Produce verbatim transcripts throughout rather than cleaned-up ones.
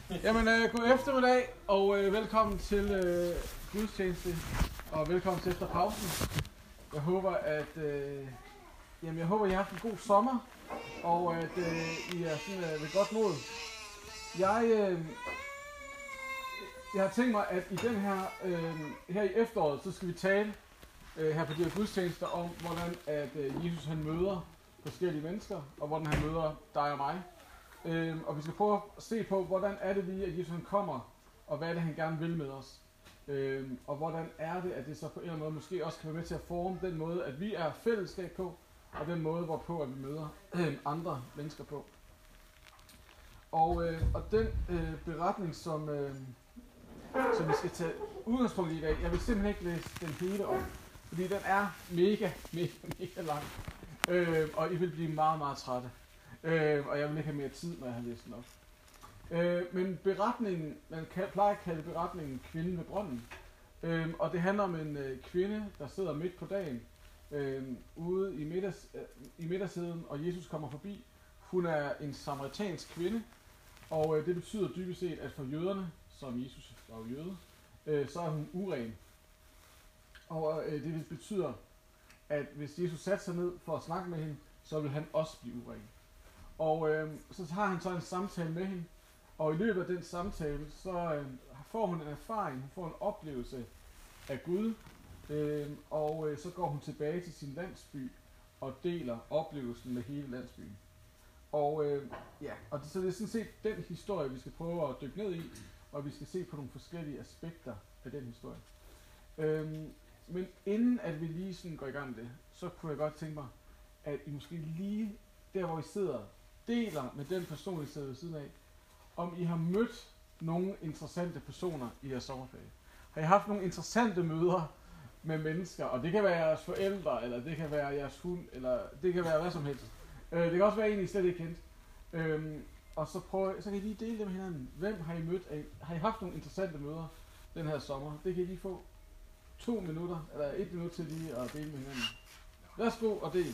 Jamen, øh, god eftermiddag, og øh, velkommen til øh, gudstjeneste, og velkommen til efter pausen. Jeg håber, at øh, jamen, jeg håber, I har haft en god sommer, og at øh, I er sådan, øh, ved godt mod. Jeg, øh, jeg har tænkt mig, at i den her, øh, her i efteråret, så skal vi tale øh, her på de her gudstjenester om, hvordan at øh, Jesus han møder forskellige mennesker, og hvordan han møder dig og mig. Øhm, og vi skal prøve at se på, hvordan er det lige, at Jesus han kommer, og hvad er det, han gerne vil med os. Øhm, og hvordan er det, at det så på en eller anden måde måske også kan være med til at forme den måde, at vi er fællesskab på, og den måde, hvorpå at vi møder øh, andre mennesker på. Og, øh, og den øh, beretning, som, øh, som vi skal tage udgangspunkt i i dag, jeg vil simpelthen ikke læse den hele om, fordi den er mega, mega, mega lang. Øh, og I vil blive meget, meget trætte. Øh, og jeg vil ikke have mere tid, når jeg har læst den op. Øh, men beretningen, man kan, plejer at kalde beretningen Kvinden ved brønden. Øh, og det handler om en øh, kvinde, der sidder midt på dagen øh, ude i, middags, øh, i middagssiden, og Jesus kommer forbi. Hun er en samaritansk kvinde, og øh, det betyder dybest set, at for jøderne, som Jesus var jøde, øh, så er hun uren. Og øh, det betyder, at hvis Jesus satte sig ned for at snakke med hende, så vil han også blive uren. Og øh, så har han så en samtale med hende, og i løbet af den samtale, så øh, får hun en erfaring, hun får en oplevelse af Gud, øh, og øh, så går hun tilbage til sin landsby og deler oplevelsen med hele landsbyen. Og øh, ja, og det, så det er sådan set den historie, vi skal prøve at dykke ned i, og vi skal se på nogle forskellige aspekter af den historie. Øh, men inden at vi lige sådan går i gang med det, så kunne jeg godt tænke mig, at I måske lige der, hvor I sidder, deler med den person, I sidder ved siden af, om I har mødt nogle interessante personer i jeres sommerferie. Har I haft nogle interessante møder med mennesker, og det kan være jeres forældre, eller det kan være jeres hund, eller det kan være hvad som helst. Øh, det kan også være en, I slet ikke kendt. Øhm, og så, prøv, så kan I lige dele det med hinanden. Hvem har I mødt af? Har I haft nogle interessante møder den her sommer? Det kan I lige få to minutter, eller et minut til lige at dele med hinanden. Værsgo og del.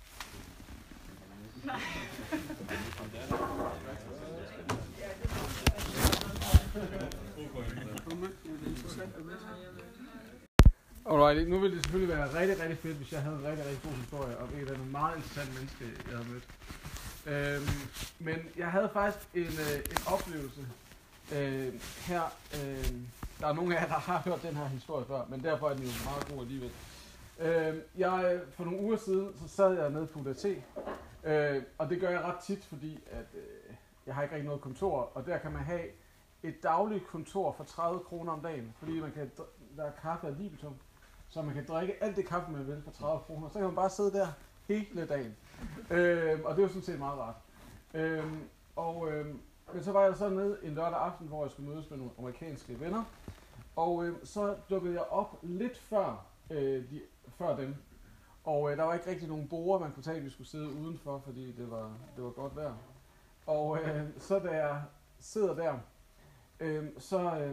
Alright, nu ville det selvfølgelig være rigtig, rigtig fedt, hvis jeg havde en rigtig, rigtig god historie om et eller andet meget interessant menneske, jeg havde mødt. Øhm, men jeg havde faktisk en, øh, en oplevelse øh, her. Øh, der er nogle af jer, der har hørt den her historie før, men derfor er den jo meget god alligevel. Øh, jeg, for nogle uger siden, så sad jeg nede på U D T, øh, og det gør jeg ret tit, fordi at, øh, jeg har ikke rigtig noget kontor, og der kan man have et dagligt kontor for tredive kroner om dagen, fordi man kan, der er kaffe af Libitum, så man kan drikke alt det kaffe, man vil for tredive kroner, så kan man bare sidde der hele dagen. Øh, og det er jo sådan set meget rart. Øh, og, øh, men så var jeg så nede en lørdag aften, hvor jeg skulle mødes med nogle amerikanske venner, og øh, så dukkede jeg op lidt før, øh, de, før dem. Og øh, der var ikke rigtig nogen borde, man kunne tage, vi skulle sidde udenfor, fordi det var, det var godt vejr. Og øh, så da jeg sidder der, øh, så, øh,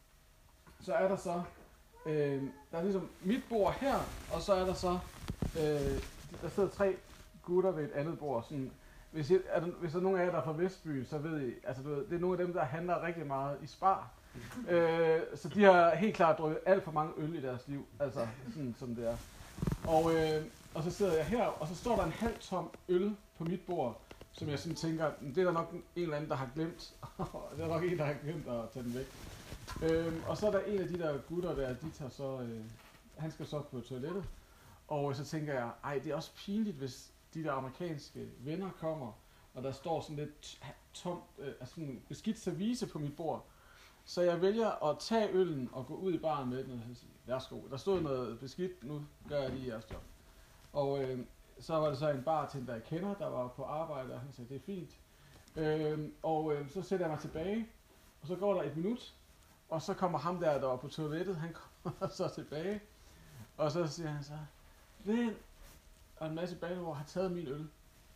så er der så, øh, der er ligesom mit bord her, og så er der så, øh, der sidder tre gutter ved et andet bord. Sådan, hvis, I, er der, hvis der er nogen af jer, der er fra Vestbyen, så ved I, altså du ved, det er nogle af dem, der handler rigtig meget i Spar. øh, så de har helt klart drukket alt for mange øl i deres liv, altså sådan som det er. Og, øh, og så sidder jeg her, og så står der en halv tom øl på mit bord, som jeg sådan tænker, det er der nok en eller anden, der har glemt. Det er nok en, der har glemt at tage den væk. Øh, og så er der en af de der gutter der, de tager så, øh, han skal så på toilettet. Og så tænker jeg, ej, det er også pinligt, hvis de der amerikanske venner kommer, og der står sådan lidt tomt, øh, altså sådan en beskidt service på mit bord. Så jeg vælger at tage øllen og gå ud i baren med den, og så sige, værsgo, der stod noget beskidt, nu gør jeg lige jeres job. Og øh, så var det så en bartender, jeg kender, der var på arbejde, og han sagde, det er fint. Øh, og øh, så sætter jeg mig tilbage, og så går der et minut, og så kommer ham der, der var på toilettet, han kommer så tilbage, og så siger han så, hvem? Og en masse bandeord har taget min øl.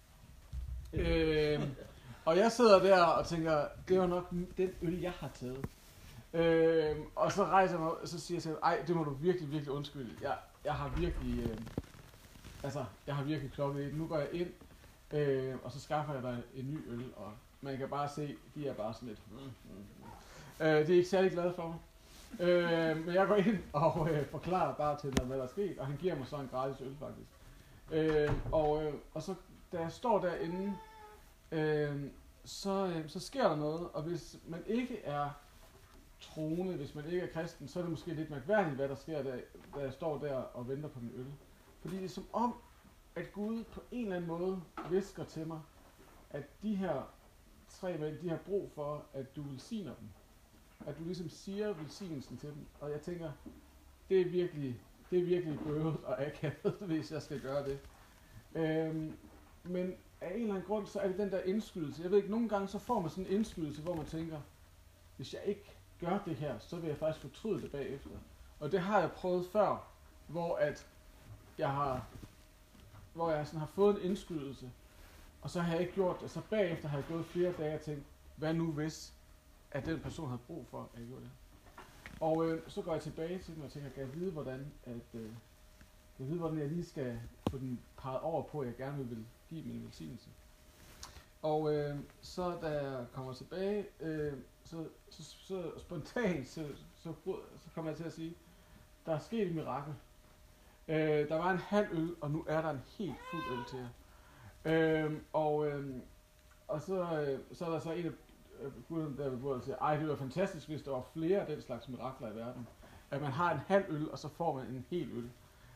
øh, og jeg sidder der og tænker, det var nok den øl, jeg har taget. Øh, og så rejser jeg mig, og så siger jeg til ham, ej, det må du virkelig, virkelig undskylde. Jeg, jeg har virkelig, øh, altså, jeg har virkelig klokket i. Nu går jeg ind, øh, og så skaffer jeg dig en ny øl, og man kan bare se, de er bare sådan lidt... Mm, mm, mm. Øh, de er ikke særlig glade for mig. Øh, men jeg går ind og øh, forklarer bare til dem, hvad der er sket, og han giver mig så en gratis øl faktisk. Øh, og, øh, og så da jeg står derinde, øh, så, øh, så sker der noget, og hvis man ikke er troende, hvis man ikke er kristen, så er det måske lidt mærkværdigt, hvad der sker, da, da jeg står der og venter på min øl. Fordi det er som om, at Gud på en eller anden måde visker til mig, at de her tre mænd, de har brug for, at du velsigner dem. At du ligesom siger velsignelsen til dem. Og jeg tænker, det er virkelig, det er virkelig bøvet og akavet, hvis jeg skal gøre det. Øhm, men af en eller anden grund, så er det den der indskydelse. Jeg ved ikke, nogle gange så får man sådan en indskydelse, hvor man tænker, hvis jeg ikke gør det her, så vil jeg faktisk fortryde det bagefter. Og det har jeg prøvet før, hvor at jeg har, hvor jeg sådan har fået en indskydelse, og så har jeg ikke gjort det. Så bagefter har jeg gået flere dage og tænkt, hvad nu hvis, at den person havde brug for, at jeg gjorde det. Og øh, så går jeg tilbage til dem og tænker, kan jeg vide, hvordan, at, øh, kan jeg vide, hvordan jeg lige skal få den peget over på, at jeg gerne vil give min velsignelse. Og øh, så da jeg kommer tilbage, øh, så, så, så spontant, så, så, så kommer jeg til at sige, der er sket et mirakel. Øh, der var en halv øl, og nu er der en helt fuld øl til jer. Øh, og øh, og så, øh, så er der så en af guderne der ved bordet, der siger, ej, det var fantastisk, hvis der var flere af den slags mirakler i verden. At man har en halv øl, og så får man en hel øl.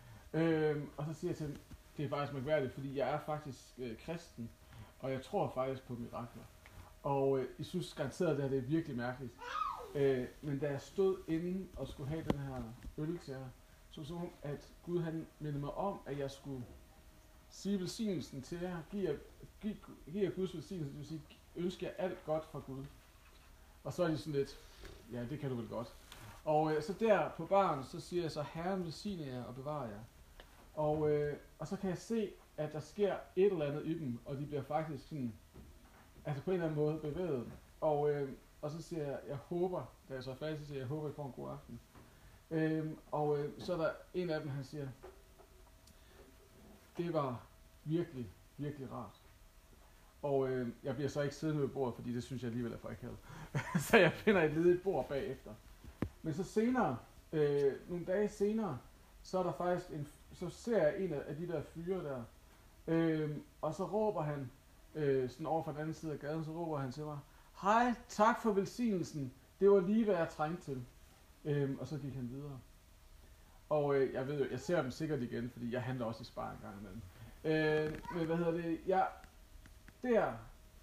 Øh, og så siger jeg til dem, det er faktisk mærkværdigt, fordi jeg er faktisk øh, kristen, og jeg tror faktisk på mirakler. Og øh, jeg synes garanteret, at det her det er virkelig mærkeligt. Øh, men da jeg stod inde og skulle have den her øl til jer, så så at Gud han mindede mig om, at jeg skulle sige velsignelsen til jer, give jer, give, give jer Guds velsignelse, det vil sige, ønske jer alt godt fra Gud. Og så er de sådan lidt, ja, det kan du vel godt. Og øh, så der på baren, så siger jeg så, Herren velsigne jer og bevare jer. Og, øh, og så kan jeg se, at der sker et eller andet i dem, og de bliver faktisk sådan, altså på en eller anden måde bevæget. Og, øh, og så siger jeg, jeg håber, da jeg så er færdig, så siger jeg, jeg håber, I får en god aften. Øh, og øh, så er der en af dem, han siger, det var virkelig, virkelig rart. Og øh, jeg bliver så ikke siddende ved bordet, fordi det synes jeg alligevel er for akavet. Så jeg finder et ledigt bord bagefter. Men så senere, øh, nogle dage senere, så er der faktisk en, så ser jeg en af de der fyre der, øh, og så råber han, øh, sådan over fra den anden side af gaden, så råber han til mig, hej, tak for velsignelsen, det var lige hvad jeg trængte til. Øh, og så gik han videre. Og øh, jeg ved jo, jeg ser dem sikkert igen, fordi jeg handler også i Spar en gang imellem. Øh, men hvad hedder det, jeg, der,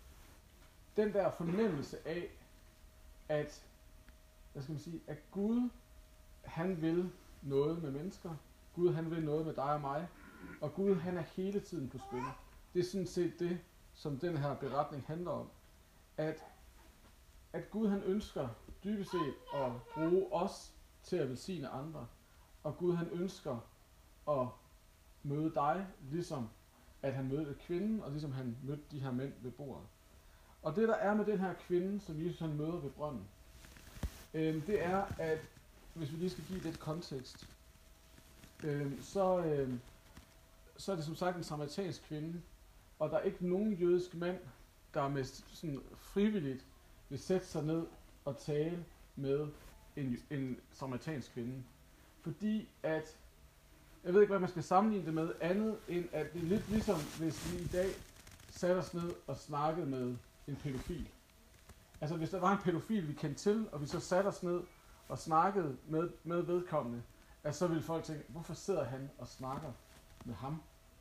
den der fornemmelse af, at, hvad skal man sige, at Gud, han vil noget med mennesker, Gud han vil noget med dig og mig, og Gud han er hele tiden på spil. Det er sådan set det, som den her beretning handler om. At, at Gud han ønsker dybest set at bruge os til at velsigne andre. Og Gud han ønsker at møde dig, ligesom at han mødte kvinden, og ligesom han mødte de her mænd ved bordet. Og det der er med den her kvinde, som Jesus han møder ved brønden, øh, det er, at hvis vi lige skal give lidt kontekst, øh, så, øh, så er det som sagt en samaritansk kvinde, og der er ikke nogen jødisk mand, der med sådan frivilligt vil sætte sig ned og tale med en, en samaritansk kvinde. Fordi at, jeg ved ikke hvad man skal sammenligne det med, andet end at det er lidt ligesom hvis vi i dag satte os ned og snakkede med en pædofil. Altså hvis der var en pædofil vi kendte til, og vi så satte os ned og snakkede med, med vedkommende, at så ville folk tænke, hvorfor sidder han og snakker med ham?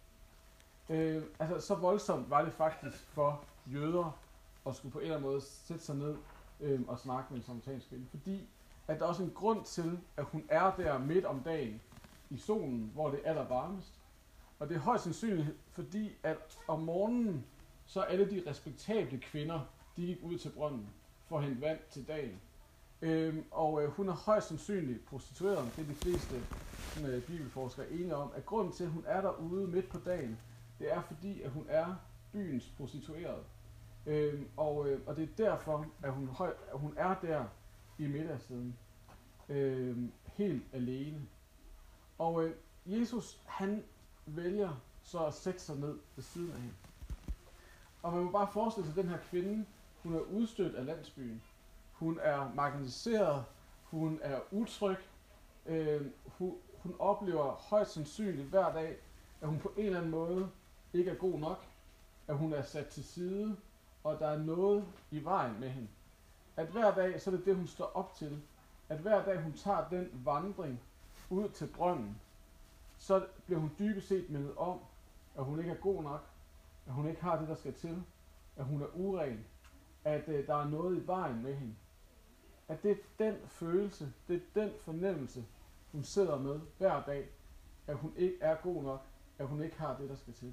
Øh, altså så voldsomt var det faktisk for jøder at skulle på en eller anden måde sætte sig ned øh, og snakke med en samaritansk kvinde, fordi at der er også en grund til, at hun er der midt om dagen i solen, hvor det er allervarmest. Og det er højst sandsynligt, fordi at om morgenen, så alle de respektable kvinder, de gik ud til brønden for at hente vand til dagen. Øhm, og øh, hun er højst sandsynligt prostitueret. Det er de fleste sådan, bibelforskere enige om, at grunden til, at hun er derude midt på dagen, det er fordi, at hun er byens prostitueret. Øhm, og, øh, og det er derfor, at hun, høj, at hun er der i middagstiden, øh, helt alene. Og øh, Jesus, han vælger så at sætte sig ned ved siden af hende. Og man må bare forestille sig den her kvinde, Hun er udstødt af landsbyen. Hun er marginaliseret. Hun er utryg. Øh, hun, hun oplever højst sandsynligt hver dag, at hun på en eller anden måde ikke er god nok. At hun er sat til side, og der er noget i vejen med hende. At hver dag, så er det det, hun står op til. At hver dag, hun tager den vandring ud til brønden, så bliver hun dybest set mindet om, at hun ikke er god nok, at hun ikke har det, der skal til, at hun er uren, at øh, der er noget i vejen med hende. At det er den følelse, det er den fornemmelse, hun sidder med hver dag, at hun ikke er god nok, at hun ikke har det, der skal til.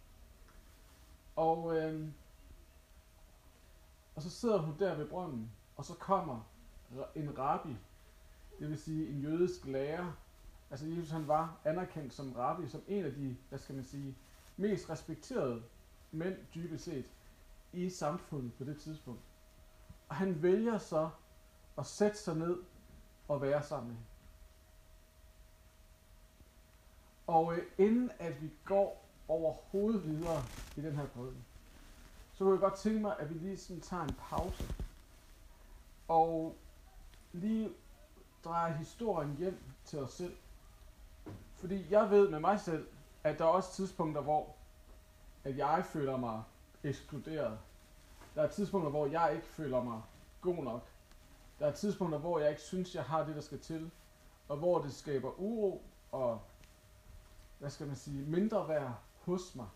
Og, øh, og så sidder hun der ved brønden, og så kommer en rabbi, det vil sige en jødisk lærer. Altså Jesus, han var anerkendt som rabbi, som en af de, hvad skal man sige, mest respekterede mænd dybest set i samfundet på det tidspunkt. Og han vælger så at sætte sig ned og være sammen med hende. Og øh, inden at vi går overhovedet videre i den her prædiken, så kunne jeg godt tænke mig, at vi lige sådan tager en pause og lige drejer historien hjem til os selv. Fordi jeg ved med mig selv, at der er også tidspunkter, hvor at jeg føler mig ekskluderet. Der er tidspunkter, hvor jeg ikke føler mig god nok. Der er tidspunkter, hvor jeg ikke synes, jeg har det, der skal til. Og hvor det skaber uro og, hvad skal man sige, mindre værd hos mig.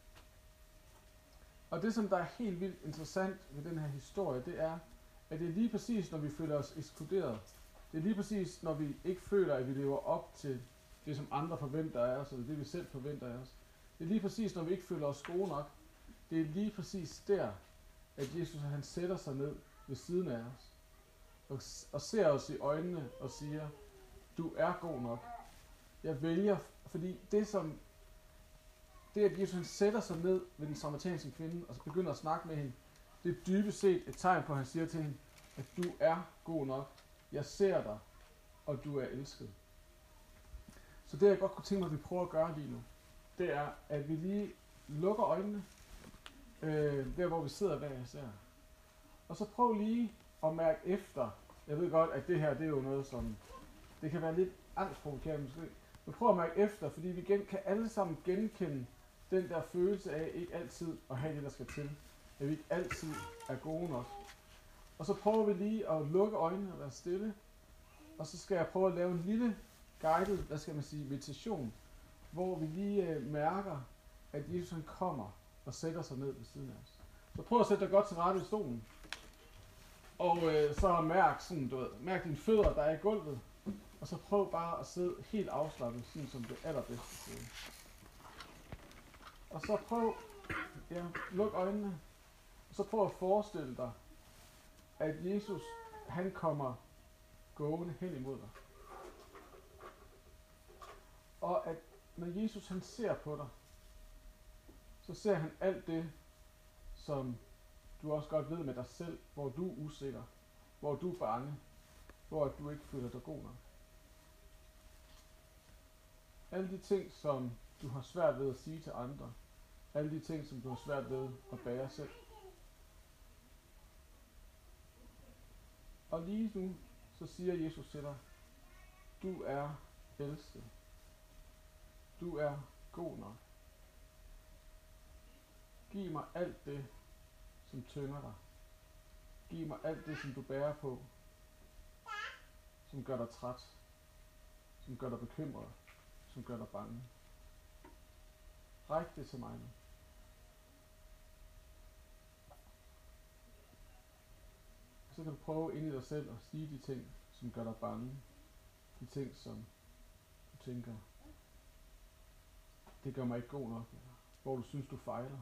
Og det, som der er helt vildt interessant ved den her historie, det er, at det er lige præcis, når vi føler os ekskluderet. Det er lige præcis, når vi ikke føler, at vi lever op til det, som andre forventer af os, eller det, vi selv forventer af os. Det er lige præcis, når vi ikke føler os gode nok. Det er lige præcis der, at Jesus han sætter sig ned ved siden af os, og, og ser os i øjnene og siger, du er god nok. Jeg vælger, fordi det som, det at Jesus han sætter sig ned ved den samaritanske kvinde, og så begynder at snakke med hende, det er dybest set et tegn på, at han siger til hende, at du er god nok. Jeg ser dig, og du er elsket. Så det jeg godt kunne tænke mig, at vi prøver at gøre lige nu, det er, at vi lige lukker øjnene, øh, der hvor vi sidder hver især. Og så prøv lige at mærke efter. Jeg ved godt, at det her, det er jo noget, som, det kan være lidt angstprovokerende måske. Men prøv at mærke efter, fordi vi gen, kan alle sammen genkende den der følelse af ikke altid at have det, der skal til. At vi ikke altid er gode nok. Og så prøver vi lige at lukke øjnene og være stille. Og så skal jeg prøve at lave en lille guided, hvad skal man sige, meditation, hvor vi lige øh, mærker, at Jesus han kommer og sætter sig ned ved siden af os. Så prøv at sætte dig godt til rette i stolen. Og øh, så mærk sådan, du ved, mærk dine fødder, der er i gulvet. Og så prøv bare at sidde helt afslappet, sådan som det allerbedste sted. Og så prøv, ja, luk øjnene. Og så prøv at forestille dig, at Jesus, han kommer gående hen imod dig. Og at når Jesus han ser på dig, så ser han alt det, som du også godt ved med dig selv, hvor du er usikker, hvor du er bange, hvor du ikke føler dig god nok. Alle de ting, som du har svært ved at sige til andre, alle de ting, som du har svært ved at bære selv. Og lige nu, så siger Jesus til dig, du er elsket. Du er god nok. Giv mig alt det, som tynger dig. Giv mig alt det, som du bærer på, som gør dig træt, som gør dig bekymret, som gør dig bange. Ræk det til mig nu. Så kan du prøve ind i dig selv at sige de ting, som gør dig bange. De ting, som du tænker, det gør mig ikke god nok, eller hvor du synes, du fejler.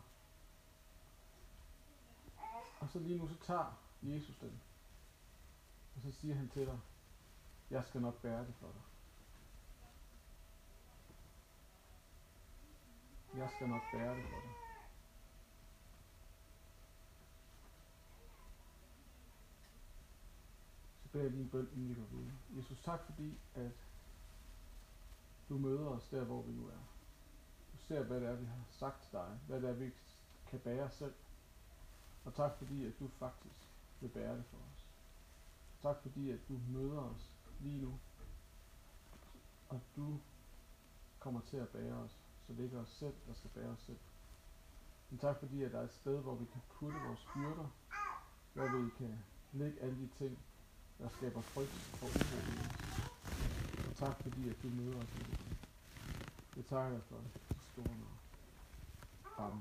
Og så lige nu, så tager Jesus den. Og så siger han til dig, jeg skal nok bære det for dig. Jeg skal nok bære det for dig. Så beder jeg lige en bøn, inden vi går videre. Jesus, tak fordi, at du møder os der, hvor vi nu er. Du ser, hvad det er, vi har sagt til dig. Hvad det er, vi kan bære selv. Og tak fordi, at du faktisk vil bære det for os. Tak fordi, at du møder os lige nu. Og du kommer til at bære os, så det ikke er os selv, der skal bære os selv. Men tak fordi, at der er et sted, hvor vi kan putte vores byrder, hvor vi kan lægge alle de ting, der skaber frygt og uro i os. Og tak fordi, at du møder os med det. Det takker jeg for det store navn. Amen.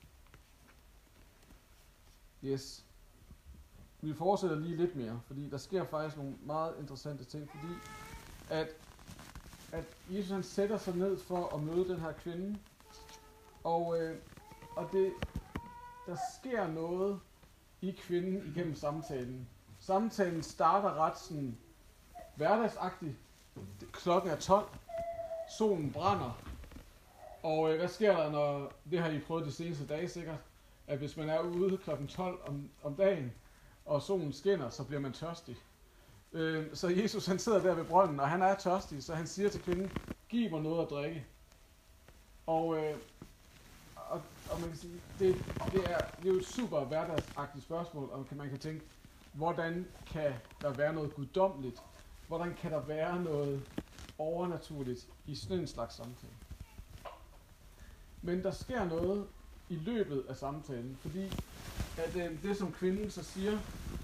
Yes. Vi fortsætter lige lidt mere, fordi der sker faktisk nogle meget interessante ting, fordi at, at Jesus han sætter sig ned for at møde den her kvinde, og, øh, og det, der sker noget i kvinden igennem samtalen. Samtalen starter ret sådan hverdagsagtigt. Klokken er tolv, solen brænder, og øh, hvad sker der, når, det har I prøvet de seneste dage sikkert, at hvis man er ude klokken tolv om, om dagen, og solen skinner, så bliver man tørstig. Øh, så Jesus han sidder der ved brønden, og han er tørstig, så han siger til kvinden, giv mig noget at drikke. Og, øh, og, og man kan sige, det, det, er, det er jo et super hverdagsagtigt spørgsmål, og man kan tænke, hvordan kan der være noget guddommeligt? Hvordan kan der være noget overnaturligt i sådan en slags samtale? Men der sker noget i løbet af samtalen, fordi at øh, det som kvinden så siger,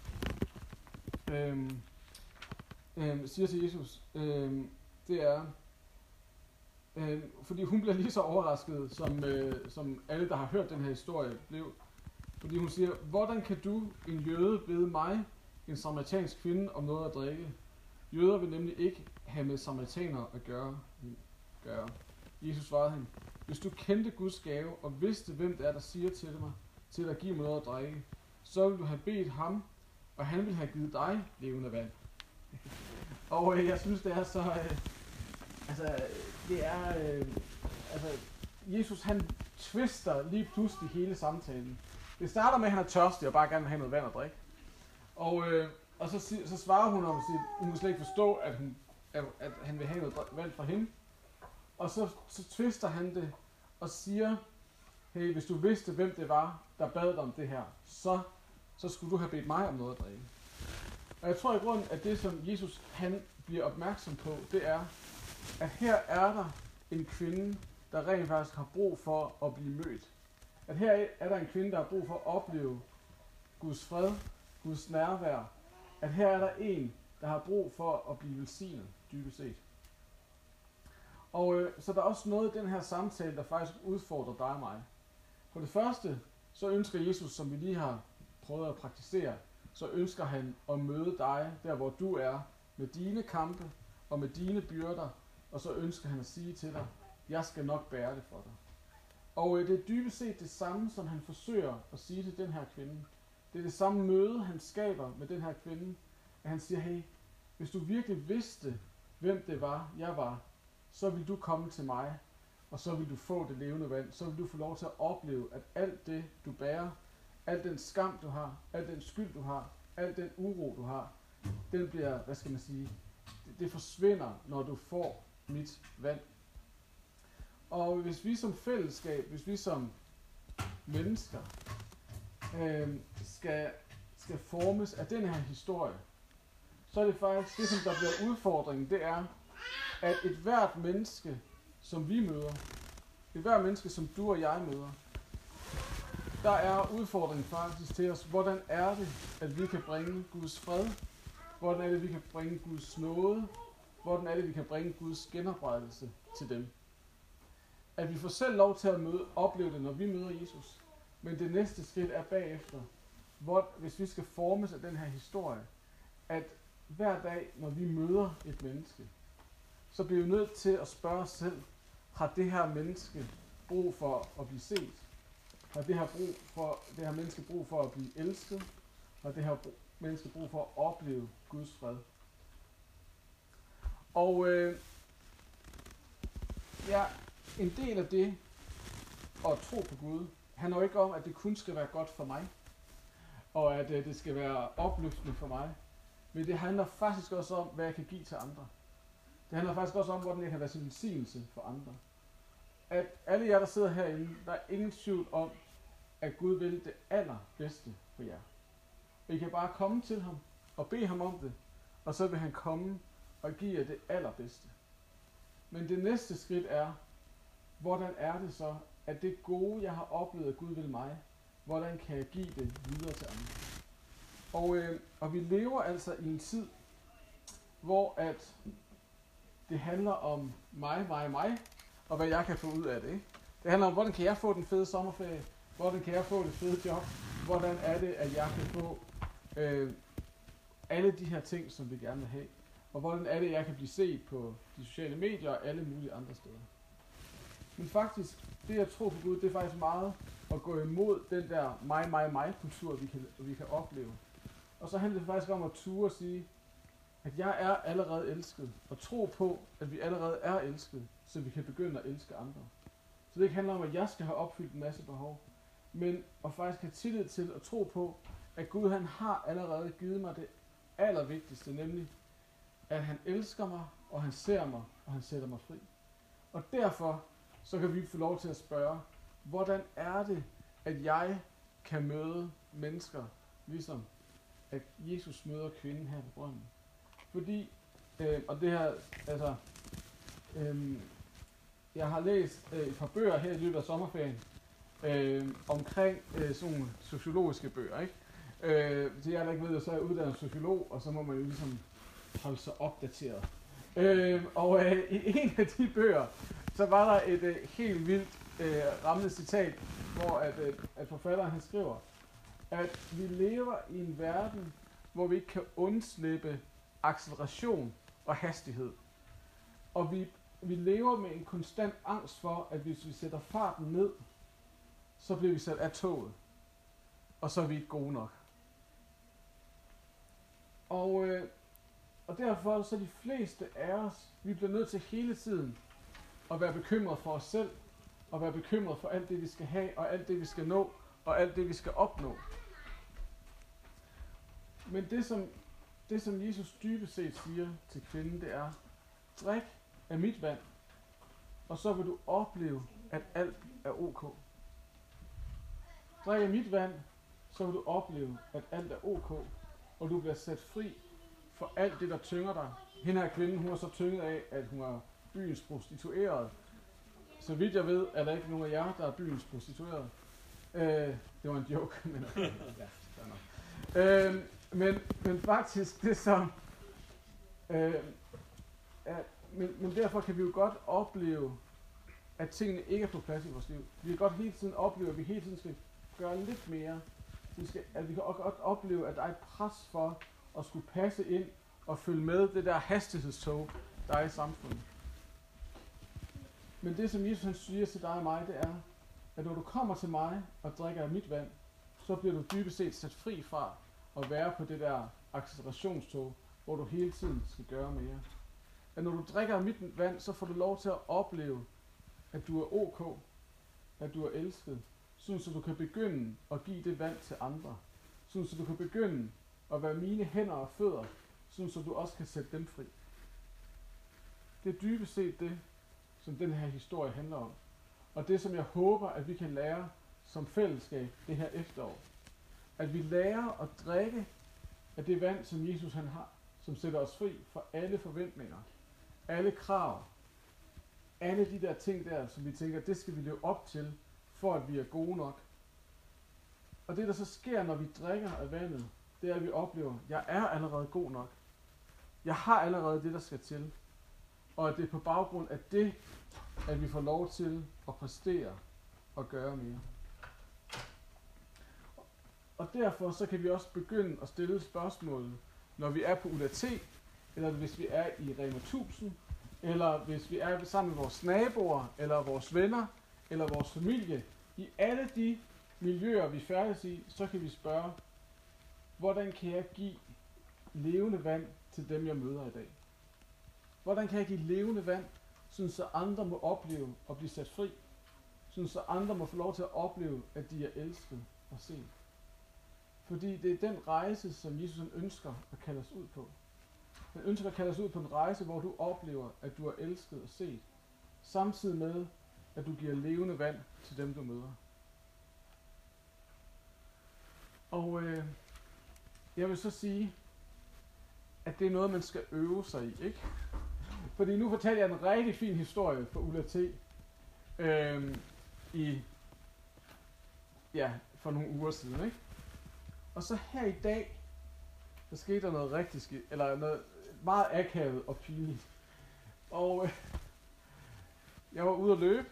øh, øh, siger til Jesus, øh, det er, øh, fordi hun bliver lige så overrasket, som, øh, som alle, der har hørt den her historie, blev. Fordi hun siger, hvordan kan du, en jøde, bede mig, en samaritansk kvinde, om noget at drikke? Jøder vil nemlig ikke have med samaritanere at gøre. gøre. Jesus svarede hende, hvis du kendte Guds gave, og vidste, hvem det er, der siger til mig, til at give mig noget at drikke, så ville du have bedt ham, og han ville have givet dig levende vand. Og øh, jeg synes, det er så... Øh, altså, det er... Øh, altså, Jesus, han twister lige pludselig hele samtalen. Det starter med, at han er tørstig og bare gerne vil have noget vand at drikke. Og, øh, og så, så svarer hun om, at hun kan slet ikke forstå, at, hun, at, at han vil have noget vand fra hende. Og så, så twister han det og siger, hey, hvis du vidste, hvem det var, der bad dig om det her, så, så skulle du have bedt mig om noget at drikke. Og jeg tror i grunden, at det, som Jesus han bliver opmærksom på, det er, at her er der en kvinde, der rent faktisk har brug for at blive mødt. At her er der en kvinde, der har brug for at opleve Guds fred, Guds nærvær. At her er der en, der har brug for at blive velsignet, dybest set. Og øh, så der er også noget i den her samtale, der faktisk udfordrer dig og mig. For det første, så ønsker Jesus, som vi lige har prøvet at praktisere, så ønsker han at møde dig, der hvor du er, med dine kampe og med dine byrder, og så ønsker han at sige til dig, jeg skal nok bære det for dig. Og øh, det er dybest set det samme, som han forsøger at sige til den her kvinde. Det er det samme møde, han skaber med den her kvinde, at han siger, hey, hvis du virkelig vidste, hvem det var, jeg var, så vil du komme til mig, og så vil du få det levende vand. Så vil du få lov til at opleve, at alt det, du bærer, al den skam, du har, al den skyld, du har, al den uro, du har, den bliver, hvad skal man sige, det, det forsvinder, når du får mit vand. Og hvis vi som fællesskab, hvis vi som mennesker, øh, skal, skal formes af den her historie, så er det faktisk det, som der bliver udfordringen, det er, at et hvert menneske, som vi møder, et hvert menneske, som du og jeg møder, der er udfordringen faktisk til os, hvordan er det, at vi kan bringe Guds fred, hvordan er det, vi kan bringe Guds nåde, hvordan er det, vi kan bringe Guds genoprettelse til dem. At vi får selv lov til at møde, opleve det, når vi møder Jesus, men det næste skridt er bagefter, hvor, hvis vi skal formes af den her historie, at hver dag, når vi møder et menneske, så bliver vi nødt til at spørge os selv, har det her menneske brug for at blive set? Har det her, brug for, det her menneske brug for at blive elsket? Har det her menneske brug for at opleve Guds fred? Og øh, ja, en del af det at tro på Gud handler jo ikke om, at det kun skal være godt for mig, og at øh, det skal være opløftende for mig, men det handler faktisk også om, hvad jeg kan give til andre. Det handler faktisk også om, hvordan jeg kan være til velsignelse for andre. At alle jer, der sidder herinde, der er ingen tvivl om, at Gud vil det allerbedste for jer. Og I kan bare komme til ham og bede ham om det, og så vil han komme og give jer det allerbedste. Men det næste skridt er, hvordan er det så, at det gode, jeg har oplevet, at Gud vil mig, hvordan kan jeg give det videre til andre? Og, øh, og vi lever altså i en tid, hvor at det handler om mig, mig, mig, og hvad jeg kan få ud af det. Ikke? Det handler om, hvordan kan jeg få den fede sommerferie? Hvordan kan jeg få det fede job? Hvordan er det, at jeg kan få øh, alle de her ting, som vi gerne vil have? Og hvordan er det, at jeg kan blive set på de sociale medier og alle mulige andre steder? Men faktisk, det jeg tror på Gud, det er faktisk meget at gå imod den der mig, mig, mig-kultur, vi kan, vi kan opleve. Og så handler det faktisk om at ture og sige, at jeg er allerede elsket, og tro på, at vi allerede er elsket, så vi kan begynde at elske andre. Så det ikke handler om, at jeg skal have opfyldt en masse behov, men at faktisk have tillid til og tro på, at Gud han har allerede givet mig det allervigtigste, nemlig at han elsker mig, og han ser mig, og han sætter mig fri. Og derfor så kan vi få lov til at spørge, hvordan er det, at jeg kan møde mennesker, ligesom at Jesus møder kvinden her på brønden. Fordi, øh, og det her, altså, øh, jeg har læst øh, et par bøger her i løbet af sommerferien, øh, omkring øh, sådan nogle sociologiske bøger, ikke? Øh, så jeg der ikke ved, så er jeg uddannet sociolog, og så må man jo ligesom holde sig opdateret. Øh, og øh, i en af de bøger, så var der et øh, helt vildt øh, rammende citat, hvor at, øh, at forfatteren han skriver, at vi lever i en verden, hvor vi ikke kan undslippe acceleration og hastighed. Og vi, vi lever med en konstant angst for, at hvis vi sætter farten ned, så bliver vi sat af toget. Og så er vi ikke gode nok. Og, øh, og derfor så de fleste af os, vi bliver nødt til hele tiden at være bekymret for os selv, og være bekymret for alt det, vi skal have, og alt det, vi skal nå, og alt det, vi skal opnå. Men det, som, det, som Jesus dybest set siger til kvinden, det er, drik af mit vand, og så vil du opleve, at alt er ok. Drik af mit vand, så vil du opleve, at alt er ok, og du bliver sat fri for alt det, der tynger dig. Hende her kvinden, hun er så tynget af, at hun er byens prostitueret. Så vidt jeg ved, er der ikke nogen af jer, der er byens prostitueret. Øh, det var en joke, men okay. Ja, øh, men, men faktisk, det som... Øh, ja, men, men derfor kan vi jo godt opleve, at tingene ikke er på plads i vores liv. Vi kan godt hele tiden opleve, at vi hele tiden skal gøre lidt mere. Vi skal, at vi kan også godt opleve, at der er et pres for at skulle passe ind og følge med det der hastighedstog, der er i samfundet. Men det, som Jesus han siger til dig og mig, det er, at når du kommer til mig og drikker af mit vand, så bliver du dybest set sat fri fra at være på det der accelerationstog, hvor du hele tiden skal gøre mere. At når du drikker af mit vand, så får du lov til at opleve, at du er ok, at du er elsket, sådan så du kan begynde at give det vand til andre, sådan så du kan begynde at være mine hænder og fødder, sådan så du også kan sætte dem fri. Det er dybest set det, som den her historie handler om. Og det, som jeg håber, at vi kan lære som fællesskab det her efterår. At vi lærer at drikke af det vand, som Jesus han har, som sætter os fri fra alle forventninger, alle krav, alle de der ting der, som vi tænker, det skal vi leve op til, for at vi er gode nok. Og det, der så sker, når vi drikker af vandet, det er, at vi oplever, at jeg er allerede god nok. Jeg har allerede det, der skal til. Og at det er på baggrund af det, at vi får lov til at præstere og gøre mere. Og derfor så kan vi også begynde at stille spørgsmålet, når vi er på U D A T, eller hvis vi er i Rema tusind, eller hvis vi er sammen med vores naboer, eller vores venner, eller vores familie. I alle de miljøer, vi færdes i, så kan vi spørge, hvordan kan jeg give levende vand til dem, jeg møder i dag? Hvordan kan jeg give levende vand, sådan så andre må opleve at blive sat fri? Sådan så andre må få lov til at opleve, at de er elsket og set. Fordi det er den rejse, som Jesus ønsker at kalde os ud på. Han ønsker at kalde os ud på en rejse, hvor du oplever, at du er elsket og set. Samtidig med, at du giver levende vand til dem, du møder. Og øh, jeg vil så sige, at det er noget, man skal øve sig i, ikke? Fordi nu fortæller jeg en rigtig fin historie for Ulla T. Øh, i, ja, for nogle uger siden, ikke? Og så her i dag, der skete der noget rigtig skidt, eller noget meget akavet og pinligt. Og øh, jeg var ude at løbe,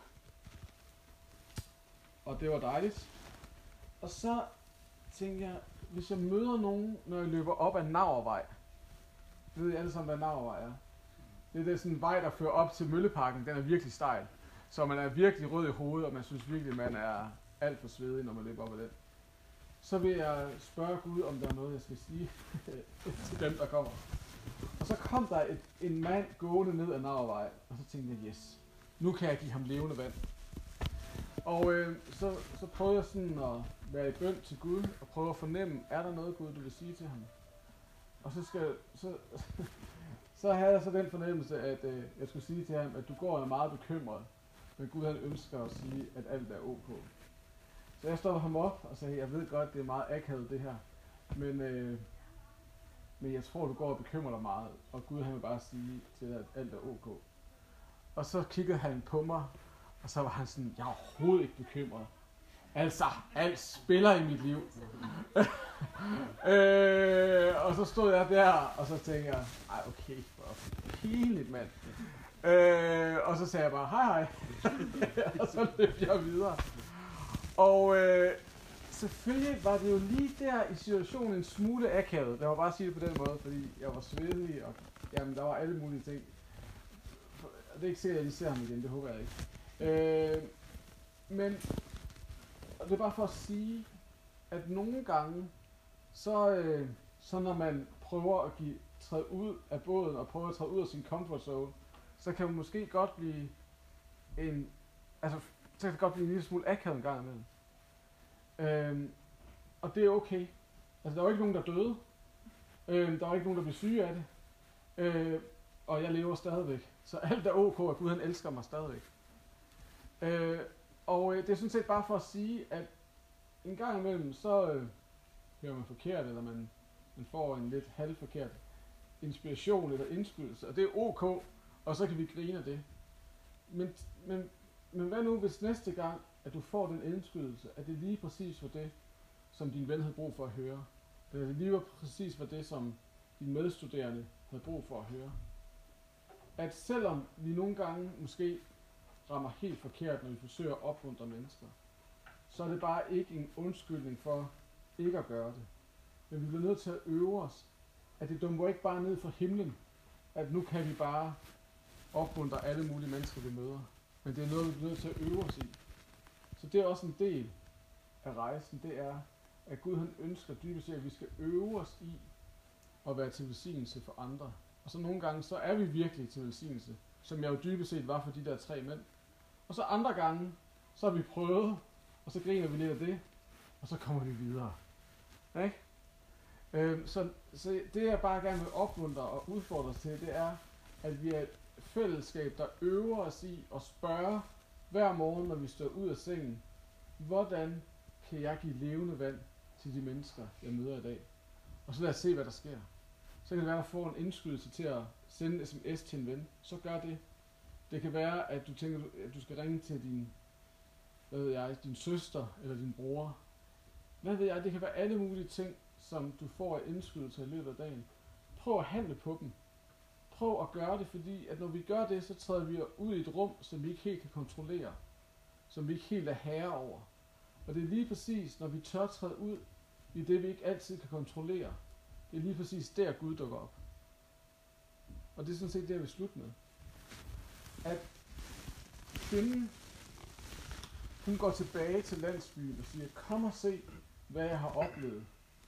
og det var dejligt. Og så tænkte jeg, hvis jeg møder nogen, når jeg løber op ad Naurvej, ved I alle sammen, hvad Naurvej er? Det er, det er sådan en vej, der fører op til Mølleparken. Den er virkelig stejl. Så man er virkelig rød i hovedet, og man synes virkelig, man er alt for svedig, når man løber op ad den. Så vil jeg spørge Gud, om der er noget, jeg skal sige til dem, der kommer. Og så kom der et, en mand gående ned ad Naurvej, og så tænkte jeg, yes, nu kan jeg give ham levende vand. Og øh, så, så prøvede jeg sådan at være i bøn til Gud, og prøve at fornemme, er der noget, Gud, du vil sige til ham? Og så skal så, så havde jeg så den fornemmelse, at øh, jeg skulle sige til ham, at du går og er meget bekymret, men Gud han ønsker at sige, at alt er ok. Så jeg stoppede ham op og sagde, jeg ved godt, det er meget akavet det her, men, øh, men jeg tror, du går og bekymrer dig meget, og Gud han vil bare sige til dig, at alt er ok. Og så kiggede han på mig, og så var han sådan, jeg er overhovedet ikke bekymret. Altså, alt spiller i mit liv. øh, og så stod jeg der, og så tænkte jeg, ej okay, hvor pinligt mand. Øh, og så sagde jeg bare, hej hej. Og så løb jeg videre. Og øh, selvfølgelig var det jo lige der i situationen en smule akavet. Jeg må bare sige det på den måde, fordi jeg var svedig, og jamen, der var alle mulige ting. Det er ikke sikkert, at jeg lige ser ham igen, det håber jeg ikke. Øh, men og det er bare for at sige, at nogle gange, så, øh, så når man prøver at give, træde ud af båden og prøver at træde ud af sin comfort zone, så kan man måske godt blive en, altså så kan det godt blive en lille smule akavet en gang imellem. Øh, og det er okay. Altså der er jo ikke nogen, der døde. Øh, der er ikke nogen, der bliver syge af det. Øh, og jeg lever stadigvæk. Så alt er ok, at Gud han elsker mig stadigvæk. Øh, og øh, det er sådan set bare for at sige, at en gang imellem, så øh, hører man forkert, eller man, man får en lidt halvforkert inspiration eller indskydelse, og det er ok, og så kan vi grine af det. Men, men, men hvad nu, hvis næste gang, at du får den indskydelse, at det lige præcis var det, som din ven havde brug for at høre, eller det lige var præcis var det, som din medstuderende havde brug for at høre. At selvom vi nogle gange måske rammer helt forkert, når vi forsøger at opmuntre mennesker, så er det bare ikke en undskyldning for ikke at gøre det. Men vi bliver nødt til at øve os, at det dumper ikke bare ned fra himlen, at nu kan vi bare opmuntre alle mulige mennesker, vi møder. Men det er noget, vi bliver nødt til at øve os i. Så det er også en del af rejsen, det er, at Gud han ønsker dybest set, at vi skal øve os i at være til velsignelse for andre. Og så nogle gange, så er vi virkelig til velsignelse, som jeg jo dybest set var for de der tre mænd. Og så andre gange, så har vi prøvet, og så griner vi lidt af det, og så kommer vi videre. Ikke? Øhm, så, så det jeg bare gerne vil opmuntre og udfordre os til, det er, at vi er et fællesskab, der øver os i at spørge hver morgen, når vi står ud af sengen, hvordan kan jeg give levende vand til de mennesker, jeg møder i dag? Og så lad os se, hvad der sker. Så kan det være, at du får en indskydelse til at sende en sms til en ven. Så gør det. Det kan være, at du tænker, at du skal ringe til din, hvad ved jeg, din søster eller din bror. Hvad ved jeg, det kan være alle mulige ting, som du får af indskydelse i løbet af dagen. Prøv at handle på dem. Prøv at gøre det, fordi at når vi gør det, så træder vi ud i et rum, som vi ikke helt kan kontrollere. Som vi ikke helt er herre over. Og det er lige præcis, når vi tør træde ud i det, vi ikke altid kan kontrollere. Det er lige præcis der, Gud dukker op. Og det er sådan set det, jeg vil slutte med. At kvinden, hun går tilbage til landsbyen og siger, kom og se, hvad jeg har oplevet.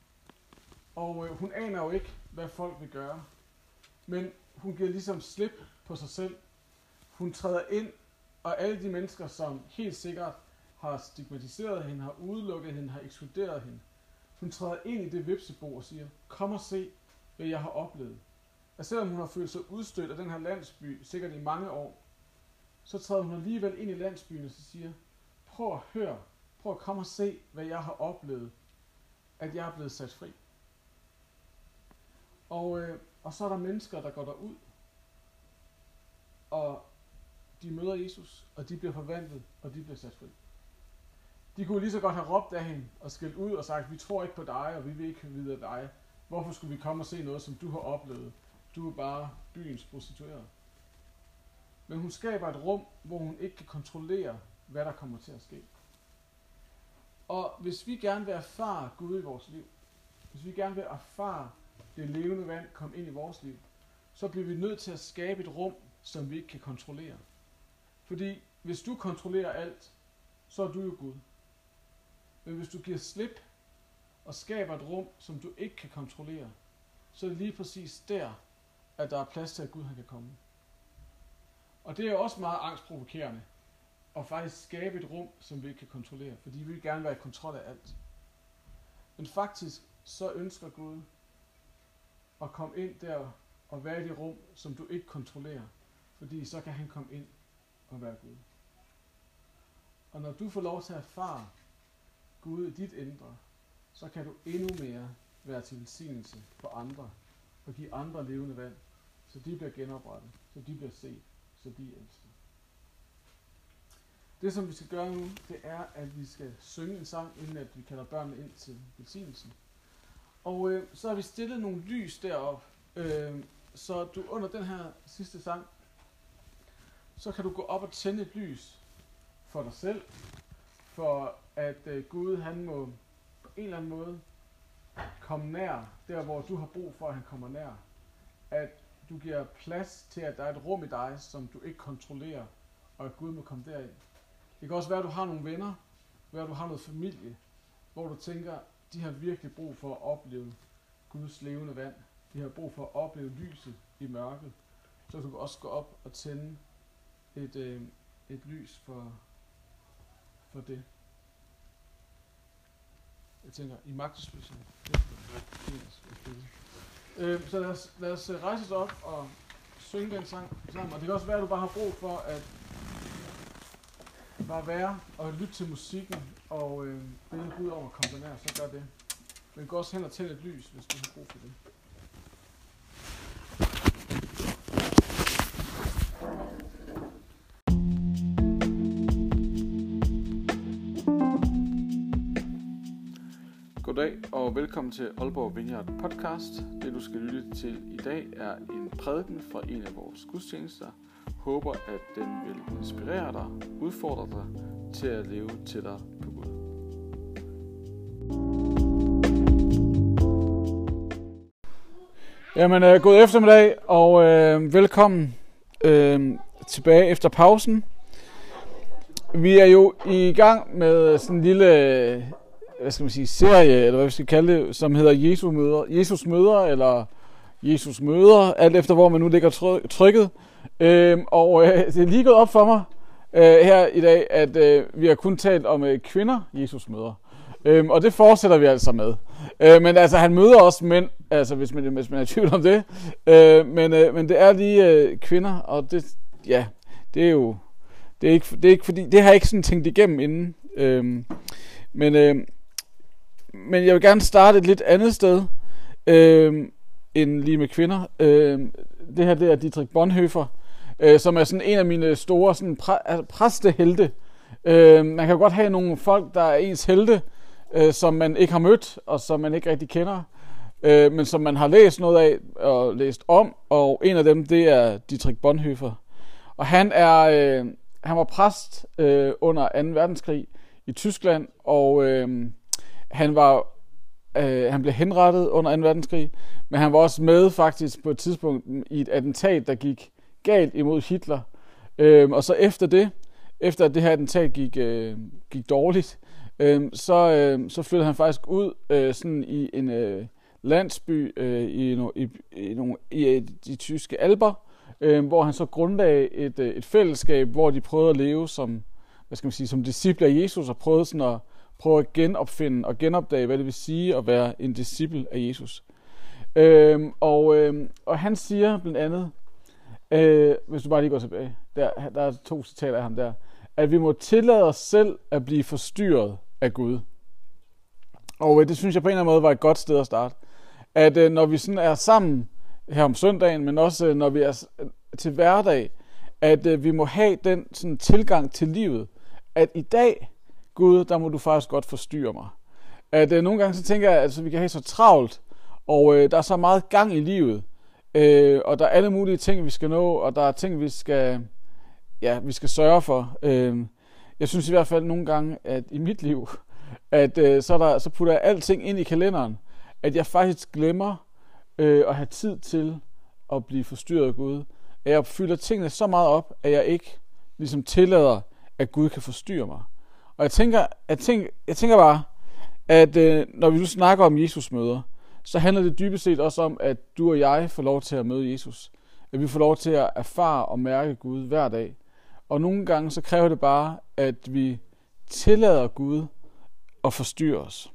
Og øh, hun aner jo ikke, hvad folk vil gøre. Men hun giver ligesom slip på sig selv. Hun træder ind, og alle de mennesker, som helt sikkert har stigmatiseret hende, har udelukket hende, har ekskluderet hende. Hun træder ind i det vipsebo og siger, kom og se, hvad jeg har oplevet. Og selvom hun har følt sig udstødt af den her landsby, sikkert i mange år, så træder hun alligevel ind i landsbyen og siger, prøv at høre, prøv at komme og se, hvad jeg har oplevet. at jeg er blevet sat fri. Og, øh, og så er der mennesker, der går derud, og de møder Jesus, og de bliver forvandlet, og de bliver sat fri. De kunne lige så godt have råbt af hende og skældt ud og sagt, vi tror ikke på dig, og vi vil ikke vide af dig. Hvorfor skulle vi komme og se noget, som du har oplevet? Du er bare byens prostituerede. Men hun skaber et rum, hvor hun ikke kan kontrollere, hvad der kommer til at ske. Og hvis vi gerne vil erfare Gud i vores liv, hvis vi gerne vil erfare det levende vand komme ind i vores liv, så bliver vi nødt til at skabe et rum, som vi ikke kan kontrollere. Fordi hvis du kontrollerer alt, så er du jo Gud. Men hvis du giver slip og skaber et rum, som du ikke kan kontrollere, så er det lige præcis der, at der er plads til, at Gud han kan komme. Og det er også meget angstprovokerende at faktisk skabe et rum, som vi ikke kan kontrollere, fordi vi vil gerne være i kontrol af alt. Men faktisk så ønsker Gud at komme ind der og være i det rum, som du ikke kontrollerer, fordi så kan han komme ind og være Gud. Og når du får lov til at erfare Gud i dit indre, så kan du endnu mere være til velsignelse for andre, og give andre levende vand, så de bliver genoprettet, så de bliver set, så de er elsket. Det som vi skal gøre nu, det er, at vi skal synge en sang, inden at vi kalder børnene ind til velsignelsen. Og øh, så har vi stillet nogle lys deroppe, øh, så du under den her sidste sang, så kan du gå op og tænde et lys for dig selv, for at øh, Gud han må på en eller anden måde komme nær, der hvor du har brug for, at han kommer nær. At du giver plads til, at der er et rum i dig, som du ikke kontrollerer, og at Gud må komme derind. Det kan også være, at du har nogle venner, være at du har noget familie, hvor du tænker, de har virkelig brug for at opleve Guds levende vand. De har brug for at opleve lyset i mørket. Så du kan også gå op og tænde et, øh, et lys for, for det. Jeg tænker, i magtesløshed. Øh, så lad os, lad os rejse os op og synge den sang sammen. Og det kan også være, at du bare har brug for at bare være og lytte til musikken og øh, bede Gud om at komme dernær, så gør det. Men gå også hen og tænd et lys, hvis du har brug for det. Goddag og velkommen til Aalborg Vineyard Podcast. Det du skal lytte til i dag er en prædiken fra en af vores gudstjenester. Håber at den vil inspirere dig, udfordre dig til at leve tættere på Gud. Jamen øh, god eftermiddag og øh, velkommen øh, tilbage efter pausen. Vi er jo i gang med sådan en lille hvad skal man sige, serie, eller hvad vi skal kalde det, som hedder Jesus møder, Jesus møder, eller Jesus møder, alt efter hvor man nu ligger try- trykket. Øhm, og øh, det er lige gået op for mig øh, her i dag, at øh, vi har kun talt om øh, kvinder, Jesus møder. Øhm, og det fortsætter vi altså med. Øh, men altså, han møder også mænd, altså hvis man, hvis man er i tvivl om det. Øh, men, øh, men det er lige øh, kvinder, og det, ja, det er jo, det er ikke, det er ikke fordi, det har jeg ikke sådan tænkt igennem inden. Øh, men øh, Men jeg vil gerne starte et lidt andet sted øh, end lige med kvinder. Øh, det her det er Dietrich Bonhoeffer, øh, som er sådan en af mine store sådan præ- altså præstehelte. Øh, man kan godt have nogle folk, der er ens helte, øh, som man ikke har mødt, og som man ikke rigtig kender, øh, men som man har læst noget af og læst om. Og en af dem, det er Dietrich Bonhoeffer. Og han er øh, han var præst øh, under anden verdenskrig i Tyskland, og øh, Han var, øh, han blev henrettet under anden verdenskrig, men han var også med faktisk på et tidspunkt i et attentat, der gik galt imod Hitler. Øh, og så efter det, efter at det her attentat gik, øh, gik dårligt, øh, så, øh, så flyttede han faktisk ud øh, sådan i en øh, landsby øh, i, no, i, i, no, i de tyske alper, øh, hvor han så grundlagde et, øh, et fællesskab, hvor de prøvede at leve som, hvad skal man sige, som disciple af Jesus, og prøvede sådan at prøve at genopfinde og genopdage, hvad det vil sige at være en disciple af Jesus. Øhm, og, øhm, og han siger blandt andet, øh, hvis du bare lige går tilbage, der, der er to citater af ham der, at vi må tillade os selv at blive forstyrret af Gud. Og øh, det synes jeg på en eller anden måde var et godt sted at starte. At øh, når vi sådan er sammen her om søndagen, men også øh, når vi er øh, til hverdag, at øh, vi må have den sådan, tilgang til livet, at i dag, Gud, der må du faktisk godt forstyrre mig. At øh, nogle gange så tænker jeg, at altså, vi kan have så travlt, og øh, der er så meget gang i livet, øh, og der er alle mulige ting, vi skal nå, og der er ting, vi skal, ja, vi skal sørge for. Øh, jeg synes i hvert fald nogle gange, at i mit liv, at øh, så, der, så putter jeg alting ind i kalenderen, at jeg faktisk glemmer øh, at have tid til at blive forstyrret af Gud. At jeg fylder tingene så meget op, at jeg ikke ligesom tillader, at Gud kan forstyrre mig. Og jeg tænker, jeg tænker, jeg tænker bare, at øh, når vi nu snakker om Jesus møder, så handler det dybest set også om, at du og jeg får lov til at møde Jesus. At vi får lov til at erfare og mærke Gud hver dag. Og nogle gange så kræver det bare, at vi tillader Gud at forstyrre os.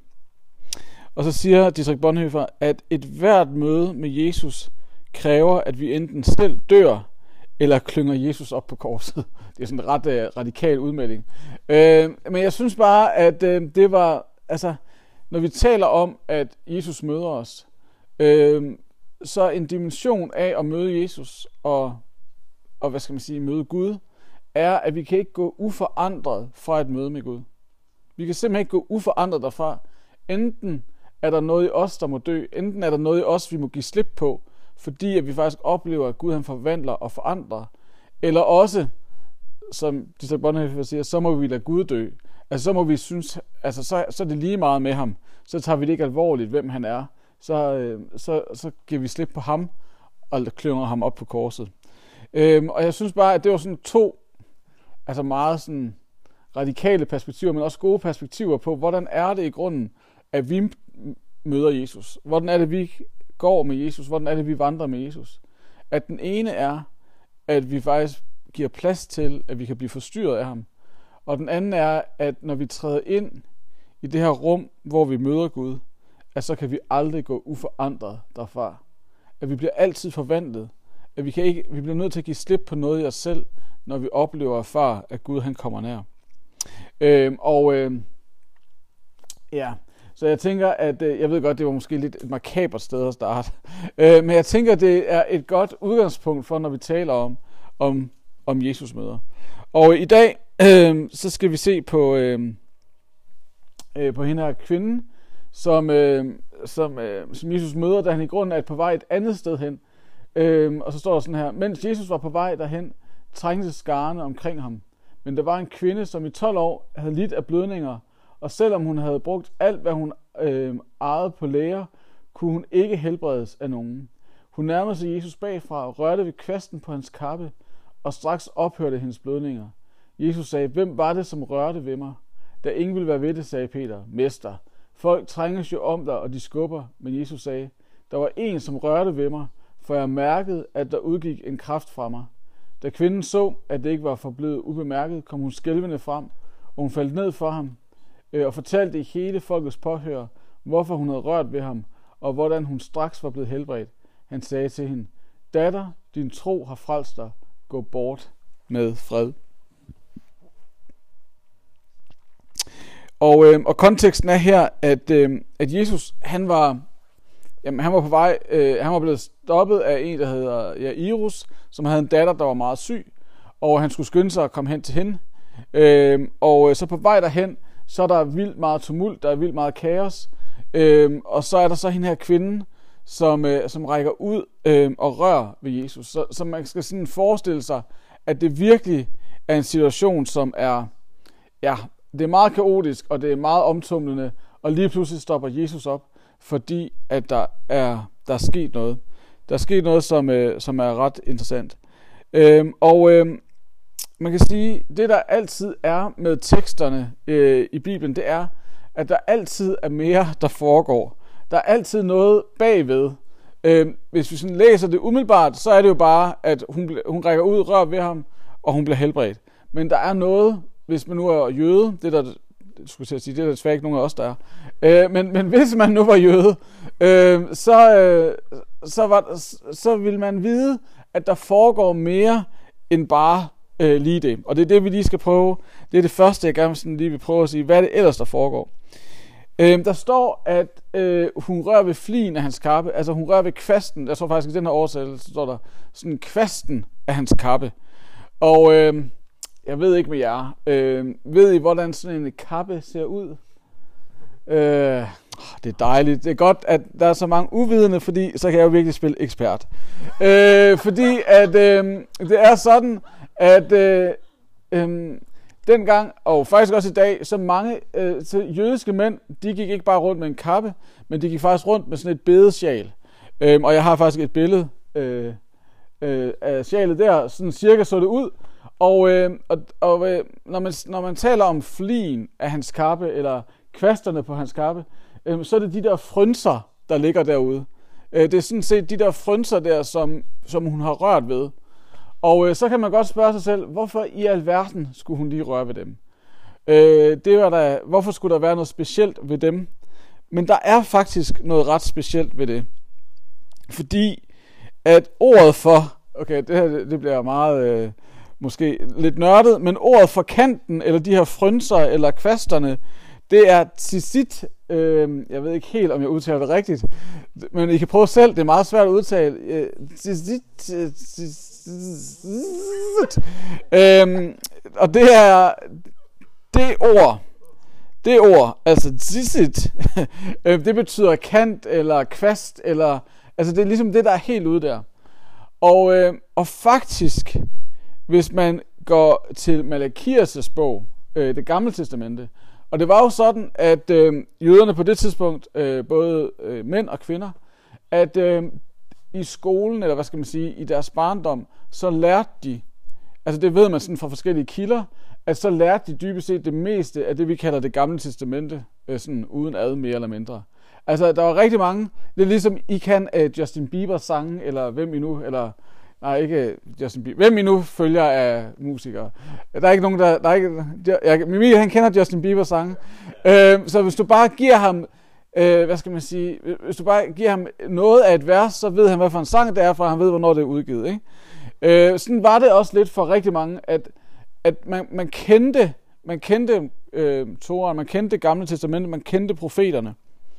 Og så siger Dietrich Bonhoeffer, at et hvert møde med Jesus kræver, at vi enten selv dør, eller klynger Jesus op på korset. Det er sådan en ret uh, radikal udmelding. Øh, men jeg synes bare, at uh, det var, altså, når vi taler om, at Jesus møder os, øh, så en dimension af at møde Jesus og, og hvad skal man sige, møde Gud, er, at vi kan ikke gå uforandret fra et møde med Gud. Vi kan simpelthen ikke gå uforandret derfra. Enten er der noget i os, der må dø, enten er der noget i os, vi må give slip på, fordi at vi faktisk oplever, at Gud han forvandler og forandrer. Eller også, som Dietrich Bonhoeffer siger, så må vi lade Gud dø. Altså så må vi synes, altså så, så er det lige meget med ham. Så tager vi det ikke alvorligt, hvem han er. Så, øh, så, så giver vi slip på ham og klynger ham op på korset. Øhm, og jeg synes bare, at det var sådan to altså meget sådan radikale perspektiver, men også gode perspektiver på, hvordan er det i grunden, at vi møder Jesus. Hvordan er det, vi går med Jesus. Hvordan er det, vi vandrer med Jesus. At den ene er, at vi faktisk giver plads til, at vi kan blive forstyrret af ham. Og den anden er, at når vi træder ind i det her rum, hvor vi møder Gud, at så kan vi aldrig gå uforandret derfra. At vi bliver altid forvandlet. At vi, kan ikke, vi bliver nødt til at give slip på noget i os selv, når vi oplever og erfarer, at Gud han kommer nær. Øhm, og øhm, ja, så jeg tænker, at øh, jeg ved godt, det var måske lidt et makabert sted at starte. Øh, men jeg tænker, det er et godt udgangspunkt for, når vi taler om, om, om Jesus møder. Og i dag, øh, så skal vi se på, øh, øh, på hende her kvinde, som, øh, som, øh, som Jesus møder, da han i grunden er på vej et andet sted hen. Øh, og så står der sådan her: mens Jesus var på vej derhen, trængte skarne omkring ham. Men der var en kvinde, som i tolv år havde lidt af blødninger, og selvom hun havde brugt alt, hvad hun øh, ejede på læger, kunne hun ikke helbredes af nogen. Hun nærmede sig Jesus bagfra og rørte ved kvasten på hans kappe, og straks ophørte hendes blødninger. Jesus sagde: hvem var det, som rørte ved mig? Da ingen ville være ved det, sagde Peter: Mester, folk trænges jo om dig, og de skubber. Men Jesus sagde: der var en, som rørte ved mig, for jeg mærkede, at der udgik en kraft fra mig. Da kvinden så, at det ikke var forblevet ubemærket, kom hun skælvende frem, og hun faldt ned for ham, øh, og fortalte i hele folkets påhør, hvorfor hun havde rørt ved ham, og hvordan hun straks var blevet helbredt. Han sagde til hende: datter, din tro har frelst dig. Gå bort med fred. Og, øh, og konteksten er her, at, øh, at Jesus, han var, jamen, han var på vej, øh, han var blevet stoppet af en, der hedder Jairus, som havde en datter, der var meget syg, og han skulle skynde sig at komme hen til hende. Øh, og så på vej derhen, så er der vildt meget tumult, der er vildt meget kaos, øh, og så er der så hende her kvinde, som, øh, som rækker ud øh, og rører ved Jesus. Så, så man skal sådan forestille sig, at det virkelig er en situation, som er, ja, det er meget kaotisk, og det er meget omtumlende, og lige pludselig stopper Jesus op, fordi at der er, der er sket noget. Der er sket noget, som, øh, som er ret interessant. Øhm, og øh, man kan sige, det der altid er med teksterne øh, i Bibelen, det er, at der altid er mere, der foregår. Der er altid noget bagved. Øh, hvis vi sådan læser det umiddelbart, så er det jo bare, at hun, hun rækker ud, rører ved ham, og hun bliver helbredt. Men der er noget, hvis man nu er jøde, det der, skulle jeg sige, det er der desværre ikke nogen af os, der er. Øh, men, men hvis man nu var jøde, øh, så, øh, så, var, så vil man vide, at der foregår mere end bare øh, lige det. Og det er det, vi lige skal prøve. Det er det første, jeg gerne sådan lige vil prøve at sige. Hvad er det ellers, der foregår? Øh, der står, at øh, hun rører ved flien af hans kappe, altså hun rører ved kvasten. Jeg tror faktisk, i den her oversættelse står der sådan kvasten af hans kappe. Og øh, jeg ved ikke med jer, øh, ved I, hvordan sådan en kappe ser ud? Øh, det er dejligt. Det er godt, at der er så mange uvidende, fordi så kan jeg jo virkelig spille ekspert. Øh, fordi at øh, det er sådan, at øh, øh, dengang, og faktisk også i dag, så mange øh, så jødiske mænd, de gik ikke bare rundt med en kappe, men de gik faktisk rundt med sådan et bedesjal. Øh, og jeg har faktisk et billede øh, øh, af sjalet der, sådan cirka så det ud. Og, øh, og, og øh, når, man, når man taler om flien af hans kappe, eller kvasterne på hans kappe, øh, så er det de der frynser, der ligger derude. Øh, det er sådan set de der frynser der, som, som hun har rørt ved. Og øh, så kan man godt spørge sig selv, hvorfor i alverden skulle hun lige røre ved dem? Øh, det var der, hvorfor skulle der være noget specielt ved dem? Men der er faktisk noget ret specielt ved det. Fordi at ordet for, okay, det her det bliver meget øh, måske lidt nørdet, men ordet for kanten, eller de her frynser, eller kvasterne, det er tzitzit. Øh, jeg ved ikke helt, om jeg udtaler det rigtigt, men I kan prøve selv, det er meget svært at udtale. Øh, tzitzit, tzitzit. Øh, og det er det ord, det ord, altså tzitzit, øh, det betyder kant, eller kvast, eller, altså det er ligesom det, der er helt ude der. Og, øh, og faktisk, hvis man går til Malakias' bog, øh, det gamle testamente, og det var jo sådan, at øh, jøderne på det tidspunkt, øh, både øh, mænd og kvinder, at øh, i skolen, eller hvad skal man sige, i deres barndom, så lærte de, altså det ved man sådan fra forskellige kilder, at så lærte de dybest set det meste af det, vi kalder det gamle testamente, øh, sådan uden ad mere eller mindre. Altså der var rigtig mange, det er ligesom I kan uh, Justin Bieber sange, eller hvem I nu, eller nej, ikke Justin Bieber. Hvem I nu følger af musikere. Der er ikke nogen, der... der er ikke, jeg, Mimi, han kender Justin Bieber sange. Øh, så hvis du bare giver ham... Øh, hvad skal man sige? Hvis du bare giver ham noget af et vers, så ved han, hvad for en sang det er, for han ved, hvornår det er udgivet. Ikke? Øh, sådan var det også lidt for rigtig mange, at, at man, man kendte, man kendte øh, Toraen, man kendte det gamle testamente, man kendte profeterne.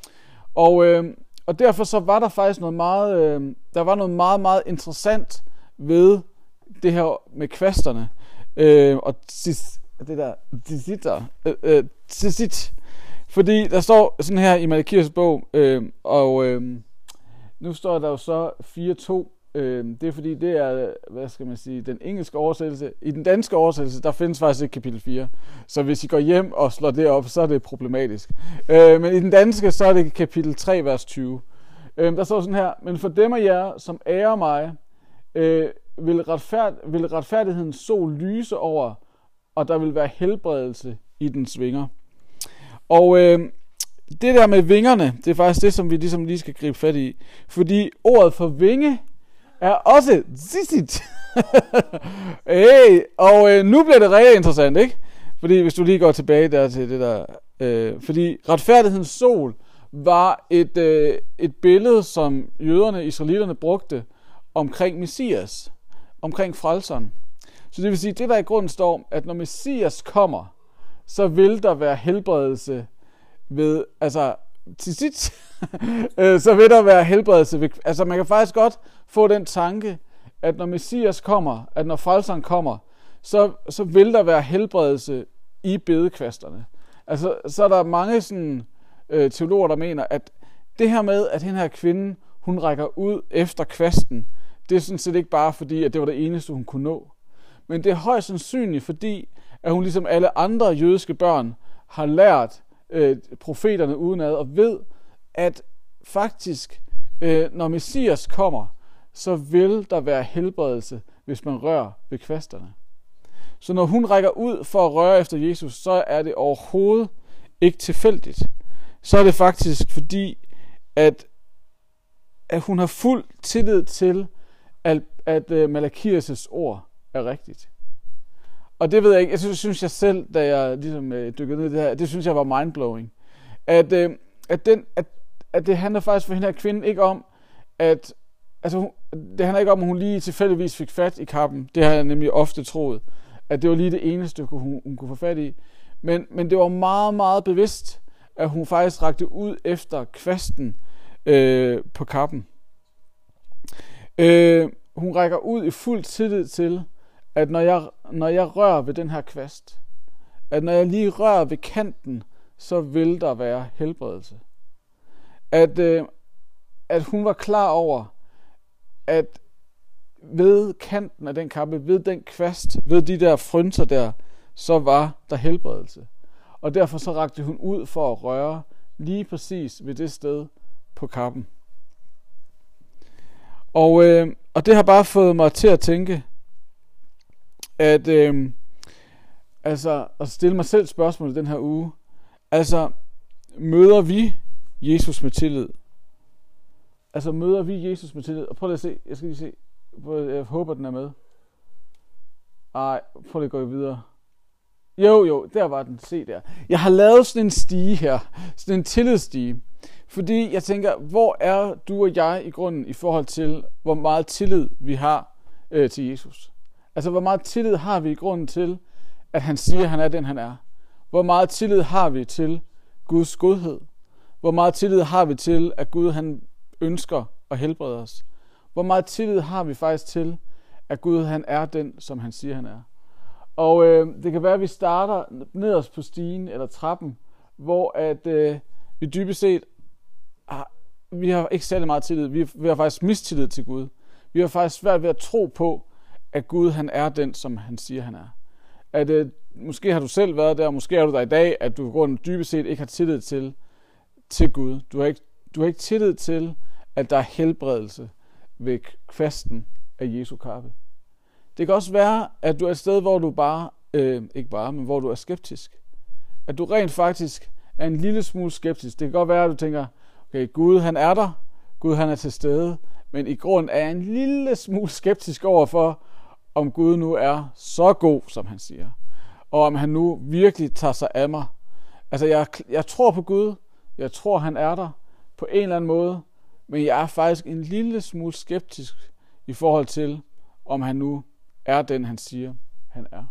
Og, øh, og derfor så var der faktisk noget meget... Øh, der var noget meget, meget interessant ved det her med kvasterne. Øh, og tis, det der tzitziter, øh, øh, tzitzit. Fordi der står sådan her i Malakias bog, øh, og øh, nu står der jo så fire to. Øh, det er fordi, det er, hvad skal man sige, den engelske oversættelse. I den danske oversættelse, der findes faktisk ikke kapitel fire. Så hvis I går hjem og slår det op, så er det problematisk. Øh, men i den danske, så er det kapitel tre, vers tyve. Øh, der står sådan her: men for dem af jer, som ærer mig, øh, vil, retfærd, vil retfærdighedens sol lyse over, og der vil være helbredelse i dens vinger. Og øh, det der med vingerne, det er faktisk det, som vi ligesom lige skal gribe fat i. Fordi ordet for vinge er også tzitzit. Hey, og øh, nu bliver det rigtig interessant, ikke? Fordi hvis du lige går tilbage der til det der... Øh, fordi retfærdighedens sol var et, øh, et billede, som jøderne, israelitterne brugte omkring Messias, omkring frelseren. Så det vil sige, det der i grunden står, at når Messias kommer, så vil der være helbredelse ved, altså, tzitzit, så vil der være helbredelse ved, altså man kan faktisk godt få den tanke, at når Messias kommer, at når frelseren kommer, så, så vil der være helbredelse i bedekvasterne. Altså, så er der mange sådan, øh, teologer, der mener, at det her med, at den her kvinde, hun rækker ud efter kvasten, det er sådan set ikke bare fordi, at det var det eneste, hun kunne nå. Men det er højst sandsynligt, fordi at hun ligesom alle andre jødiske børn har lært øh, profeterne udenad og ved, at faktisk, øh, når Messias kommer, så vil der være helbredelse, hvis man rører ved kvasterne. Så når hun rækker ud for at røre efter Jesus, så er det overhovedet ikke tilfældigt. Så er det faktisk fordi, at, at hun har fuld tillid til, at, at uh, Malakias' ord er rigtigt. Og det ved jeg ikke, jeg synes, synes jeg selv, da jeg ligesom øh, dykkede ned i det her, det synes jeg var mindblowing. At, øh, at, den, at, at det handler faktisk for hende her kvinde ikke om, at altså, hun, det handler ikke om, at hun lige tilfældigvis fik fat i kappen. Det har jeg nemlig ofte troet, at det var lige det eneste, hun, hun kunne få fat i. Men, men det var meget, meget bevidst, at hun faktisk rakte ud efter kvasten øh, på kappen. Øh, hun rækker ud i fuld tillid til, at når jeg, når jeg rører ved den her kvast, at når jeg lige rører ved kanten, så vil der være helbredelse. At, øh, at hun var klar over, at ved kanten af den kappe, ved den kvast, ved de der frynser der, så var der helbredelse. Og derfor så rakte hun ud for at røre lige præcis ved det sted på kappen. Og, øh, og det har bare fået mig til at tænke, at øh, altså at stille mig selv spørgsmål i den her uge. Altså, møder vi Jesus med tillid? Altså, møder vi Jesus med tillid? Og prøv lige at se, jeg skal lige se, jeg håber den er med. Ej, prøv lige at gå videre. Jo, jo, der var den. Se der. Jeg har lavet sådan en stige her. Sådan en tillidsstige. Fordi jeg tænker, hvor er du og jeg i grunden i forhold til, hvor meget tillid vi har øh, til Jesus? Altså, hvor meget tillid har vi i grunden til, at han siger, at han er den, han er? Hvor meget tillid har vi til Guds godhed? Hvor meget tillid har vi til, at Gud han ønsker at helbrede os? Hvor meget tillid har vi faktisk til, at Gud han er den, som han siger, han er? Og øh, det kan være, at vi starter nederst på stigen eller trappen, hvor at øh, vi dybest set har, vi har ikke særlig meget tillid. Vi, vi har faktisk mistillid til Gud. Vi har faktisk svært ved at tro på, at Gud han er den, som han siger, han er. At øh, måske har du selv været der, og måske er du der i dag, at du i grunden dybest set ikke har tillid til, til Gud. Du har, ikke, du har ikke tillid til, at der er helbredelse ved kvasten af Jesu kappe. Det kan også være, at du er et sted, hvor du bare, øh, ikke bare, men hvor du er skeptisk. At du rent faktisk er en lille smule skeptisk. Det kan godt være, at du tænker, okay, Gud han er der, Gud han er til stede, men i grund er jeg en lille smule skeptisk overfor, om Gud nu er så god, som han siger. Og om han nu virkelig tager sig af mig. Altså, jeg, jeg tror på Gud, jeg tror han er der på en eller anden måde, men jeg er faktisk en lille smule skeptisk i forhold til, om han nu er den, han siger, han er.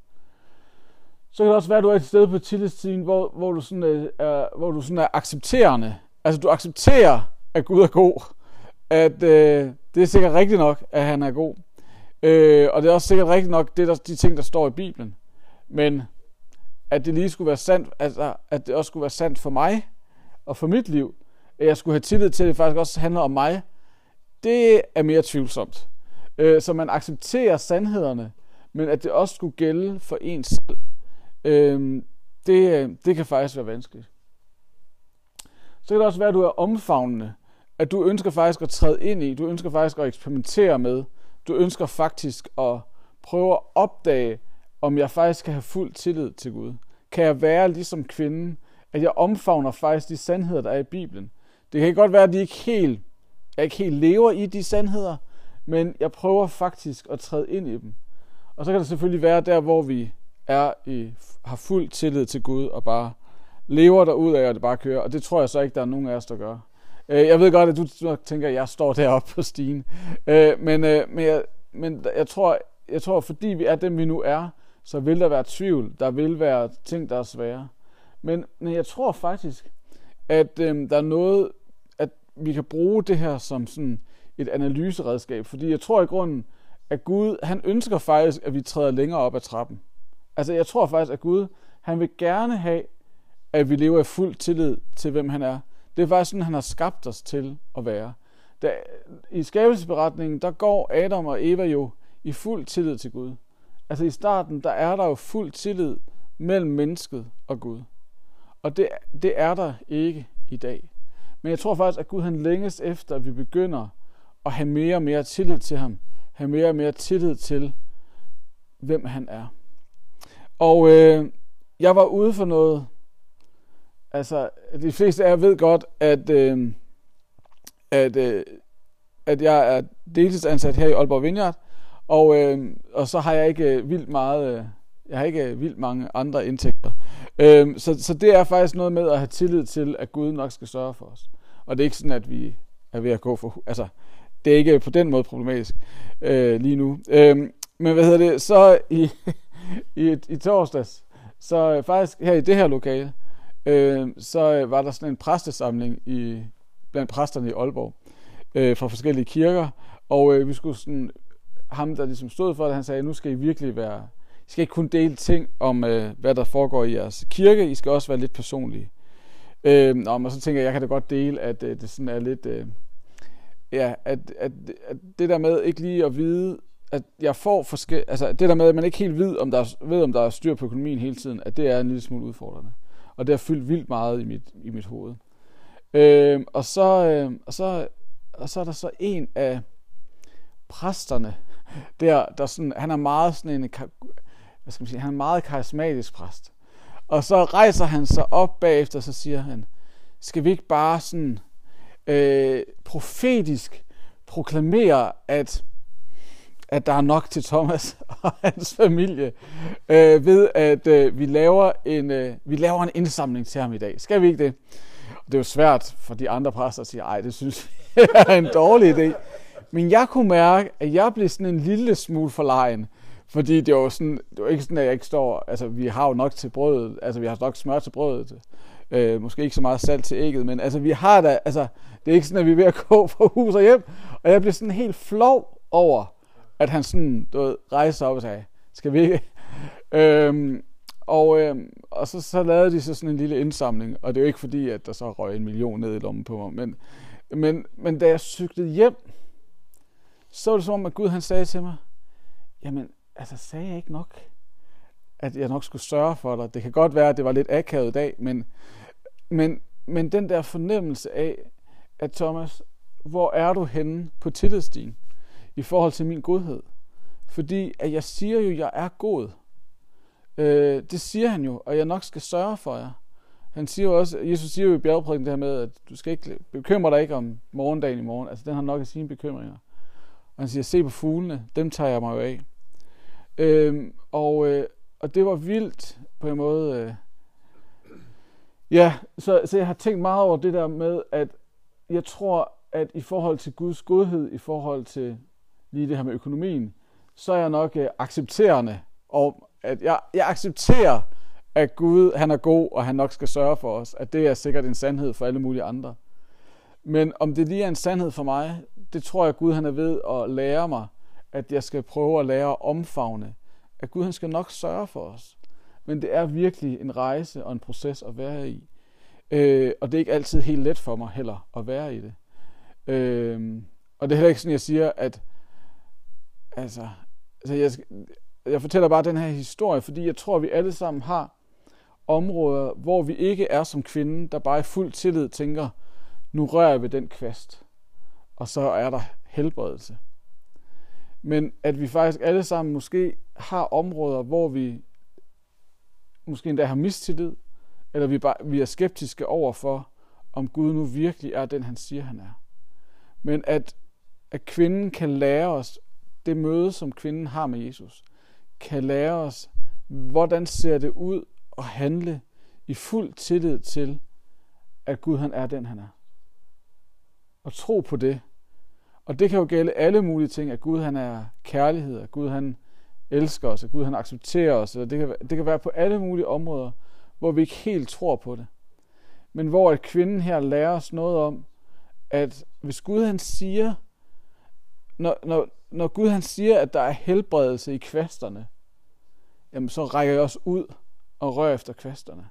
Så kan det også være, at du er et sted på tillidsstigen, hvor, hvor, du sådan er, hvor du sådan er accepterende. Altså, du accepterer, at Gud er god. At øh, det er sikkert rigtigt nok, at han er god. Øh, og det er også sikkert rigtigt nok, det er de ting, der står i Bibelen. Men at det lige skulle være sandt, altså, at det også skulle være sandt for mig og for mit liv, at jeg skulle have tillid til, at det faktisk også handler om mig, det er mere tvivlsomt. Øh, så man accepterer sandhederne, men at det også skulle gælde for en selv, øh, det, det kan faktisk være vanskeligt. Så kan det også være, at du er omfavnende, at du ønsker faktisk at træde ind i, du ønsker faktisk at eksperimentere med, du ønsker faktisk at prøve at opdage, om jeg faktisk kan have fuld tillid til Gud. Kan jeg være ligesom kvinden, at jeg omfavner faktisk de sandheder, der er i Bibelen. Det kan godt være, at de ikke helt, jeg ikke helt lever i de sandheder, men jeg prøver faktisk at træde ind i dem. Og så kan det selvfølgelig være der, hvor vi er i, har fuld tillid til Gud, og bare lever derudad, og det bare kører. Og det tror jeg så ikke, der er nogen af os, der gør. Jeg ved godt, at du tænker, at jeg står deroppe på stigen. Men, men, jeg, men jeg, tror, jeg tror, fordi vi er dem, vi nu er, så vil der være tvivl. Der vil være ting, der er svære. Men, men jeg tror faktisk, at øhm, der er noget, at vi kan bruge det her som sådan et analyseredskab. Fordi jeg tror i grunden, at Gud, han ønsker faktisk, at vi træder længere op ad trappen. Altså jeg tror faktisk, at Gud, han vil gerne have, at vi lever i fuld tillid til, hvem han er. Det er faktisk sådan, han har skabt os til at være. Da, i skabelsesberetningen, der går Adam og Eva jo i fuld tillid til Gud. Altså i starten, der er der jo fuld tillid mellem mennesket og Gud. Og det, det er der ikke i dag. Men jeg tror faktisk, at Gud han længes efter, at vi begynder at have mere og mere tillid til ham. Have mere og mere tillid til, hvem han er. Og øh, jeg var ude for noget. Altså, de fleste af jer ved godt, at, øh, at, øh, at jeg er deltidsansat her i Aalborg Vineyard, og, øh, og så har jeg ikke vildt meget, øh, jeg har ikke vildt mange andre indtægter. Øh, så, så det er faktisk noget med at have tillid til, at Gud nok skal sørge for os. Og det er ikke sådan, at vi er ved at gå for, altså, det er ikke på den måde problematisk øh, lige nu. Øh, men hvad hedder det, så i, i, i torsdags, så faktisk her i det her lokale, øh, så øh, var der sådan en præstesamling i, blandt præsterne i Aalborg, øh, fra forskellige kirker, og øh, vi skulle sådan, ham der ligesom stod for det, han sagde, nu skal I virkelig være, I skal ikke kun dele ting om, øh, hvad der foregår i jeres kirke, I skal også være lidt personlige. Øh, og så tænker jeg, jeg kan da godt dele, at øh, det sådan er lidt, øh, ja, at, at, at det der med ikke lige at vide, at jeg får forskel, altså det der med, at man ikke helt ved, om der er, ved, om der er styr på økonomien hele tiden, at det er en lille smule udfordrende. Og det har fyldt vildt meget i mit, i mit hoved. Øh, og, så, øh, og, så, og så er der så en af præsterne, der, der sådan, han er meget sådan en, hvad skal man sige, han er en meget karismatisk præst. Og så rejser han sig op bagefter, og så siger han, skal vi ikke bare sådan øh, profetisk proklamere, at, at der er nok til Thomas og hans familie, øh, ved at øh, vi, laver en, øh, vi laver en indsamling til ham i dag. Skal vi ikke det? Og det er jo svært for de andre præster at sige, ej, det synes jeg er en dårlig idé. Men jeg kunne mærke, at jeg blev sådan en lille smule forlegen. Fordi det var sådan, det var ikke sådan, at jeg ikke står, altså vi har jo nok til brødet, altså vi har nok smør til brødet, øh, måske ikke så meget salt til ægget, men altså vi har da, altså det er ikke sådan, at vi er ved at gå fra hus og hjem, og jeg blev sådan helt flov over, at han sådan, du ved, rejste sig op og sagde, skal vi ikke? øhm, og øhm, og så, så lavede de så sådan en lille indsamling, og det er jo ikke fordi, at der så røg en million ned i lommen på mig, men, men, men da jeg cyklede hjem, så var det som om, at Gud han sagde til mig, jamen, altså sagde jeg ikke nok, at jeg nok skulle sørge for dig. Det kan godt være, at det var lidt akavet i dag, men, men, men den der fornemmelse af, at Thomas, hvor er du henne på tillidsstien i forhold til min godhed? Fordi at jeg siger jo, at jeg er god. Øh, det siger han jo, og jeg nok skal sørge for jer. Han siger jo også, Jesus siger jo i bjergprædiken det her med, at du skal ikke bekymre dig ikke om morgendagen i morgen. Altså den har nok af sine bekymringer. Og han siger, se på fuglene, dem tager jeg mig jo af. Øhm, og, øh, og det var vildt på en måde. Øh. Ja, så, så jeg har tænkt meget over det der med, at jeg tror, at i forhold til Guds godhed, i forhold til lige det her med økonomien, så er jeg nok øh, accepterende. Og at jeg, jeg accepterer, at Gud han er god, og han nok skal sørge for os. At det er sikkert en sandhed for alle mulige andre. Men om det lige er en sandhed for mig, det tror jeg, at Gud han er ved at lære mig, at jeg skal prøve at lære at omfavne, at Gud han skal nok sørge for os. Men det er virkelig en rejse og en proces at være i. Øh, og det er ikke altid helt let for mig heller at være i det. Øh, og det er heller ikke sådan, jeg siger, at altså, altså jeg, jeg fortæller bare den her historie, fordi jeg tror, at vi alle sammen har områder, hvor vi ikke er som kvinden, der bare i fuld tillid tænker, nu rører jeg ved den kvast, og så er der helbredelse. Men at vi faktisk alle sammen måske har områder, hvor vi måske endda har mistillid, eller vi, bare, vi er skeptiske over for, om Gud nu virkelig er den, han siger, han er. Men at, at kvinden kan lære os, det møde, som kvinden har med Jesus, kan lære os, hvordan ser det ud at handle i fuld tillid til, at Gud han er den, han er. Og tro på det. Og det kan jo gælde alle mulige ting, at Gud han er kærlighed, at Gud han elsker os, at Gud han accepterer os. Det kan, det kan være på alle mulige områder, hvor vi ikke helt tror på det. Men hvor at kvinden her lærer os noget om, at hvis Gud han siger, når, når, når Gud han siger, at der er helbredelse i kvasterne, jamen så rækker jeg også ud og rører efter kvasterne.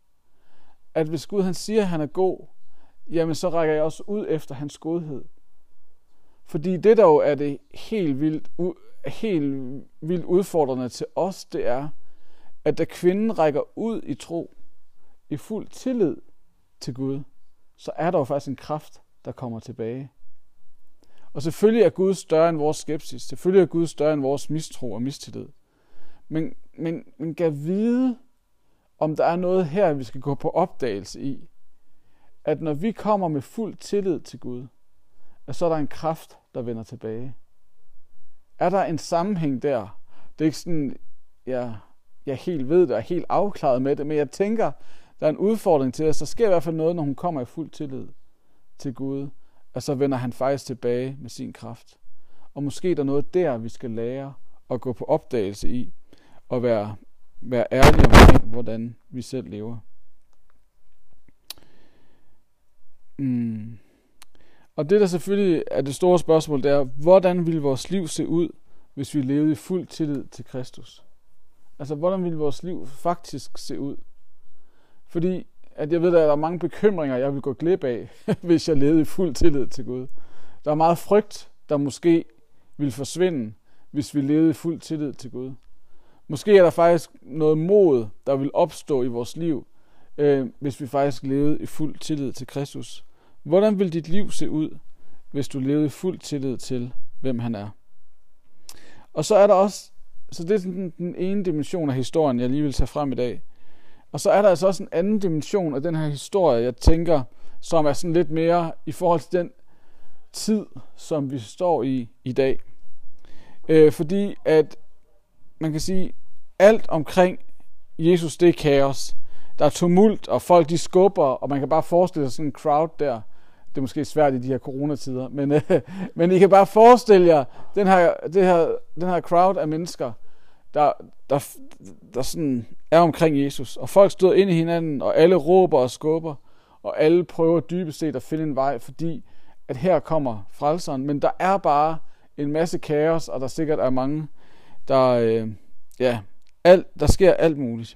At hvis Gud han siger, at han er god, jamen så rækker jeg også ud efter hans godhed. Fordi det der jo er det helt vildt, helt vildt udfordrende til os, det er, at da kvinden rækker ud i tro, i fuld tillid til Gud, så er der jo faktisk en kraft, der kommer tilbage. Og selvfølgelig er Gud større end vores skepsis. Selvfølgelig er Gud større end vores mistro og mistillid. Men, men, men kan vide, om der er noget her, vi skal gå på opdagelse i. At når vi kommer med fuld tillid til Gud, at så er der en kraft, der vender tilbage. Er der en sammenhæng der? Det er ikke sådan, jeg, jeg helt ved det og er helt afklaret med det, men jeg tænker, der er en udfordring til os. Der sker i hvert fald noget, når hun kommer i fuld tillid til Gud, og så vender han faktisk tilbage med sin kraft. Og måske er der noget der, vi skal lære at gå på opdagelse i, og være, være ærlige omkring, hvordan vi selv lever. Mm, og det der selvfølgelig er det store spørgsmål, det er, hvordan ville vores liv se ud, hvis vi levede i fuld tillid til Kristus? Altså, hvordan ville vores liv faktisk se ud? Fordi, at jeg ved, at der er mange bekymringer, jeg vil gå glip af, hvis jeg levede i fuld tillid til Gud. Der er meget frygt, der måske ville forsvinde, hvis vi levede i fuld tillid til Gud. Måske er der faktisk noget mod, der vil opstå i vores liv, øh, hvis vi faktisk levede i fuld tillid til Kristus. Hvordan vil dit liv se ud, hvis du levede i fuld tillid til, hvem han er? Og så er der også, så det er den, den ene dimension af historien, jeg lige vil tage frem i dag. Og så er der altså også en anden dimension af den her historie, jeg tænker, som er sådan lidt mere i forhold til den tid, som vi står i i dag. Øh, fordi at man kan sige, alt omkring Jesus, det er kaos. Der er tumult, og folk de skubber, og man kan bare forestille sig sådan en crowd der. Det er måske svært i de her coronatider, men, øh, men I kan bare forestille jer den her, det her, den her crowd af mennesker, der, der, der sådan er omkring Jesus. Og folk stod ind i hinanden, og alle råber og skubber, og alle prøver dybest set at finde en vej, fordi at her kommer frelseren. Men der er bare en masse kaos, og der sikkert er mange, der, øh, ja, alt, der sker alt muligt.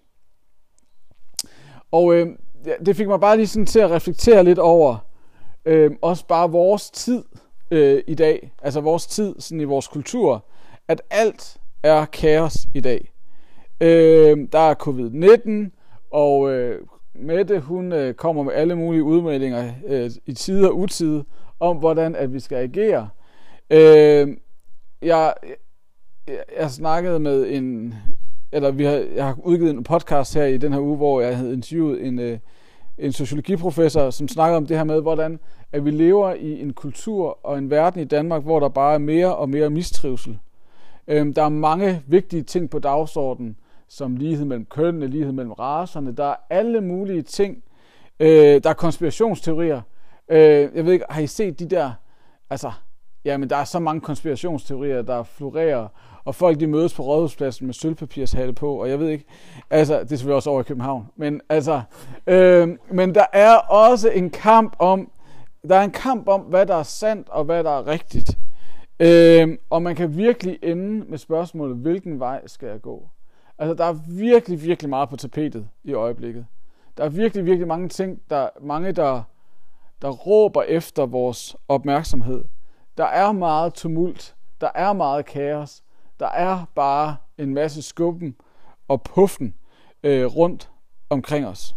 Og øh, ja, det fik mig bare lige sådan til at reflektere lidt over, øh, også bare vores tid øh, i dag, altså vores tid sådan i vores kultur, at alt er kaos i dag. Øh, der er covid nitten, og øh, Mette, hun øh, kommer med alle mulige udmeldinger øh, i tide og utide, om hvordan at vi skal agere. Øh, jeg, jeg, jeg snakkede med en, eller vi har, jeg har udgivet en podcast her i den her uge, hvor jeg havde interviewet en, øh, en sociologiprofessor, som snakkede om det her med, hvordan at vi lever i en kultur og en verden i Danmark, hvor der bare er mere og mere mistrivsel. Øh, der er mange vigtige ting på dagsordenen, som lighed mellem kønnene, lighed mellem racerne. Der er alle mulige ting. Øh, der er konspirationsteorier. Øh, jeg ved ikke, har I set de der, altså, jamen der er så mange konspirationsteorier, der florerer, og folk de mødes på Rådhuspladsen med sølvpapirshatte på, og jeg ved ikke, altså, det er selvfølgelig også over i København, men altså, øh, men der er også en kamp om, der er en kamp om, hvad der er sandt, og hvad der er rigtigt. Øh, og man kan virkelig ende med spørgsmålet, hvilken vej skal jeg gå? Altså, der er virkelig, virkelig meget på tapetet i øjeblikket. Der er virkelig, virkelig mange ting, der mange, der, der råber efter vores opmærksomhed. Der er meget tumult. Der er meget kaos. Der er bare en masse skubben og puffen øh, rundt omkring os.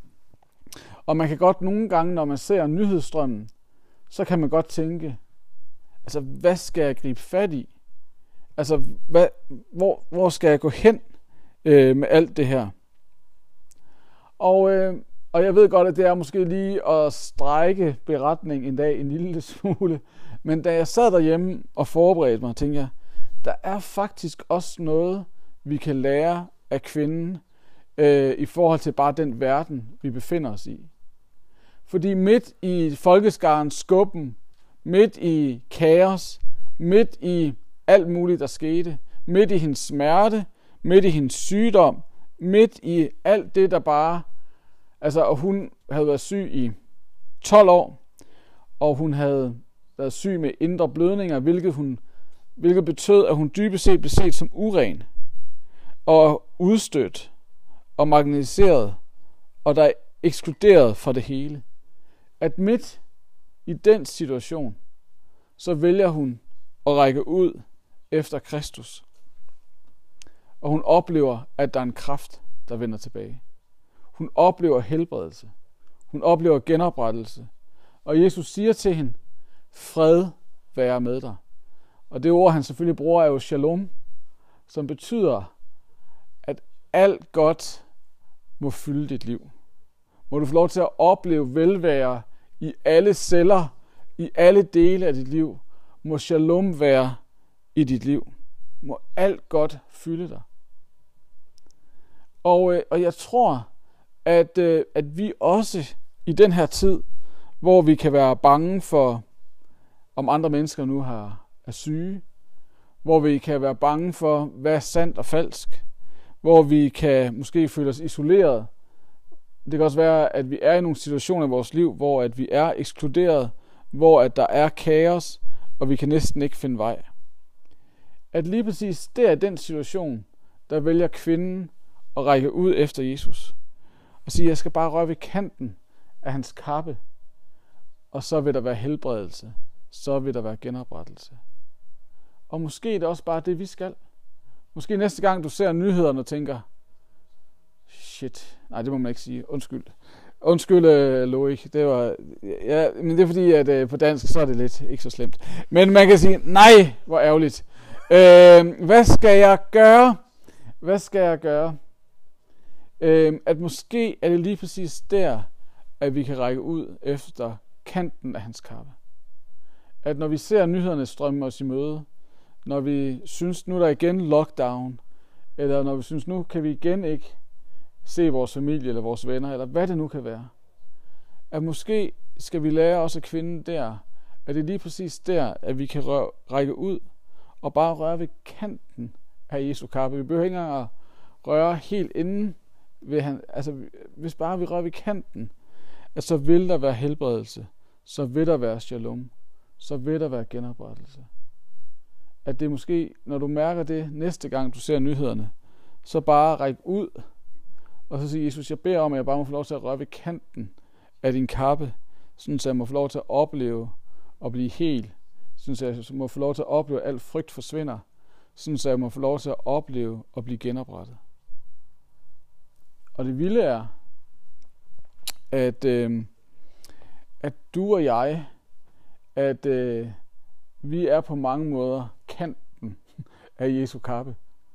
Og man kan godt nogle gange, når man ser nyhedsstrømmen, så kan man godt tænke, altså, hvad skal jeg gribe fat i? Altså, hvad, hvor, hvor skal jeg gå hen øh, med alt det her? Og, øh, og jeg ved godt, at det er måske lige at strække beretning en dag en lille smule. Men da jeg sad derhjemme og forberedte mig, tænkte jeg, der er faktisk også noget, vi kan lære af kvinden øh, i forhold til bare den verden, vi befinder os i. Fordi midt i folkeskarens skubben, midt i kaos, midt i alt muligt, der skete, midt i hendes smerte, midt i hendes sygdom, midt i alt det, der bare... Altså, og hun havde været syg i tolv år, og hun havde været syg med indre blødninger, hvilket, hun, hvilket betød, at hun dybest set blev set som uren, og udstødt, og marginaliseret, og der er ekskluderet fra det hele. At midt i den situation, så vælger hun at række ud efter Kristus. Og hun oplever, at der er en kraft, der vender tilbage. Hun oplever helbredelse. Hun oplever genoprettelse. Og Jesus siger til hende, fred være med dig. Og det ord, han selvfølgelig bruger, er jo shalom, som betyder, at alt godt må fylde dit liv. Må du få lov til at opleve velvære i alle celler, i alle dele af dit liv. Må shalom være i dit liv. Må alt godt fylde dig. Og, øh, og jeg tror, at, øh, at vi også i den her tid, hvor vi kan være bange for, om andre mennesker nu har, er syge, hvor vi kan være bange for, hvad er sandt og falsk, hvor vi kan måske føle os isoleret, det kan også være, at vi er i nogle situationer i vores liv, hvor at vi er ekskluderet, hvor at der er kaos, og vi kan næsten ikke finde vej. At lige præcis det er den situation, der vælger kvinden at række ud efter Jesus. Og sige, jeg skal bare røre ved kanten af hans kappe, og så vil der være helbredelse. Så vil der være genoprettelse. Og måske er det også bare det, vi skal. Måske næste gang, du ser nyhederne og tænker, shit, nej, det må man ikke sige, undskyld. Undskyld, uh, Loik, det var, ja, men det er fordi, at uh, på dansk, så er det lidt ikke så slemt. Men man kan sige, nej, hvor ærgerligt. Uh, hvad skal jeg gøre? Hvad skal jeg gøre? Uh, at måske er det lige præcis der, at vi kan række ud efter kanten af hans kappe. At når vi ser nyhederne strømme os i møde, når vi synes, nu er der igen lockdown, eller når vi synes, nu kan vi igen ikke se vores familie eller vores venner, eller hvad det nu kan være. At måske skal vi lære også at kvinden der, at det er lige præcis der, at vi kan røre, række ud og bare røre ved kanten af Jesu kappe. Vi behøver ikke engang at røre helt inden ved han, altså hvis bare vi rører ved kanten, at så vil der være helbredelse, så vil der være shalom, så vil der være genoprettelse. At det måske, når du mærker det næste gang du ser nyhederne, så bare ræk ud og så sige, Jesus, jeg beder om, at jeg bare må få lov til at røre ved kanten af din kappe, sådan så jeg må få lov til at opleve og blive hel, sådan så jeg må få lov til at opleve, at al frygt forsvinder, sådan så jeg må få lov til at opleve og blive genoprettet. Og det vilde er, at, øh, at du og jeg, at øh, vi er på mange måder kanten af Jesu kappe.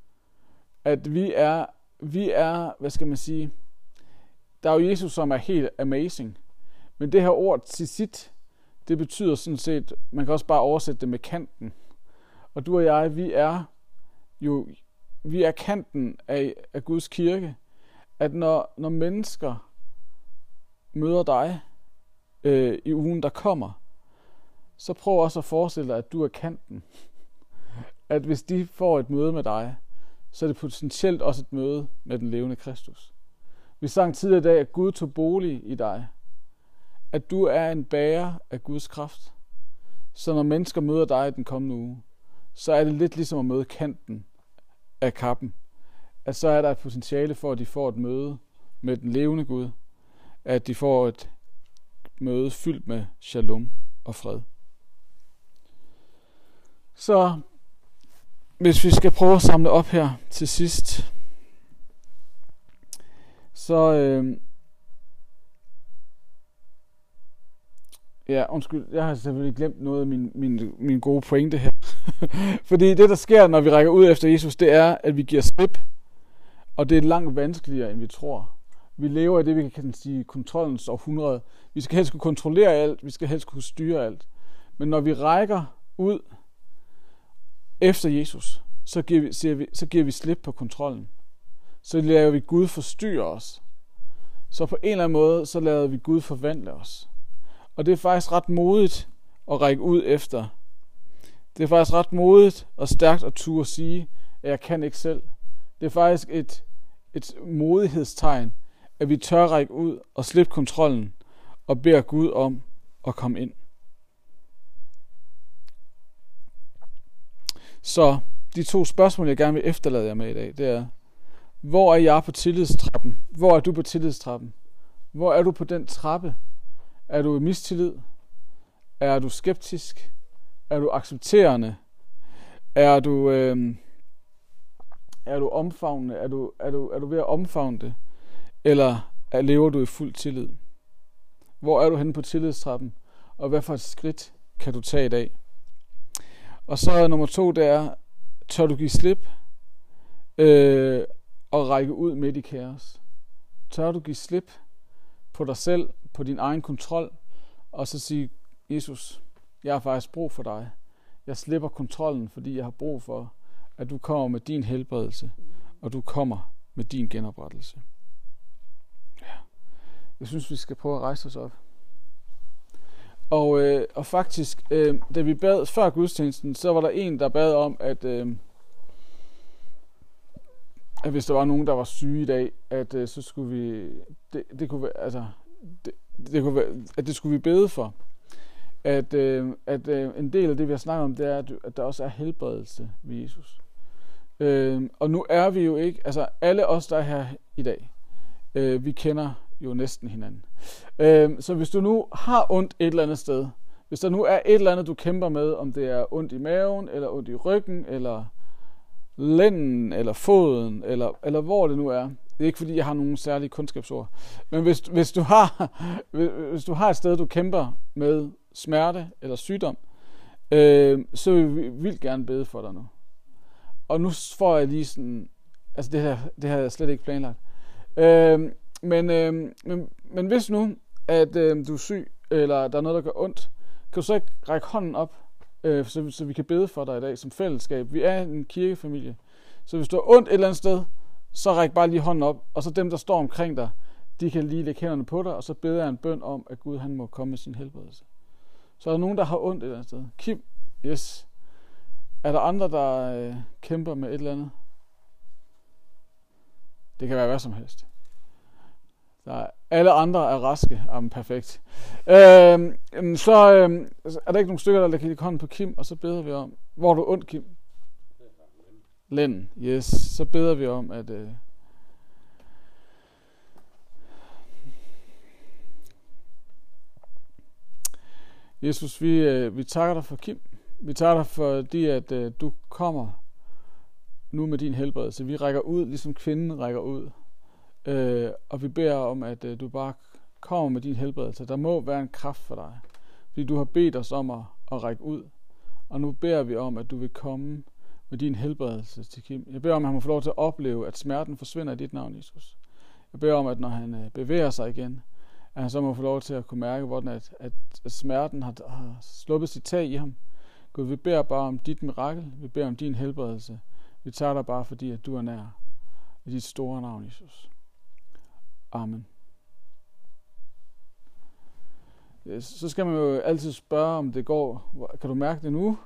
At vi er, vi er, hvad skal man sige, der er jo Jesus, som er helt amazing. Men det her ord til sit, det betyder sådan set, man kan også bare oversætte det med kanten. Og du og jeg, vi er jo, vi er kanten af, af Guds kirke. At når, når mennesker møder dig øh, i ugen, der kommer, så prøv også at forestille dig, at du er kanten. At hvis de får et møde med dig, så er det potentielt også et møde med den levende Kristus. Vi sang tidligere i dag, at Gud tog bolig i dig. At du er en bærer af Guds kraft. Så når mennesker møder dig i den kommende uge, så er det lidt ligesom at møde kanten af kappen. At så er der et potentiale for, at de får et møde med den levende Gud. At de får et møde fyldt med shalom og fred. Så hvis vi skal prøve at samle op her til sidst, så øh, ja, undskyld, jeg har selvfølgelig glemt noget af min, min, min gode pointe her. Fordi det, der sker, når vi rækker ud efter Jesus, det er, at vi giver slip, og det er langt vanskeligere, end vi tror. Vi lever i det, vi kan sige, kontrollens århundrede. Vi skal helst kunne kontrollere alt, vi skal helst kunne styre alt. Men når vi rækker ud efter Jesus, så giver vi, siger vi, så giver vi slip på kontrollen. Så lader vi Gud forstyrre os. Så på en eller anden måde, så lader vi Gud forvandle os. Og det er faktisk ret modigt at række ud efter. Det er faktisk ret modigt og stærkt at turde sige, at jeg kan ikke selv. Det er faktisk et, et modighedstegn, at vi tør række ud og slippe kontrollen og beder Gud om at komme ind. Så de to spørgsmål, jeg gerne vil efterlade jer med i dag, det er, hvor er jeg på tillidstrappen? Hvor er du på tillidstrappen? Hvor er du på den trappe? Er du i mistillid? Er du skeptisk? Er du accepterende? Er du, øh, er du omfavnende? Er du, er, du, er du ved at omfavne det? Eller er, lever du i fuld tillid? Hvor er du henne på tillidstrappen? Og hvad for et skridt kan du tage i dag? Og så nummer to, det er, tør du give slip øh, og række ud midt i kaos? Tør du give slip på dig selv, på din egen kontrol, og så sige, Jesus, jeg har faktisk brug for dig. Jeg slipper kontrollen, fordi jeg har brug for, at du kommer med din helbredelse, og du kommer med din genoprettelse. Ja. Jeg synes, vi skal prøve at rejse os op. Og, øh, og faktisk, øh, da vi bad før gudstjenesten, så var der en, der bad om, at, øh, at hvis der var nogen, der var syge i dag, at øh, så skulle vi, det, det kunne være, altså, det, det kunne være, at det skulle vi bede for. At, øh, at øh, en del af det, vi har snakket om, det er, at, at der også er helbredelse ved Jesus. Øh, og nu er vi jo ikke, altså alle os, der er her i dag, øh, vi kender jo næsten hinanden. Øh, så hvis du nu har ondt et eller andet sted, hvis der nu er et eller andet, du kæmper med, om det er ondt i maven, eller ondt i ryggen, eller lænden, eller foden, eller, eller hvor det nu er. Det er ikke fordi, jeg har nogen særlige kundskabsord. Men hvis, hvis, du har, hvis du har et sted, du kæmper med smerte eller sygdom, øh, så vil vi vildt gerne bede for dig nu. Og nu får jeg lige sådan, altså det her, det har jeg slet ikke planlagt. Øh, men, øh, men, men hvis nu, at øh, du er syg, eller der er noget, der gør ondt, kan du så ikke række hånden op, øh, så, så vi kan bede for dig i dag som fællesskab. Vi er en kirkefamilie. Så hvis du har ondt et eller andet sted, så ræk bare lige hånden op, og så dem, der står omkring dig, de kan lige lægge hænderne på dig, og så beder jeg en bøn om, at Gud han må komme med sin helbredelse. Så er der nogen, der har ondt et eller andet sted. Kim, yes. Er der andre, der øh, kæmper med et eller andet? Det kan være hvad som helst. Der er, alle andre er raske. Jamen, perfekt. Øh, så øh, er der ikke nogen stykker, der lægger hånden på Kim, og så beder vi om, hvor er du ondt, Kim? Lænden, yes. Så beder vi om, at øh, Jesus, vi, øh, vi takker dig for Kim. Vi takker dig fordi, at øh, du kommer nu med din helbredelse. Vi rækker ud, ligesom kvinden rækker ud. Øh, og vi beder om, at øh, du bare kommer med din helbredelse. Der må være en kraft for dig. Fordi du har bedt os om at, at række ud. Og nu beder vi om, at du vil komme med din helbredelse til Kim. Jeg beder om, at han må få lov til at opleve, at smerten forsvinder i dit navn, Jesus. Jeg beder om, at når han øh, bevæger sig igen, at han så må få lov til at kunne mærke, hvordan at, at, at smerten har, har sluppet sit tag i ham. Gud, vi beder bare om dit mirakel. Vi beder om din helbredelse. Vi tager dig bare, fordi at du er nær. I dit store navn, Jesus. Amen. Yes, så skal man jo altid spørge, om det går. Kan du mærke det nu?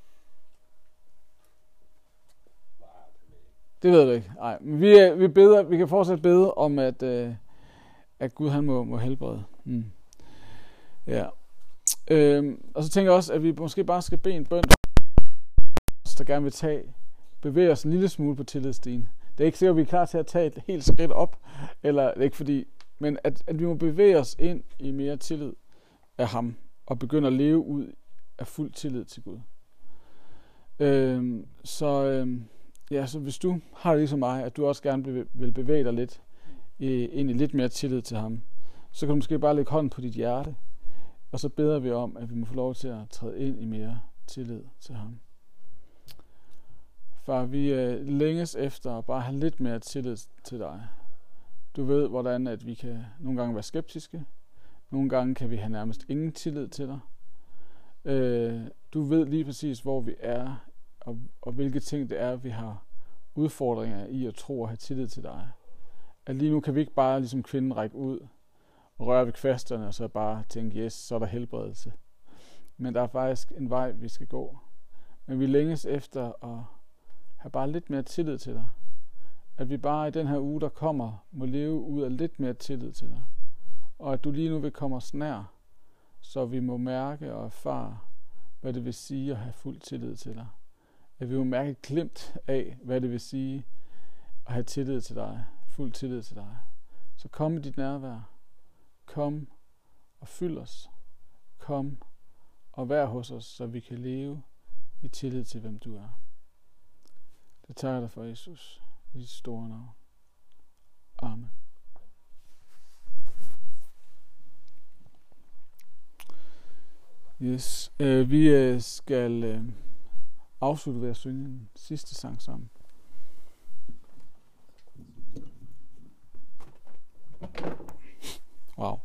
Det ved du ikke. Nej, men vi, vi beder, vi kan fortsat bede om, at, øh, at Gud han må, må helbrede. Mm. Ja. Øhm, og så tænker jeg også, at vi måske bare skal bede en bøn, der gerne vil tage, bevæge os en lille smule på tillidsstigen. Det er ikke sikkert, at vi er klar til at tage et helt skridt op, eller det er ikke fordi, men at, at vi må bevæge os ind i mere tillid af ham, og begynde at leve ud af fuld tillid til Gud. Øhm, så, øhm, ja, så hvis du har det ligesom mig, at du også gerne vil bevæge dig lidt i, ind i lidt mere tillid til ham, så kan du måske bare lægge hånden på dit hjerte, og så beder vi om, at vi må få lov til at træde ind i mere tillid til ham. Far, vi øh, længes efter at bare have lidt mere tillid til dig. Du ved, hvordan at vi kan nogle gange være skeptiske. Nogle gange kan vi have nærmest ingen tillid til dig. Øh, du ved lige præcis, hvor vi er, og, og hvilke ting det er, vi har udfordringer i at tro og have tillid til dig. At lige nu kan vi ikke bare ligesom kvinden række ud og røre ved kvasterne, og så bare tænke, yes, så er der helbredelse. Men der er faktisk en vej, vi skal gå. Men vi længes efter at have bare lidt mere tillid til dig. At vi bare i den her uge, der kommer, må leve ud af lidt mere tillid til dig. Og at du lige nu vil komme os nær, så vi må mærke og erfare, hvad det vil sige at have fuld tillid til dig. At vi må mærke et glimt af, hvad det vil sige at have tillid til dig, fuld tillid til dig. Så kom i dit nærvær. Kom og fyld os. Kom og vær hos os, så vi kan leve i tillid til, hvem du er. Det takker jeg dig for, Jesus, i dit store navn. Amen. Yes, øh, vi øh, skal øh, afslutte ved at synge en sidste sang sammen. Wow.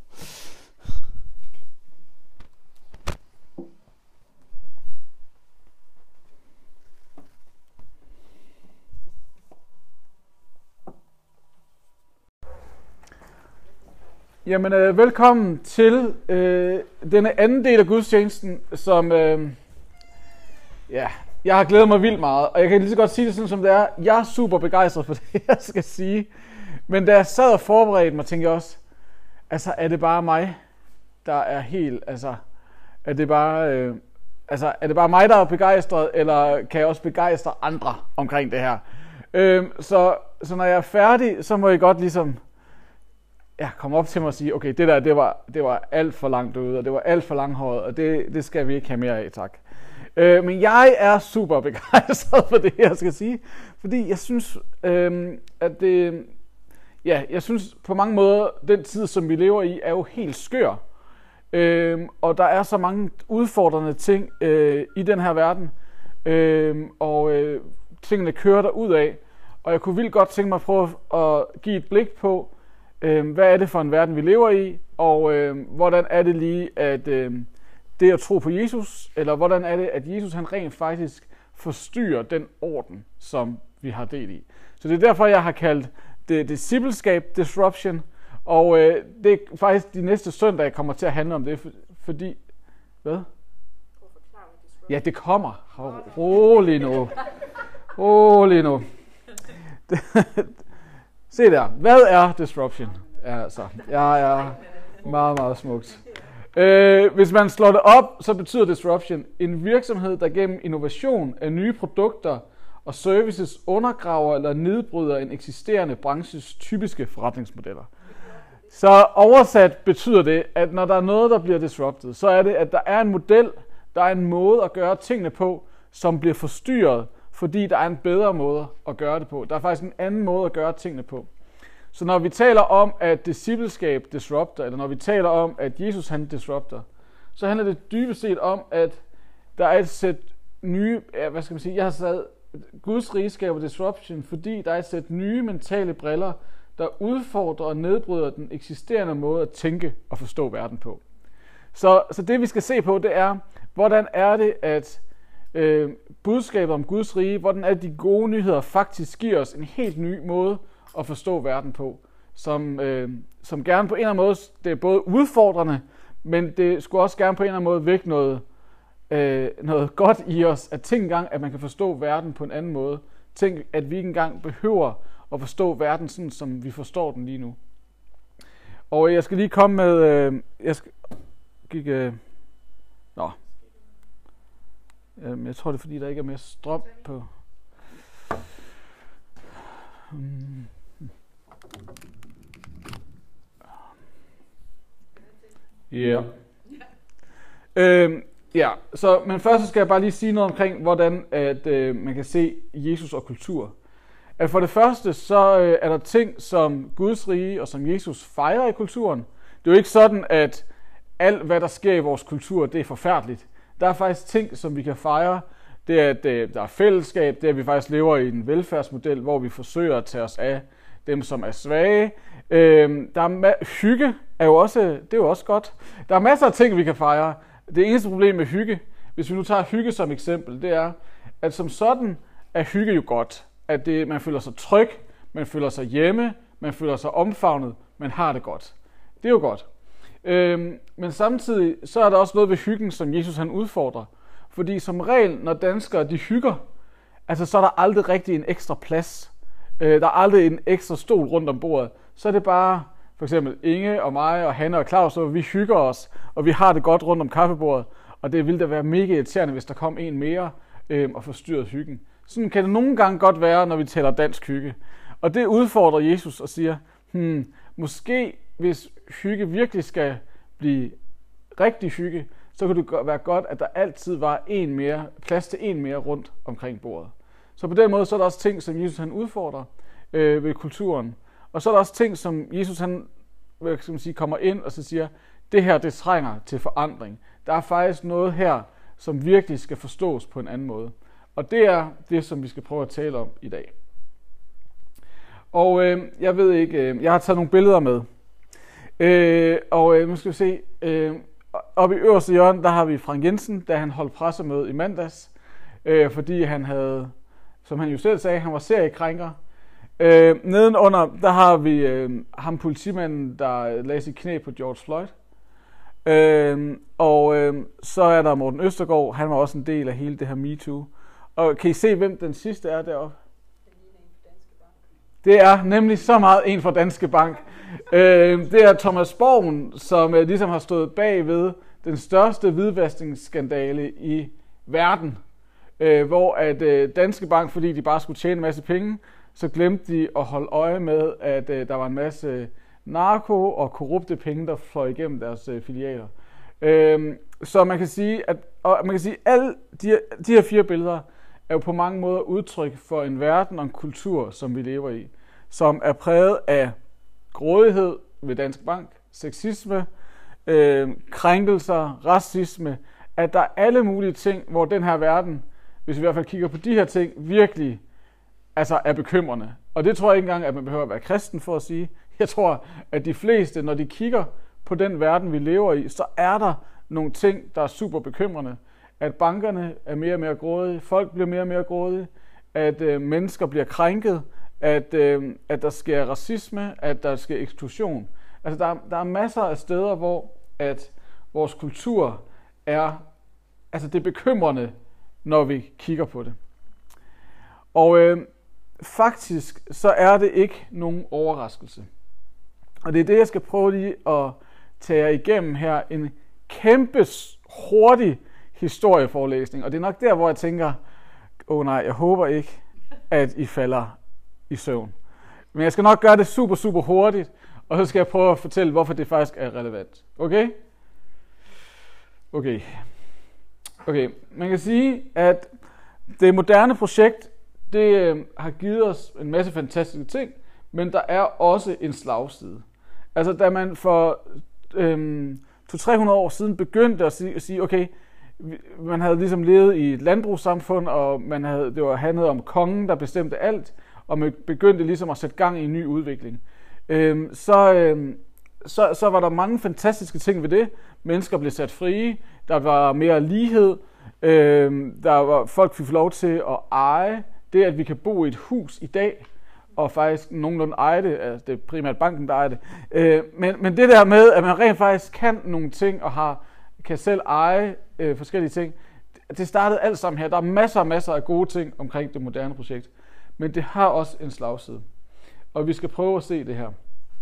Jamen, øh, velkommen til øh, denne anden del af gudstjenesten, som, øh, ja, jeg har glædet mig vildt meget, og jeg kan lige så godt sige det sådan, som det er. Jeg er super begejstret for det, jeg skal sige. Men da jeg sad og forberedte mig, tænkte jeg også, altså er det bare mig, der er helt, altså, er det bare, øh, altså, er det bare mig, der er begejstret, eller kan jeg også begejstre andre omkring det her? Øh, så, så når jeg er færdig, så må I godt ligesom, ja, komme op til mig og sige, okay, det der, det var, det var alt for langt ude, og det var alt for langhåret, og det, det skal vi ikke have mere af, tak. Øh, men jeg er super begejstret for det, jeg skal sige, fordi jeg synes, øh, at det, ja, jeg synes på mange måder, den tid, som vi lever i, er jo helt skør. Øh, og der er så mange udfordrende ting øh, i den her verden, øh, og øh, tingene kører der ud af. Og jeg kunne vildt godt tænke mig at prøve at give et blik på, øh, hvad er det for en verden, vi lever i, og øh, hvordan er det lige, at øh, det at tro på Jesus, eller hvordan er det, at Jesus han rent faktisk forstyrrer den orden, som vi har del i. Så det er derfor, jeg har kaldt det discipleskab disruption, og øh, det er faktisk de næste søndag, jeg kommer til at handle om det, fordi, hvad? Ja, det kommer. Rolig nu. Rolig nu. Se der. Hvad er disruption? Ja, altså, jeg er meget, meget smukt. Øh, hvis man slår det op, så betyder disruption en virksomhed, der gennem innovation af nye produkter og services undergraver eller nedbryder en eksisterende branches typiske forretningsmodeller. Så oversat betyder det, at når der er noget, der bliver disrupted, så er det, at der er en model, der er en måde at gøre tingene på, som bliver forstyrret, fordi der er en bedre måde at gøre det på. Der er faktisk en anden måde at gøre tingene på. Så når vi taler om, at discipleskab disrupter, eller når vi taler om, at Jesus han disrupter, så handler det dybest set om, at der er et sæt nye, ja, hvad skal man sige, jeg har sagt, Guds rige skaber disruption, fordi der er et sæt nye mentale briller, der udfordrer og nedbryder den eksisterende måde at tænke og forstå verden på. Så, så det vi skal se på, det er, hvordan er det, at øh, budskabet om Guds rige, hvordan er det, de gode nyheder faktisk giver os en helt ny måde at forstå verden på, som, øh, som gerne på en eller anden måde, det er både udfordrende, men det skulle også gerne på en eller anden måde vække noget, øh, noget godt i os, at tænke engang, at man kan forstå verden på en anden måde. Tænk, at vi ikke engang behøver at forstå verden sådan, som vi forstår den lige nu. Og jeg skal lige komme med, øh, jeg skal, gik, øh, nå, øh, jeg tror det er fordi, der ikke er mere strøm på. Hmm. Yeah. Øhm, ja, så, men først så skal jeg bare lige sige noget omkring, hvordan at, øh, man kan se Jesus og kultur. At for det første, så øh, er der ting, som Guds rige og som Jesus fejrer i kulturen. Det er jo ikke sådan, at alt, hvad der sker i vores kultur, det er forfærdeligt. Der er faktisk ting, som vi kan fejre. Det er, at øh, der er fællesskab, det er, at vi faktisk lever i en velfærdsmodel, hvor vi forsøger at tage os af dem, som er svage. Øh, der er ma- hygge er jo også, det er jo også godt. Der er masser af ting, vi kan fejre. Det eneste problem med hygge, hvis vi nu tager hygge som eksempel, det er, at som sådan er hygge jo godt. At det, man føler sig tryg, man føler sig hjemme, man føler sig omfavnet, man har det godt. Det er jo godt. Øhm, men samtidig så er der også noget ved hyggen, som Jesus han udfordrer. Fordi som regel, når danskere de hygger, altså så er der aldrig rigtig en ekstra plads. Øh, der er aldrig en ekstra stol rundt om bordet. Så er det bare for eksempel Inge og mig og Hanne og Claus, og vi hygger os, og vi har det godt rundt om kaffebordet. Og det ville da være mega irriterende, hvis der kom en mere øh, og forstyrrede hyggen. Sådan kan det nogle gange godt være, når vi taler dansk hygge. Og det udfordrer Jesus og siger, hmm, måske hvis hygge virkelig skal blive rigtig hygge, så kunne det være godt, at der altid var en mere, plads til en mere rundt omkring bordet. Så på den måde så er der også ting, som Jesus han udfordrer øh, ved kulturen. Og så er der også ting, som Jesus han hvad skal man sige, kommer ind og så siger, det her det trænger til forandring. Der er faktisk noget her, som virkelig skal forstås på en anden måde. Og det er det, som vi skal prøve at tale om i dag. Og øh, jeg ved ikke, øh, jeg har taget nogle billeder med. Øh, og øh, nu skal vi se, øh, oppe i øverste hjørne, der har vi Frank Jensen, da han holdt pressemøde i mandags. Øh, fordi han havde, som han jo selv sagde, han var seriekrænker. Øh, nedenunder, der har vi øh, ham politimanden, der lagde sit knæ på George Floyd. Øh, og øh, så er der Morten Østergaard, han var også en del af hele det her MeToo. Og kan I se, hvem den sidste er deroppe? Det er nemlig så meget en fra Danske Bank. øh, det er Thomas Borgen, som øh, ligesom har stået bag ved den største hvidvaskningsskandale i verden. Øh, hvor at øh, Danske Bank, fordi de bare skulle tjene en masse penge, så glemte de at holde øje med, at øh, der var en masse narko og korrupte penge, der fløj igennem deres øh, filialer. Øh, så man kan sige, at og man kan sige, alle de, de her fire billeder er jo på mange måder udtryk for en verden og en kultur, som vi lever i, som er præget af grådighed ved Danske Bank, sexisme, øh, krænkelser, racisme, at der er alle mulige ting, hvor den her verden, hvis vi i hvert fald kigger på de her ting, virkelig altså er bekymrende. Og det tror jeg ikke engang, at man behøver at være kristen for at sige. Jeg tror, at de fleste, når de kigger på den verden, vi lever i, så er der nogle ting, der er super bekymrende. At bankerne er mere og mere grådige, folk bliver mere og mere grådige, at øh, mennesker bliver krænket, at, øh, at der sker racisme, at der sker eksklusion. Altså der, der er masser af steder, hvor at vores kultur er, altså det er bekymrende, når vi kigger på det. Og øh, faktisk så er det ikke nogen overraskelse. Og det er det, jeg skal prøve lige at tage jer igennem her. En kæmpe hurtig historieforelæsning. Og det er nok der, hvor jeg tænker, åh oh, nej, jeg håber ikke, at I falder i søvn. Men jeg skal nok gøre det super, super hurtigt. Og så skal jeg prøve at fortælle, hvorfor det faktisk er relevant. Okay? Okay. Okay, man kan sige, at det moderne projekt, det øh, har givet os en masse fantastiske ting, men der er også en slagside. Altså, da man for øhm, to til tre hundrede år siden begyndte at sige, at sige, okay, man havde ligesom levet i et landbrugssamfund, og man havde, det var handlet om kongen, der bestemte alt, og man begyndte ligesom at sætte gang i en ny udvikling. Øhm, så, øhm, så, så var der mange fantastiske ting ved det. Mennesker blev sat frie, der var mere lighed, øhm, der var, folk fik lov til at eje. Det, at vi kan bo i et hus i dag, og faktisk nogenlunde eje det, altså det er primært banken, der ejer det. Øh, men, men det der med, at man rent faktisk kan nogle ting, og har, kan selv eje øh, forskellige ting, det startede alt sammen her. Der er masser og masser af gode ting omkring det moderne projekt. Men det har også en slagside. Og vi skal prøve at se det her.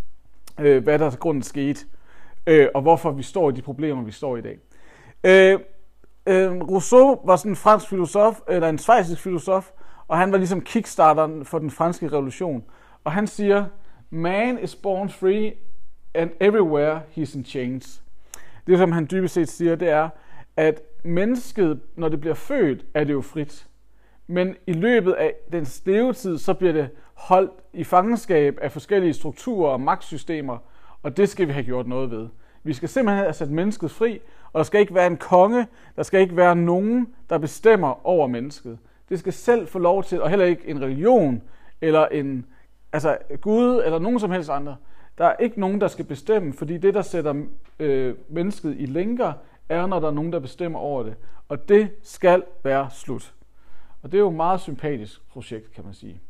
Øh, hvad der til grunden skete, øh, og hvorfor vi står i de problemer, vi står i i dag. Øh, øh, Rousseau var sådan en fransk filosof, eller en schweizisk filosof, og han var ligesom kickstarteren for den franske revolution. Og han siger, man is born free, and everywhere he's in chains. Det, som han dybest set siger, det er, at mennesket, når det bliver født, er det jo frit. Men i løbet af den levetid, så bliver det holdt i fangenskab af forskellige strukturer og magtsystemer, og det skal vi have gjort noget ved. Vi skal simpelthen have sat mennesket fri, og der skal ikke være en konge, der skal ikke være nogen, der bestemmer over mennesket. Det skal selv få lov til, og heller ikke en religion, eller en altså Gud, eller nogen som helst andre. Der er ikke nogen, der skal bestemme, fordi det, der sætter øh, mennesket i lænker, er, når der er nogen, der bestemmer over det. Og det skal være slut. Og det er jo et meget sympatisk projekt, kan man sige.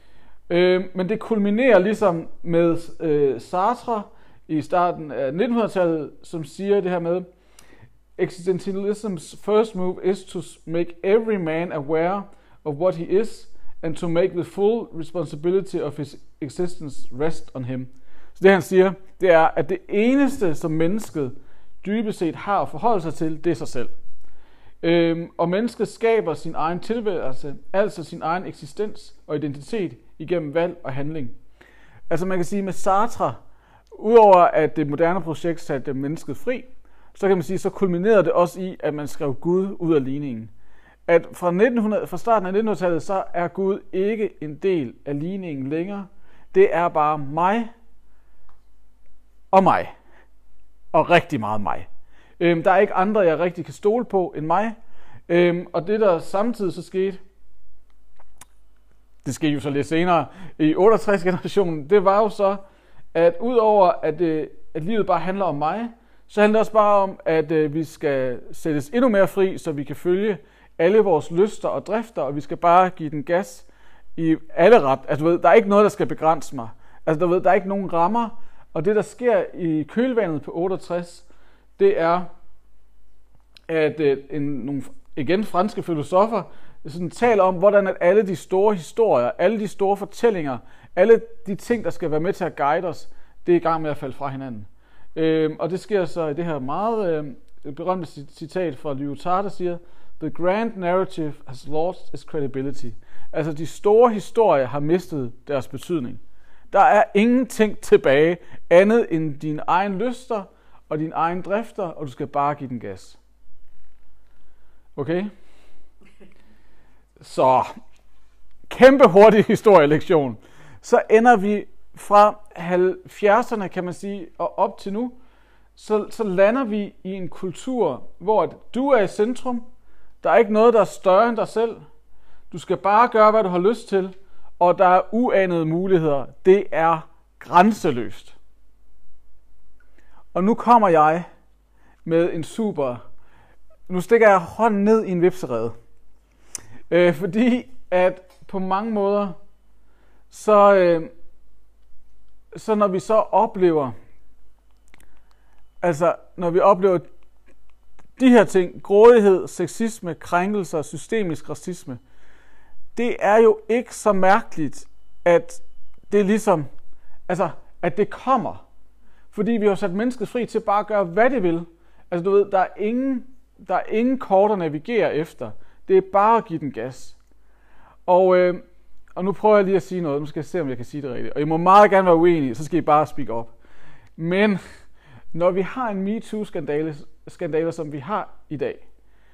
Øh, men det kulminerer ligesom med øh, Sartre i starten af nittenhundredetallet, som siger det her med, existentialism's first move is to make every man aware of what he is, and to make the full responsibility of his existence rest on him. Så det han siger, det er, at det eneste, som mennesket dybest set har at forholde sig til, det er sig selv. Øhm, og mennesket skaber sin egen tilværelse, altså sin egen eksistens og identitet igennem valg og handling. Altså man kan sige med Sartre, udover at det moderne projekt satte mennesket fri, så kan man sige, så kulminerede det også i, at man skrev Gud ud af ligningen. At fra, nitten hundrede, fra starten af nittenhundredetallet, så er Gud ikke en del af ligningen længere. Det er bare mig og mig. Og rigtig meget mig. Øhm, der er ikke andre, jeg rigtig kan stole på end mig. Øhm, og det, der samtidig så skete, det skete jo så lidt senere, i otteogtres-generationen, det var jo så, at udover at, øh, at livet bare handler om mig, så handler det også bare om, at øh, vi skal sættes endnu mere fri, så vi kan følge alle vores lyster og drifter, og vi skal bare give den gas i alle ret. Altså, du ved, der er ikke noget, der skal begrænse mig. Altså, du ved, der er ikke nogen rammer, og det, der sker i kølvandet på otteogtres, det er, at øh, en, nogle, igen, franske filosofer sådan taler om, hvordan at alle de store historier, alle de store fortællinger, alle de ting, der skal være med til at guide os, det er i gang med at falde fra hinanden. Øhm, og det sker så i det her meget øh, berømte citat fra Lyotard, der siger, "The grand narrative has lost its credibility." Altså, de store historier har mistet deres betydning. Der er ingenting tilbage andet end dine egen lyster og dine egen drifter, og du skal bare give den gas. Okay? Så, kæmpe hurtig historielektion. Så ender vi fra halvfjerdserne, kan man sige, og op til nu, så, så lander vi i en kultur, hvor du er i centrum. Der er ikke noget, der er større end dig selv. Du skal bare gøre, hvad du har lyst til, og der er uanede muligheder. Det er grænseløst. Og nu kommer jeg med en super... Nu stikker jeg hånden ned i en vipserede. Øh, fordi at på mange måder, så, øh, så når vi så oplever, altså når vi oplever de her ting, grådighed, sexisme, krænkelser, systemisk racisme, det er jo ikke så mærkeligt, at det er ligesom, altså, at det kommer. Fordi vi har sat mennesket fri til bare at gøre, hvad det vil. Altså du ved, der er ingen, der er ingen kort at navigere efter. Det er bare at give den gas. Og, øh, og nu prøver jeg lige at sige noget. Nu skal jeg se, om jeg kan sige det rigtigt. Og I må meget gerne være uenige, så skal I bare speak op. Men når vi har en MeToo-skandale, skandale, som vi har i dag,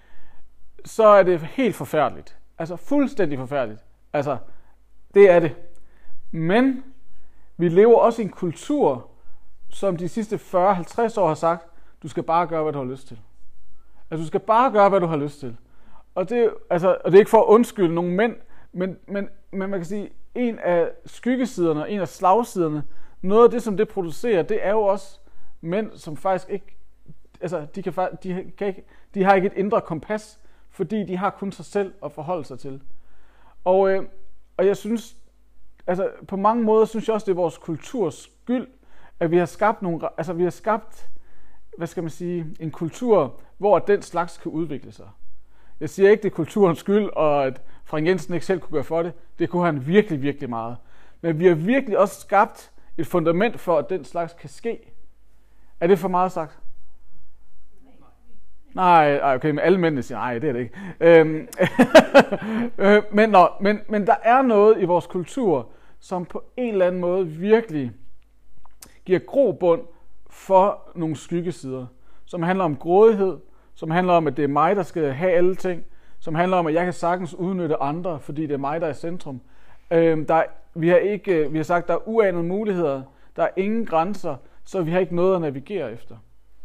så er det helt forfærdeligt. Altså fuldstændig forfærdeligt. Altså, det er det. Men vi lever også i en kultur, som de sidste fyrre til halvtreds år har sagt, du skal bare gøre, hvad du har lyst til. Altså, du skal bare gøre, hvad du har lyst til. Og det, altså, og det er ikke for at undskylde nogen mænd, men, men, men man kan sige, en af skyggesiderne, en af slagsiderne, noget af det, som det producerer, det er jo også mænd, som faktisk ikke, altså, de, kan, de, kan ikke, de har ikke et indre kompas, fordi de har kun sig selv at forholde sig til. Og, øh, og jeg synes, altså på mange måder synes jeg også, det er vores kulturs skyld, at vi har skabt nogle, altså vi har skabt, hvad skal man sige, en kultur, hvor den slags kan udvikle sig. Jeg siger ikke, det er kulturens skyld, og at Frank Jensen ikke selv kunne gøre for det. Det kunne han virkelig, virkelig meget. Men vi har virkelig også skabt et fundament for, at den slags kan ske. Er det for meget sagt? Nej, okay, men alle mændene siger, nej, det er det ikke. Øhm, men, nå, men, men der er noget i vores kultur, som på en eller anden måde virkelig giver grobund for nogle skyggesider, som handler om grådighed, som handler om, at det er mig, der skal have alle ting, som handler om, at jeg kan sagtens udnytte andre, fordi det er mig, der er i centrum. Øhm, der, vi, har ikke, vi har sagt, der er uanede muligheder, der er ingen grænser, så vi har ikke noget at navigere efter.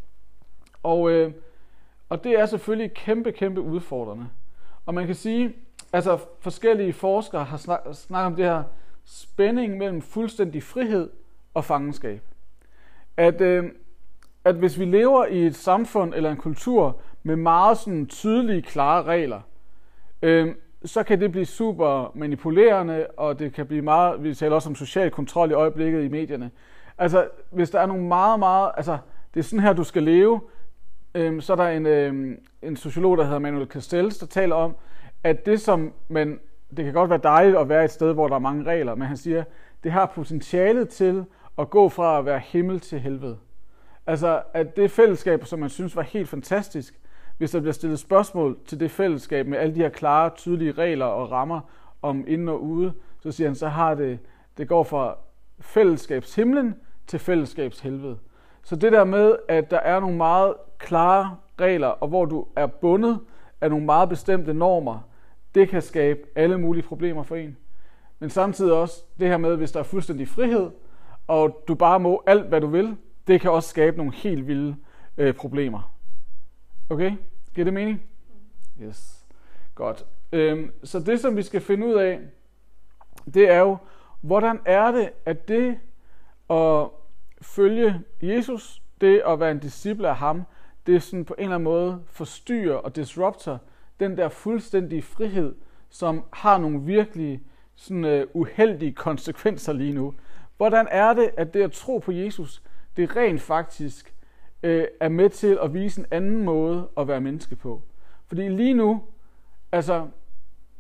Og, øh, og det er selvfølgelig kæmpe, kæmpe udfordrende. Og man kan sige, altså forskellige forskere har snak, snakket om det her spænding mellem fuldstændig frihed og fangenskab. At, øh, at hvis vi lever i et samfund eller en kultur med meget sådan tydelige, klare regler, øh, så kan det blive super manipulerende, og det kan blive meget, vi taler også om social kontrol i øjeblikket i medierne. Altså, hvis der er nogle meget, meget, altså, det er sådan her, du skal leve, øh, så er der en, øh, en sociolog, der hedder Manuel Castells, der taler om, at det som, men det kan godt være dejligt at være et sted, hvor der er mange regler, men han siger, det har potentialet til at gå fra at være himmel til helvede. Altså, at det fællesskab, som man synes var helt fantastisk, hvis der bliver stillet spørgsmål til det fællesskab med alle de her klare, tydelige regler og rammer om inden og ude, så siger han, så har det, det går fra fællesskabshimlen til fællesskabshelvede. Så det der med, at der er nogle meget klare regler, og hvor du er bundet af nogle meget bestemte normer, det kan skabe alle mulige problemer for en. Men samtidig også det her med, hvis der er fuldstændig frihed, og du bare må alt, hvad du vil, det kan også skabe nogle helt vilde øh, problemer. Okay? Giver det mening? Yes. Godt. Øhm, så det, som vi skal finde ud af, det er jo, hvordan er det, at det at følge Jesus, det at være en disciple af ham, det sådan på en eller anden måde forstyrrer og disrupter den der fuldstændige frihed, som har nogle virkelig sådan, uh, uheldige konsekvenser lige nu. Hvordan er det, at det at tro på Jesus, det rent faktisk uh, er med til at vise en anden måde at være menneske på? Fordi lige nu, altså,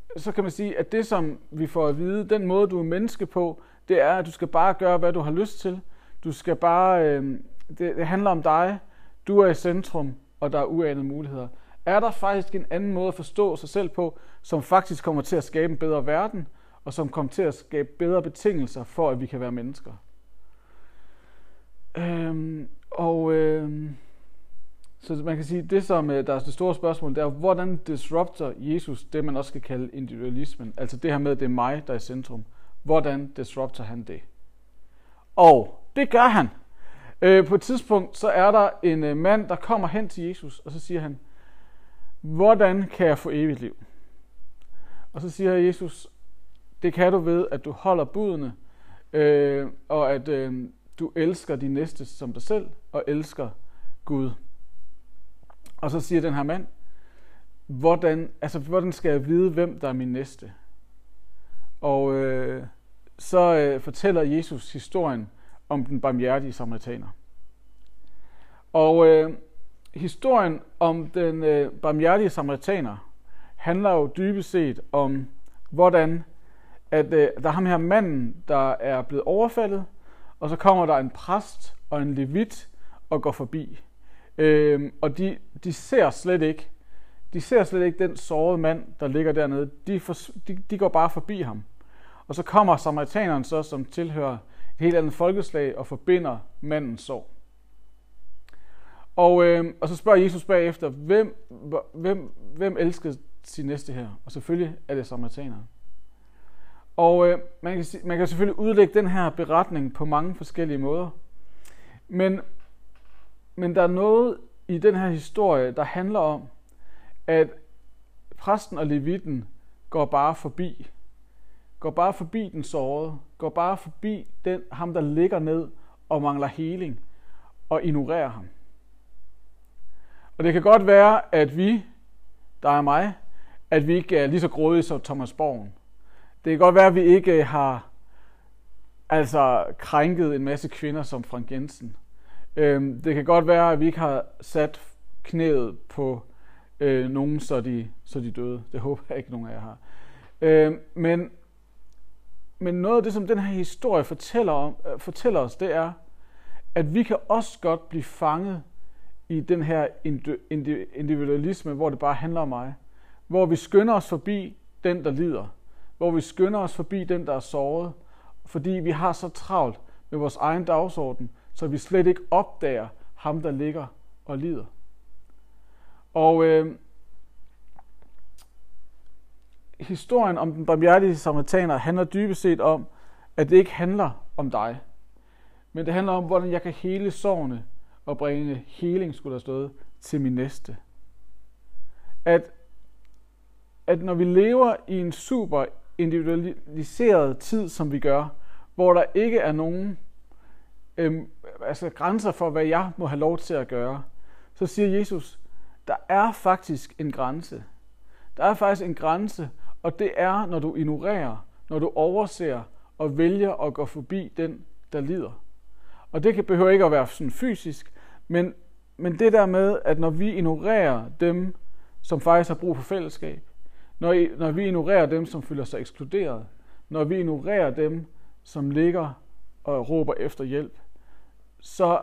så kan man sige, at det som vi får at vide, den måde du er menneske på, det er, at du skal bare gøre, hvad du har lyst til. Du skal bare, øh, det, det handler om dig, du er i centrum, og der er uanede muligheder. Er der faktisk en anden måde at forstå sig selv på, som faktisk kommer til at skabe en bedre verden, og som kommer til at skabe bedre betingelser for, at vi kan være mennesker? Øhm, og øhm, så man kan sige, det som der er det store spørgsmål, det er, hvordan disrupter Jesus det, man også skal kalde individualismen? Altså det her med, at det er mig, der er i centrum. Hvordan disrupter han det? Og det gør han. Øh, på et tidspunkt, så er der en øh, mand, der kommer hen til Jesus, og så siger han, hvordan kan jeg få evigt liv? Og så siger Jesus, det kan du ved, at du holder budene, øh, og at øh, du elsker de næste som dig selv, og elsker Gud. Og så siger den her mand, hvordan, altså, hvordan skal jeg vide, hvem der er min næste? Og øh, så øh, fortæller Jesus historien om den barmhjertige samaritaner. Og øh, historien om den øh, barmhjertige samaritaner handler jo dybest set om, hvordan at øh, der er ham her manden, der er blevet overfaldet, og så kommer der en præst og en levit og går forbi. Øh, og de, de ser slet ikke, de ser slet ikke den sårede mand, der ligger dernede. De, for, de, de går bare forbi ham. Og så kommer samaritaneren så, som tilhører et helt andet folkeslag, og forbinder mandens sorg. Og, øh, og så spørger Jesus bagefter, hvem, hvem, hvem elsker sin næste her? Og selvfølgelig er det samaritaneren. Og øh, man, kan, man kan selvfølgelig udlægge den her beretning på mange forskellige måder. Men, men der er noget i den her historie, der handler om, at præsten og levitten går bare forbi. Går bare forbi den sårede. Går bare forbi den, ham, der ligger ned og mangler heling. Og ignorerer ham. Og det kan godt være, at vi, der er mig, at vi ikke er lige så grådige som Thomas Borgen. Det kan godt være, at vi ikke har altså krænket en masse kvinder som Frank Jensen. Øhm, det kan godt være, at vi ikke har sat knæet på øh, nogen, så de, så de døde. Det håber jeg ikke, nogen af jer har. Øhm, men, men noget af det, som den her historie fortæller, om, øh, fortæller os, det er, at vi kan også godt blive fanget i den her individualisme, hvor det bare handler om mig. Hvor vi skynder os forbi den, der lider. Hvor vi skynder os forbi den, der er såret. Fordi vi har så travlt med vores egen dagsorden, så vi slet ikke opdager ham, der ligger og lider. Og øh, historien om den barmhjertige samaritaner handler dybest set om, at det ikke handler om dig. Men det handler om, hvordan jeg kan hele sårene og bringe heling, skulle der stå, til min næste. At, at når vi lever i en super individualiseret tid, som vi gør, hvor der ikke er nogen øhm, altså grænser for, hvad jeg må have lov til at gøre, så siger Jesus, der er faktisk en grænse. Der er faktisk en grænse, og det er, når du ignorerer, når du overser og vælger at gå forbi den, der lider. Og det kan behøver ikke at være sådan fysisk, men, men det der med, at når vi ignorerer dem, som faktisk har brug for fællesskab, når, I, når vi ignorerer dem, som føler sig ekskluderet, når vi ignorerer dem, som ligger og råber efter hjælp, så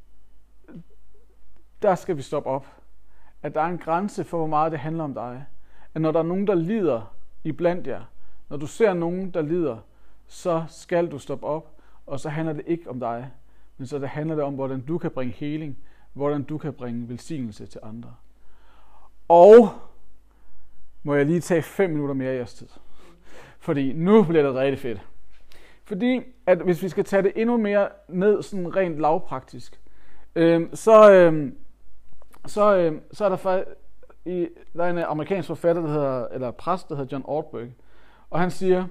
der skal vi stoppe op. At der er en grænse for, hvor meget det handler om dig. At når der er nogen, der lider iblandt jer, når du ser nogen, der lider, så skal du stoppe op, og så handler det ikke om dig, men så det handler det om, hvordan du kan bringe heling, hvordan du kan bringe velsignelse til andre. Og må jeg lige tage fem minutter mere i jeres tid. Fordi nu bliver det rigtig fedt. Fordi at hvis vi skal tage det endnu mere ned, sådan rent lavpraktisk, øh, så, øh, så, øh, så er der faktisk, i, der er en amerikansk forfatter, der hedder, eller præst, der hedder John Ortberg, og han siger,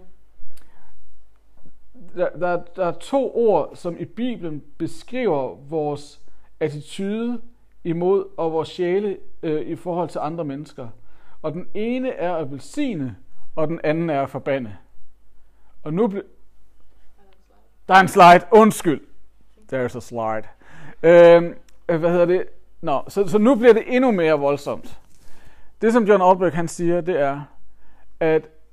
der, der, der er to ord, som i Bibelen beskriver vores attitude imod og vores sjæle øh, i forhold til andre mennesker. Og den ene er at velsigne, og den anden er at forbande. Og nu bliver... Der er en slide. Undskyld. There's a slide. Øh, hvad hedder det? Nå, så, så nu bliver det endnu mere voldsomt. Det som John Ortberg han siger, det er, at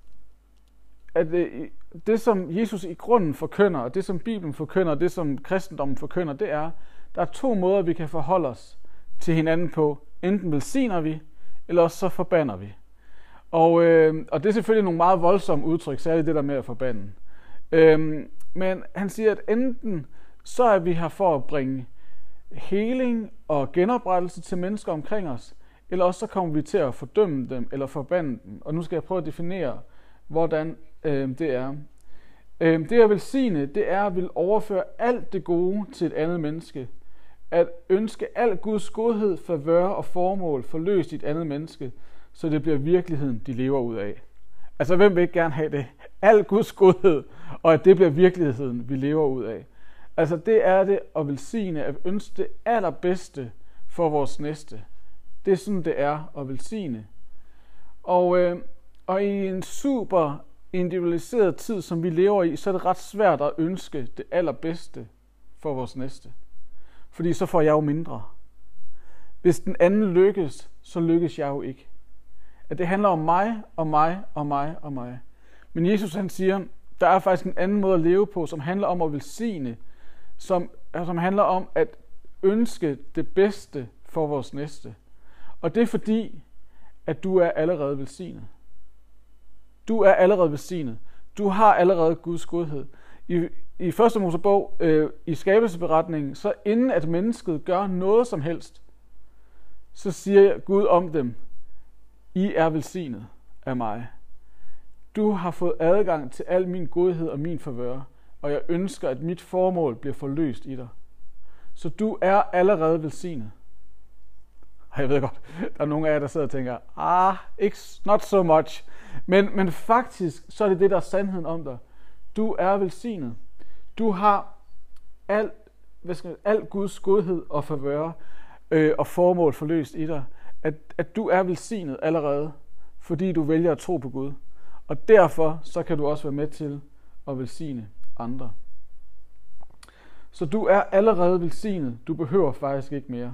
at øh, det, som Jesus i grunden forkynder, og det, som Bibelen forkynder, og det, som kristendommen forkynder, det er, der er to måder, vi kan forholde os til hinanden på. Enten velsigner vi, eller også så forbander vi. Og, øh, og det er selvfølgelig nogle meget voldsomme udtryk, særligt det der med at forbande. Øh, men han siger, at enten så er vi her for at bringe heling og genoprettelse til mennesker omkring os, eller også så kommer vi til at fordømme dem eller forbande dem. Og nu skal jeg prøve at definere, hvordan øh, det er. Øh, det at velsigne, det er at vil overføre alt det gode til et andet menneske. At ønske al Guds godhed, favør og formål forløst i et andet menneske, så det bliver virkeligheden, de lever ud af. Altså, hvem vil ikke gerne have det? Al Guds godhed, og at det bliver virkeligheden, vi lever ud af. Altså, det er det at velsigne, at ønske det allerbedste for vores næste. Det er sådan, det er at velsigne. Og, øh, og i en super individualiseret tid, som vi lever i, så er det ret svært at ønske det allerbedste for vores næste. Fordi så får jeg jo mindre. Hvis den anden lykkes, så lykkes jeg jo ikke. At det handler om mig, og mig, og mig, og mig. Men Jesus han siger, der er faktisk en anden måde at leve på, som handler om at velsigne, som, som handler om at ønske det bedste for vores næste. Og det er fordi, at du er allerede velsignet. Du er allerede velsignet. Du har allerede Guds godhed. I, i første Mosebog, øh, i skabelsesberetningen, så inden at mennesket gør noget som helst, så siger Gud om dem, I er velsignet af mig. Du har fået adgang til al min godhed og min favør, og jeg ønsker, at mit formål bliver forløst i dig. Så du er allerede velsignet. Og jeg ved godt, der er nogle af jer, der sidder og tænker, ah, ikke, not so much. Men, men faktisk, så er det det, der er sandheden om dig. Du er velsignet. Du har al, hvad skal jeg, al Guds godhed og favør øh, og formål forløst i dig. At, at du er velsignet allerede, fordi du vælger at tro på Gud. Og derfor så kan du også være med til at velsigne andre. Så du er allerede velsignet. Du behøver faktisk ikke mere.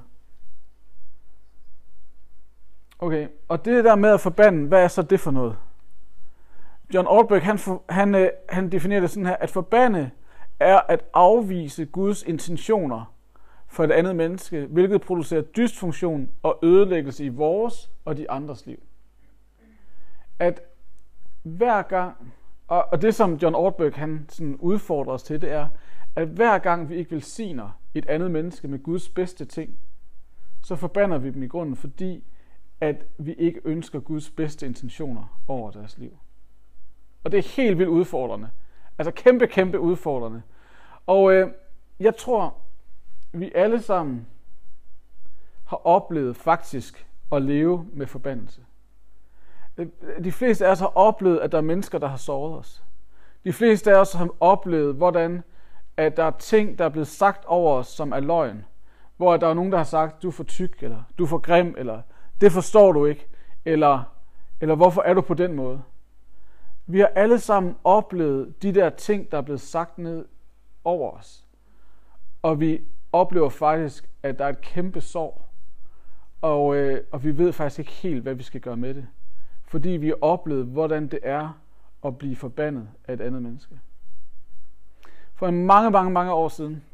Okay, og det der med at forbande, hvad er så det for noget? John Ortberg, han, han, han definerer det sådan her, at forbande er at afvise Guds intentioner for et andet menneske, hvilket producerer dysfunktion og ødelæggelse i vores og de andres liv. At hver gang, og, og det som John Ortberg han sådan udfordrer os til, det er, at hver gang vi ikke velsigner et andet menneske med Guds bedste ting, så forbander vi dem i grunden, fordi at vi ikke ønsker Guds bedste intentioner over deres liv. Og det er helt vildt udfordrende. Altså kæmpe, kæmpe udfordrende. Og øh, jeg tror, vi alle sammen har oplevet faktisk at leve med forbandelse. De fleste af os har oplevet, at der er mennesker, der har såret os. De fleste af os har oplevet, hvordan at der er ting, der er blevet sagt over os, som er løgn. Hvor der er nogen, der har sagt, du er for tyk, eller du er for grim, eller det forstår du ikke, eller, eller hvorfor er du på den måde. Vi har alle sammen oplevet de der ting, der er blevet sagt ned over os. Og vi oplever faktisk, at der er et kæmpe sorg. Og, øh, og vi ved faktisk ikke helt, hvad vi skal gøre med det. Fordi vi har oplevet, hvordan det er at blive forbandet af et andet menneske. For mange, mange, mange år siden,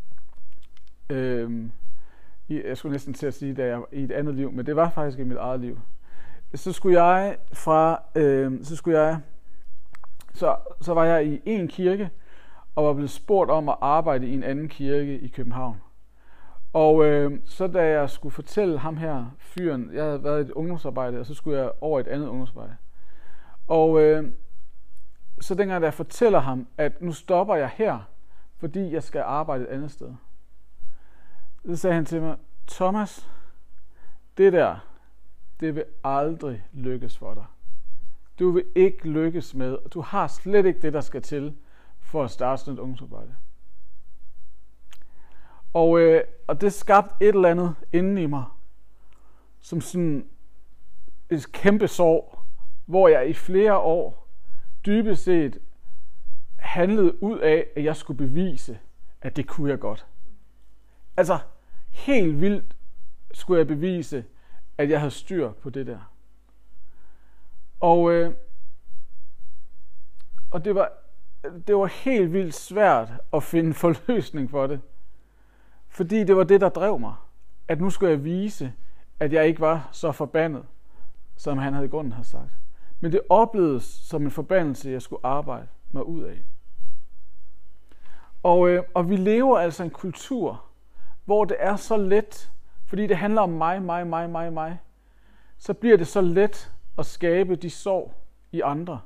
øh, jeg skulle næsten til at sige, da jeg i et andet liv, men det var faktisk i mit eget liv. Så skulle jeg fra, øh, så skulle jeg, så, så var jeg i en kirke, og var blevet spurgt om at arbejde i en anden kirke i København. Og øh, så da jeg skulle fortælle ham her, fyren, jeg havde været i et ungdomsarbejde, og så skulle jeg over et andet ungdomsarbejde. Og øh, så dengang da jeg fortæller ham, at nu stopper jeg her, fordi jeg skal arbejde et andet sted. Så sagde han til mig, Thomas, det der, det vil aldrig lykkes for dig. Du vil ikke lykkes med, og du har slet ikke det, der skal til for at starte sådan et ungdomsarbejde. Og, øh, og det skabte et eller andet inden i mig, som sådan et kæmpe sorg, hvor jeg i flere år dybest set handlede ud af, at jeg skulle bevise, at det kunne jeg godt. Altså, helt vildt skulle jeg bevise, at jeg havde styr på det der. Og, øh, og det var, det var helt vildt svært at finde forløsning for det. Fordi det var det, der drev mig. At nu skulle jeg vise, at jeg ikke var så forbandet, som han havde i grunden havde sagt. Men det oplevedes som en forbandelse, jeg skulle arbejde mig ud af. Og, øh, og vi lever altså en kultur, hvor det er så let, fordi det handler om mig, mig, mig, mig, mig, så bliver det så let at skabe de sorg i andre.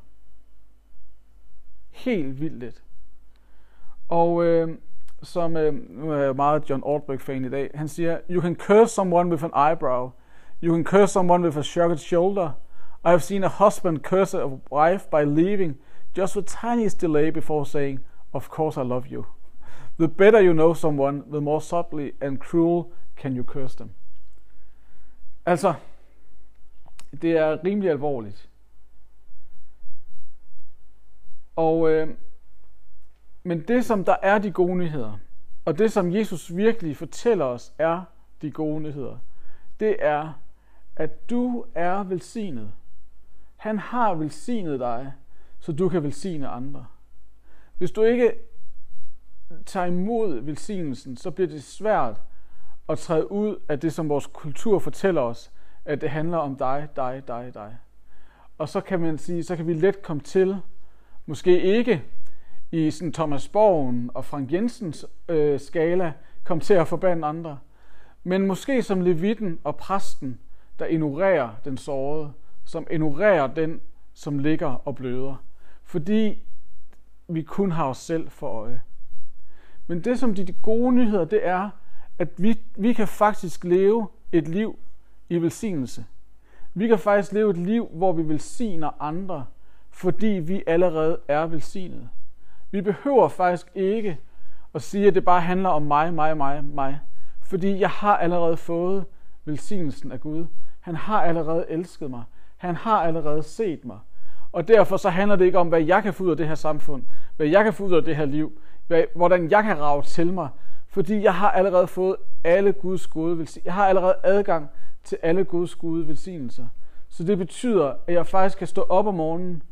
Helt vildt let. Og øh, som, øh, nu er jeg meget John Ortberg-fan i dag, han siger, you can curse someone with an eyebrow, you can curse someone with a shrugged shoulder. I have seen a husband curse a wife by leaving just the tiniest delay before saying, of course I love you. The better you know someone, the more subtly and cruel can you curse them. Altså, det er rimelig alvorligt. Og, øh, men det, som der er de gode nyheder, og det, som Jesus virkelig fortæller os, er de gode nyheder, det er, at du er velsignet. Han har velsignet dig, så du kan velsigne andre. Hvis du ikke tager imod velsignelsen, så bliver det svært at træde ud af det, som vores kultur fortæller os, at det handler om dig, dig, dig, dig. Og så kan man sige, så kan vi let komme til, måske ikke i sådan Thomas Borgen og Frank Jensens øh, skala, komme til at forbande andre, men måske som levitten og præsten, der ignorerer den sårede, som ignorerer den, som ligger og bløder, fordi vi kun har os selv for øje. Men det, som de gode nyheder, det er, at vi, vi kan faktisk leve et liv i velsignelse. Vi kan faktisk leve et liv, hvor vi velsigner andre, fordi vi allerede er velsignede. Vi behøver faktisk ikke at sige, at det bare handler om mig, mig, mig, mig. Fordi jeg har allerede fået velsignelsen af Gud. Han har allerede elsket mig. Han har allerede set mig. Og derfor så handler det ikke om, hvad jeg kan få ud af det her samfund, hvad jeg kan få ud af det her liv, hvad, hvordan jeg kan rage til mig. Fordi jeg har allerede fået alle Guds gode velsignelser. Jeg har allerede adgang til alle Guds gode velsignelser. Så det betyder, at jeg faktisk kan stå op om morgenen,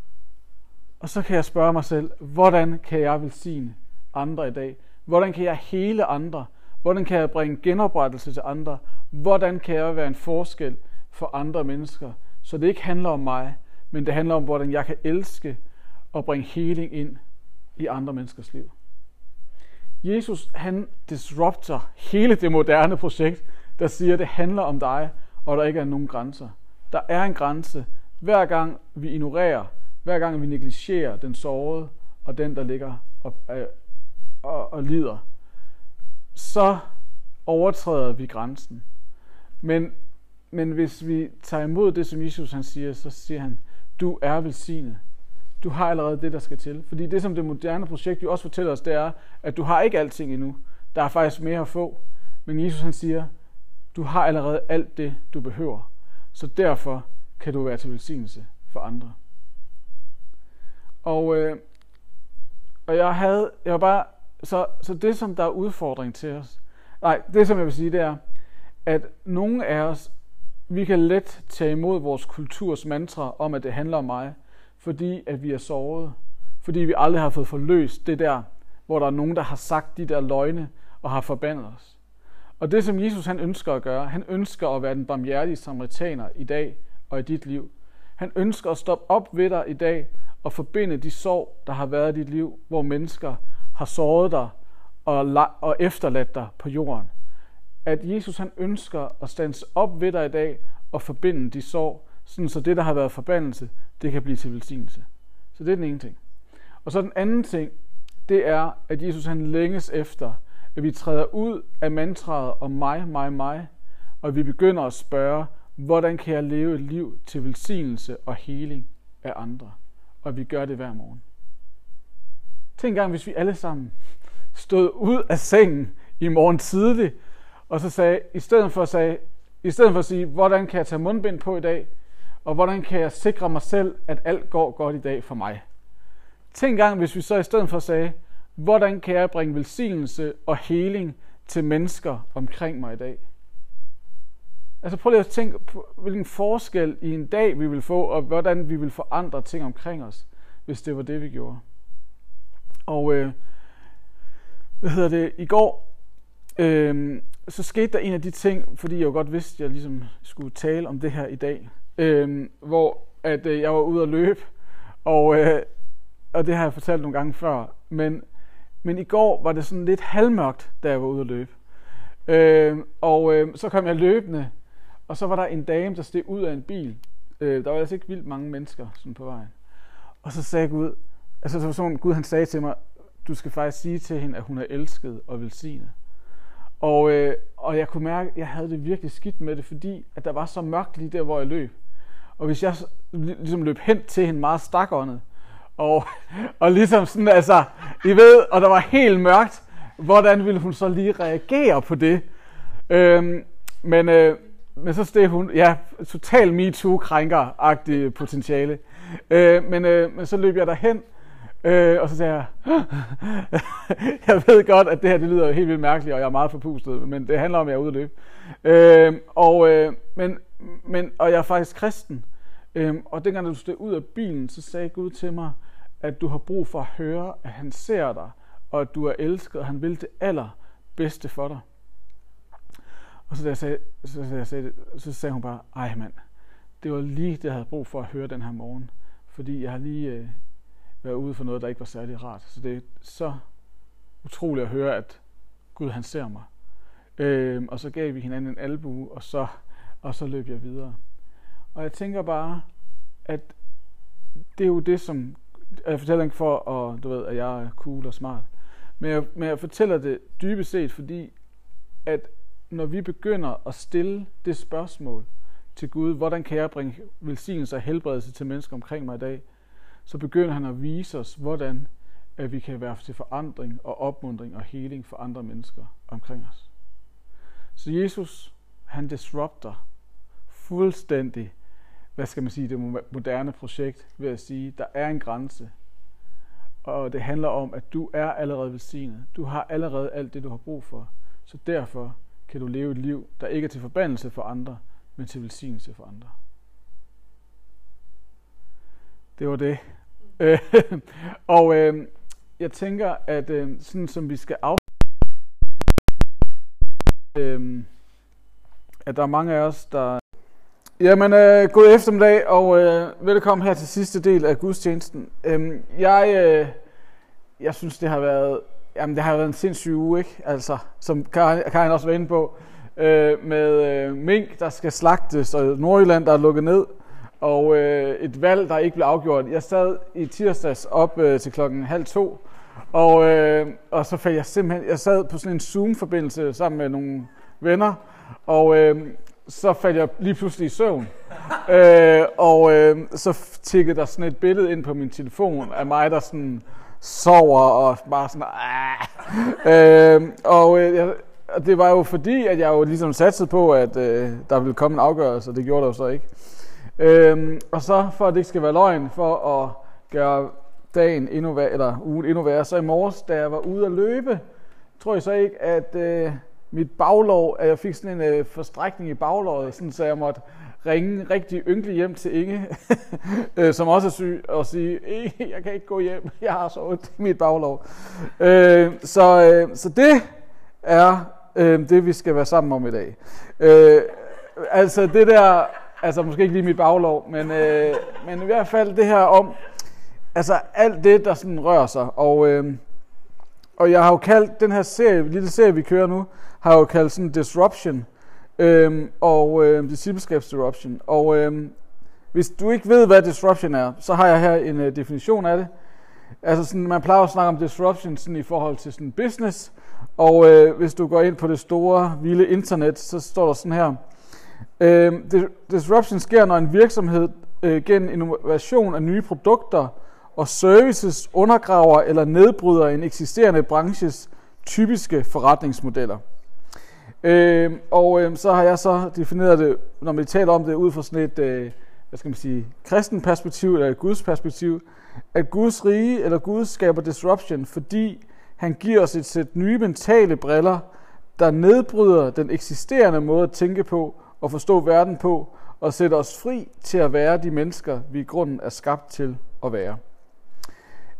og så kan jeg spørge mig selv, hvordan kan jeg velsigne andre i dag? Hvordan kan jeg hele andre? Hvordan kan jeg bringe genoprettelse til andre? Hvordan kan jeg være en forskel for andre mennesker? Så det ikke handler om mig, men det handler om, hvordan jeg kan elske og bringe heling ind i andre menneskers liv. Jesus, han disrupter hele det moderne projekt, der siger, at det handler om dig, og der ikke er nogen grænser. Der er en grænse, hver gang vi ignorerer, hver gang vi negligerer den sårede og den, der ligger og, og, og lider, så overtræder vi grænsen. Men, men hvis vi tager imod det, som Jesus han siger, så siger han, du er velsignet. Du har allerede det, der skal til. Fordi det, som det moderne projekt jo også fortæller os, det er, at du har ikke alting endnu. Der er faktisk mere at få. Men Jesus han siger, du har allerede alt det, du behøver. Så derfor kan du være til velsignelse for andre. Og, øh, og jeg havde, jeg var bare, så, så det som der er udfordring til os, nej, det som jeg vil sige, det er, at nogle af os, vi kan let tage imod vores kulturs mantra om, at det handler om mig, fordi at vi er såret, fordi vi aldrig har fået forløst det der, hvor der er nogen, der har sagt de der løgne og har forbandet os. Og det som Jesus han ønsker at gøre, han ønsker at være den barmhjertige samaritaner i dag og i dit liv. Han ønsker at stoppe op ved dig i dag og forbinde de sorg, der har været i dit liv, hvor mennesker har såret dig og, la- og efterladt dig på jorden. At Jesus han ønsker at stands op ved dig i dag og forbinde de sorg, sådan så det, der har været forbandelse, det kan blive til velsignelse. Så det er den ene ting. Og så den anden ting, det er, at Jesus han længes efter, at vi træder ud af mantraet om mig, mig, mig, og vi begynder at spørge, hvordan kan jeg leve et liv til velsignelse og heling af andre? Og vi gør det hver morgen. Tænk engang, hvis vi alle sammen stod ud af sengen i morgen tidlig, og så sagde, i stedet for at, sige, i stedet for at sige, hvordan kan jeg tage mundbind på i dag, og hvordan kan jeg sikre mig selv, at alt går godt i dag for mig. Tænk engang, hvis vi så i stedet for sagde, hvordan kan jeg bringe velsignelse og heling til mennesker omkring mig i dag. Altså prøv lige at tænke på, hvilken forskel i en dag vi vil få, og hvordan vi vil forandre ting omkring os, hvis det var det, vi gjorde. Og øh, hvad hedder det, i går, øh, så skete der en af de ting, fordi jeg jo godt vidste, at jeg ligesom skulle tale om det her i dag, øh, hvor at øh, jeg var ude at løbe, og, øh, og det har jeg fortalt nogle gange før, men, men i går var det sådan lidt halvmørkt, da jeg var ude at løbe. Øh, og øh, så kom jeg løbende, og så var der en dame, der steg ud af en bil. Øh, der var altså ikke vildt mange mennesker sådan på vejen. Og så sagde Gud, altså så var sådan, Gud han sagde til mig, du skal faktisk sige til hende, at hun er elsket og velsignet. Og, øh, og jeg kunne mærke, at jeg havde det virkelig skidt med det, fordi at der var så mørkt lige der, hvor jeg løb. Og hvis jeg ligesom løb hen til hende meget stakåndet, og, og ligesom sådan, altså, I ved, og der var helt mørkt, hvordan ville hun så lige reagere på det? Øhm, men, øh, men så steg hun, ja, total MeToo-krænker-agtig potentiale. Øh, men, øh, men så løb jeg derhen, øh, og så sagde jeg, jeg ved godt, at det her det lyder helt vildt mærkeligt, og jeg er meget forpustet, men det handler om, at jeg er ude at løbe. Øh, og, øh, men, men, og jeg er faktisk kristen. Øh, og dengang du steg ud af bilen, så sagde Gud til mig, at du har brug for at høre, at han ser dig, og at du er elsket, og han vil det allerbedste for dig. Og så da jeg sagde, så, så, jeg sagde, så sagde hun bare, ej mand, det var lige det, jeg havde brug for at høre den her morgen. Fordi jeg har lige øh, været ude for noget, der ikke var særlig rart. Så det er så utroligt at høre, at Gud han ser mig. Øh, og så gav vi hinanden en albue, og så, og så løb jeg videre. Og jeg tænker bare, at det er jo det, som jeg fortæller ikke for, at, du ved, at jeg er cool og smart. Men jeg, men jeg fortæller det dybest set, fordi at når vi begynder at stille det spørgsmål til Gud, hvordan kan jeg bringe velsignelse og helbredelse til mennesker omkring mig i dag, så begynder han at vise os, hvordan at vi kan være til forandring og opmuntring og heling for andre mennesker omkring os. Så Jesus, han disrupter fuldstændig, hvad skal man sige, det moderne projekt ved at sige, der er en grænse. Og det handler om, at du er allerede velsignet. Du har allerede alt det, du har brug for. Så derfor kan du leve et liv, der ikke er til forbandelse for andre, men til velsignelse for andre. Det var det. Og øh, jeg tænker, at øh, sådan som vi skal af... Øh, at der er mange af os, der... Jamen, øh, god eftermiddag, og øh, velkommen her til sidste del af gudstjenesten. Øh, jeg, øh, jeg synes, det har været... Jamen, det har været en sindssyg uge, ikke? Altså, som Karin, Karin også var inde på, øh, med øh, mink, der skal slagtes, og Nordjylland, der er lukket ned, og øh, et valg, der ikke blev afgjort. Jeg sad i tirsdags op øh, til klokken halv to, og, øh, og så fandt jeg simpelthen... Jeg sad på sådan en Zoom-forbindelse sammen med nogle venner, og øh, så faldt jeg lige pludselig i søvn. øh, og øh, så tikkede der sådan et billede ind på min telefon af mig, der sådan... sover og bare sådan øh, og, øh, jeg, og det var jo fordi, at jeg jo ligesom satsede på, at øh, der ville komme en afgørelse, og det gjorde der jo så ikke. Øh, og så, for at det ikke skal være løgn, for at gøre dagen endnu værre, eller ugen endnu værre, så i morges, da jeg var ude at løbe, tror jeg så ikke, at øh, mit baglov, at jeg fik sådan en øh, forstrækning i baglåret, sådan så jeg måtte ringe rigtig ynkelig hjem til Inge, som også er syg, og sige, jeg kan ikke gå hjem, jeg har så ondt i mit baglov. Øh, så, øh, så det er øh, det, vi skal være sammen om i dag. Øh, altså det der, altså måske ikke lige mit baglov, men, øh, men i hvert fald det her om, altså alt det, der sådan rører sig. Og, øh, og jeg har jo kaldt den her serie, lille serie, vi kører nu, har jeg jo kaldt sådan Disruption. Øhm, og øh, discipleskabsdisruption. Og øh, hvis du ikke ved, hvad disruption er, så har jeg her en øh, definition af det. Altså sådan, man plejer at snakke om disruption sådan i forhold til sådan business. Og øh, hvis du går ind på det store, vilde internet, så står der sådan her. Øh, disruption sker, når en virksomhed øh, gennem innovation af nye produkter og services undergraver eller nedbryder en eksisterende branches typiske forretningsmodeller. Øh, og øh, så har jeg så defineret det, når vi taler om det ud fra sådan et, øh, hvad skal man sige, kristen perspektiv eller et Guds perspektiv, at Guds rige eller Gud skaber disruption, fordi han giver os et sæt nye mentale briller, der nedbryder den eksisterende måde at tænke på og forstå verden på, og sætter os fri til at være de mennesker, vi i grunden er skabt til at være.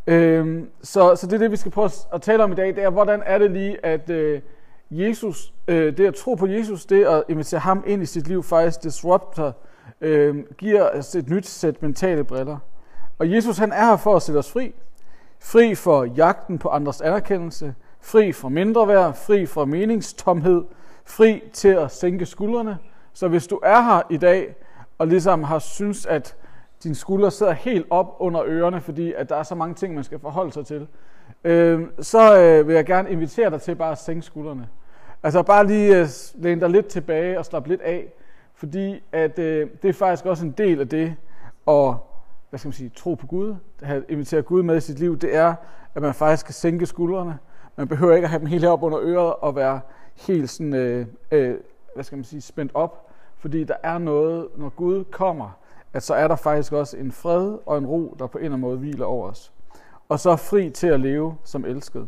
Øhm, så, så det er det, vi skal prøve at tale om i dag. Det er, hvordan er det lige, at øh, Jesus, øh, det at tro på Jesus, det at invitere ham ind i sit liv, faktisk disrupter, øh, giver os et nyt sæt mentale briller. Og Jesus, han er her for at sætte os fri. Fri for jagten på andres anerkendelse, fri for mindreværd, fri for meningstomhed, fri til at sænke skuldrene. Så hvis du er her i dag, og ligesom har syntes, at dine skuldre sidder helt op under ørerne, fordi at der er så mange ting, man skal forholde sig til, øh, så øh, vil jeg gerne invitere dig til bare at sænke skuldrene. Altså bare lige øh, læne dig lidt tilbage og slappe lidt af, fordi at øh, det er faktisk også en del af det at, hvad skal man sige, tro på Gud, at invitere Gud med i sit liv, det er, at man faktisk kan sænke skuldrene. Man behøver ikke at have dem helt heroppe under øret og være helt sådan, øh, øh, hvad skal man sige, spændt op, fordi der er noget, når Gud kommer, at så er der faktisk også en fred og en ro, der på en eller anden måde hviler over os. Og så fri til at leve som elsket.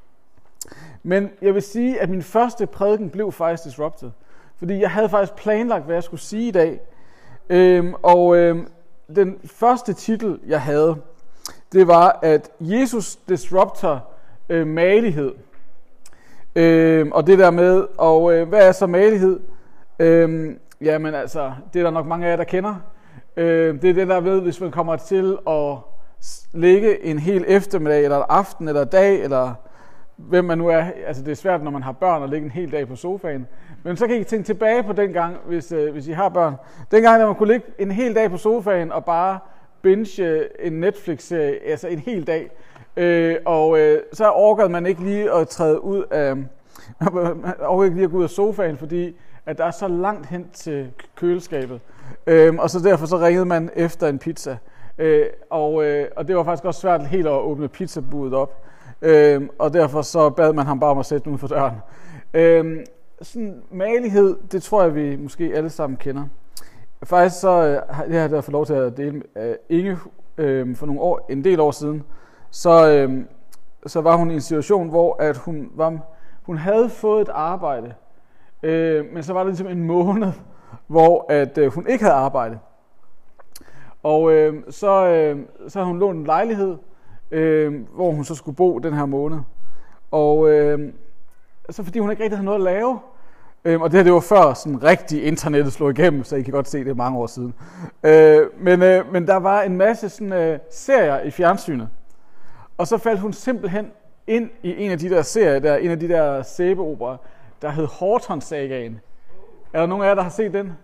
Men jeg vil sige, at min første prædiken blev faktisk disrupted. Fordi jeg havde faktisk planlagt, hvad jeg skulle sige i dag. Øhm, og øhm, den første titel, jeg havde, det var, at Jesus disrupter øh, malighed. Øhm, og det der med, og øh, hvad er så malighed? Øhm, jamen altså, det er der nok mange af jer, der kender. Øh, det er det der ved, hvis man kommer til at ligge en hel eftermiddag, eller aften, eller dag, eller hvem man nu er. Altså det er svært, når man har børn, at ligge en hel dag på sofaen. Men så kan I tænke tilbage på den gang, hvis, øh, hvis I har børn. Dengang, når man kunne ligge en hel dag på sofaen, og bare binge en Netflix-serie, altså en hel dag. Øh, og øh, så orkede man ikke lige at træde ud af, man orkede ikke lige at gå ud af sofaen, fordi at der er så langt hen til køleskabet. Øhm, og så derfor så ringede man efter en pizza. Øh, og, øh, og det var faktisk også svært helt at åbne pizzabudet op. Øh, og derfor så bad man ham bare om at sætte den ud for døren. Øh, sådan malighed, det tror jeg, vi måske alle sammen kender. Faktisk så øh, jeg har jeg fået lov til at dele med Inge øh, for nogle år, en del år siden. Så, øh, så var hun i en situation, hvor at hun, var, hun havde fået et arbejde. Øh, men så var det ligesom en måned, hvor at, øh, hun ikke havde arbejde. Og øh, så, øh, så havde hun lånt en lejlighed, øh, hvor hun så skulle bo den her måned. Og øh, så fordi hun ikke rigtig havde noget at lave, øh, og det her det var før sådan rigtig internettet slog igennem, så I kan godt se det er mange år siden. Øh, men, øh, men der var en masse sådan, øh, serier i fjernsynet. Og så faldt hun simpelthen ind i en af de der serier, der, en af de der sæbeoperaer, der hed Horton-sagaen. Er der nogen af jer, der har set den?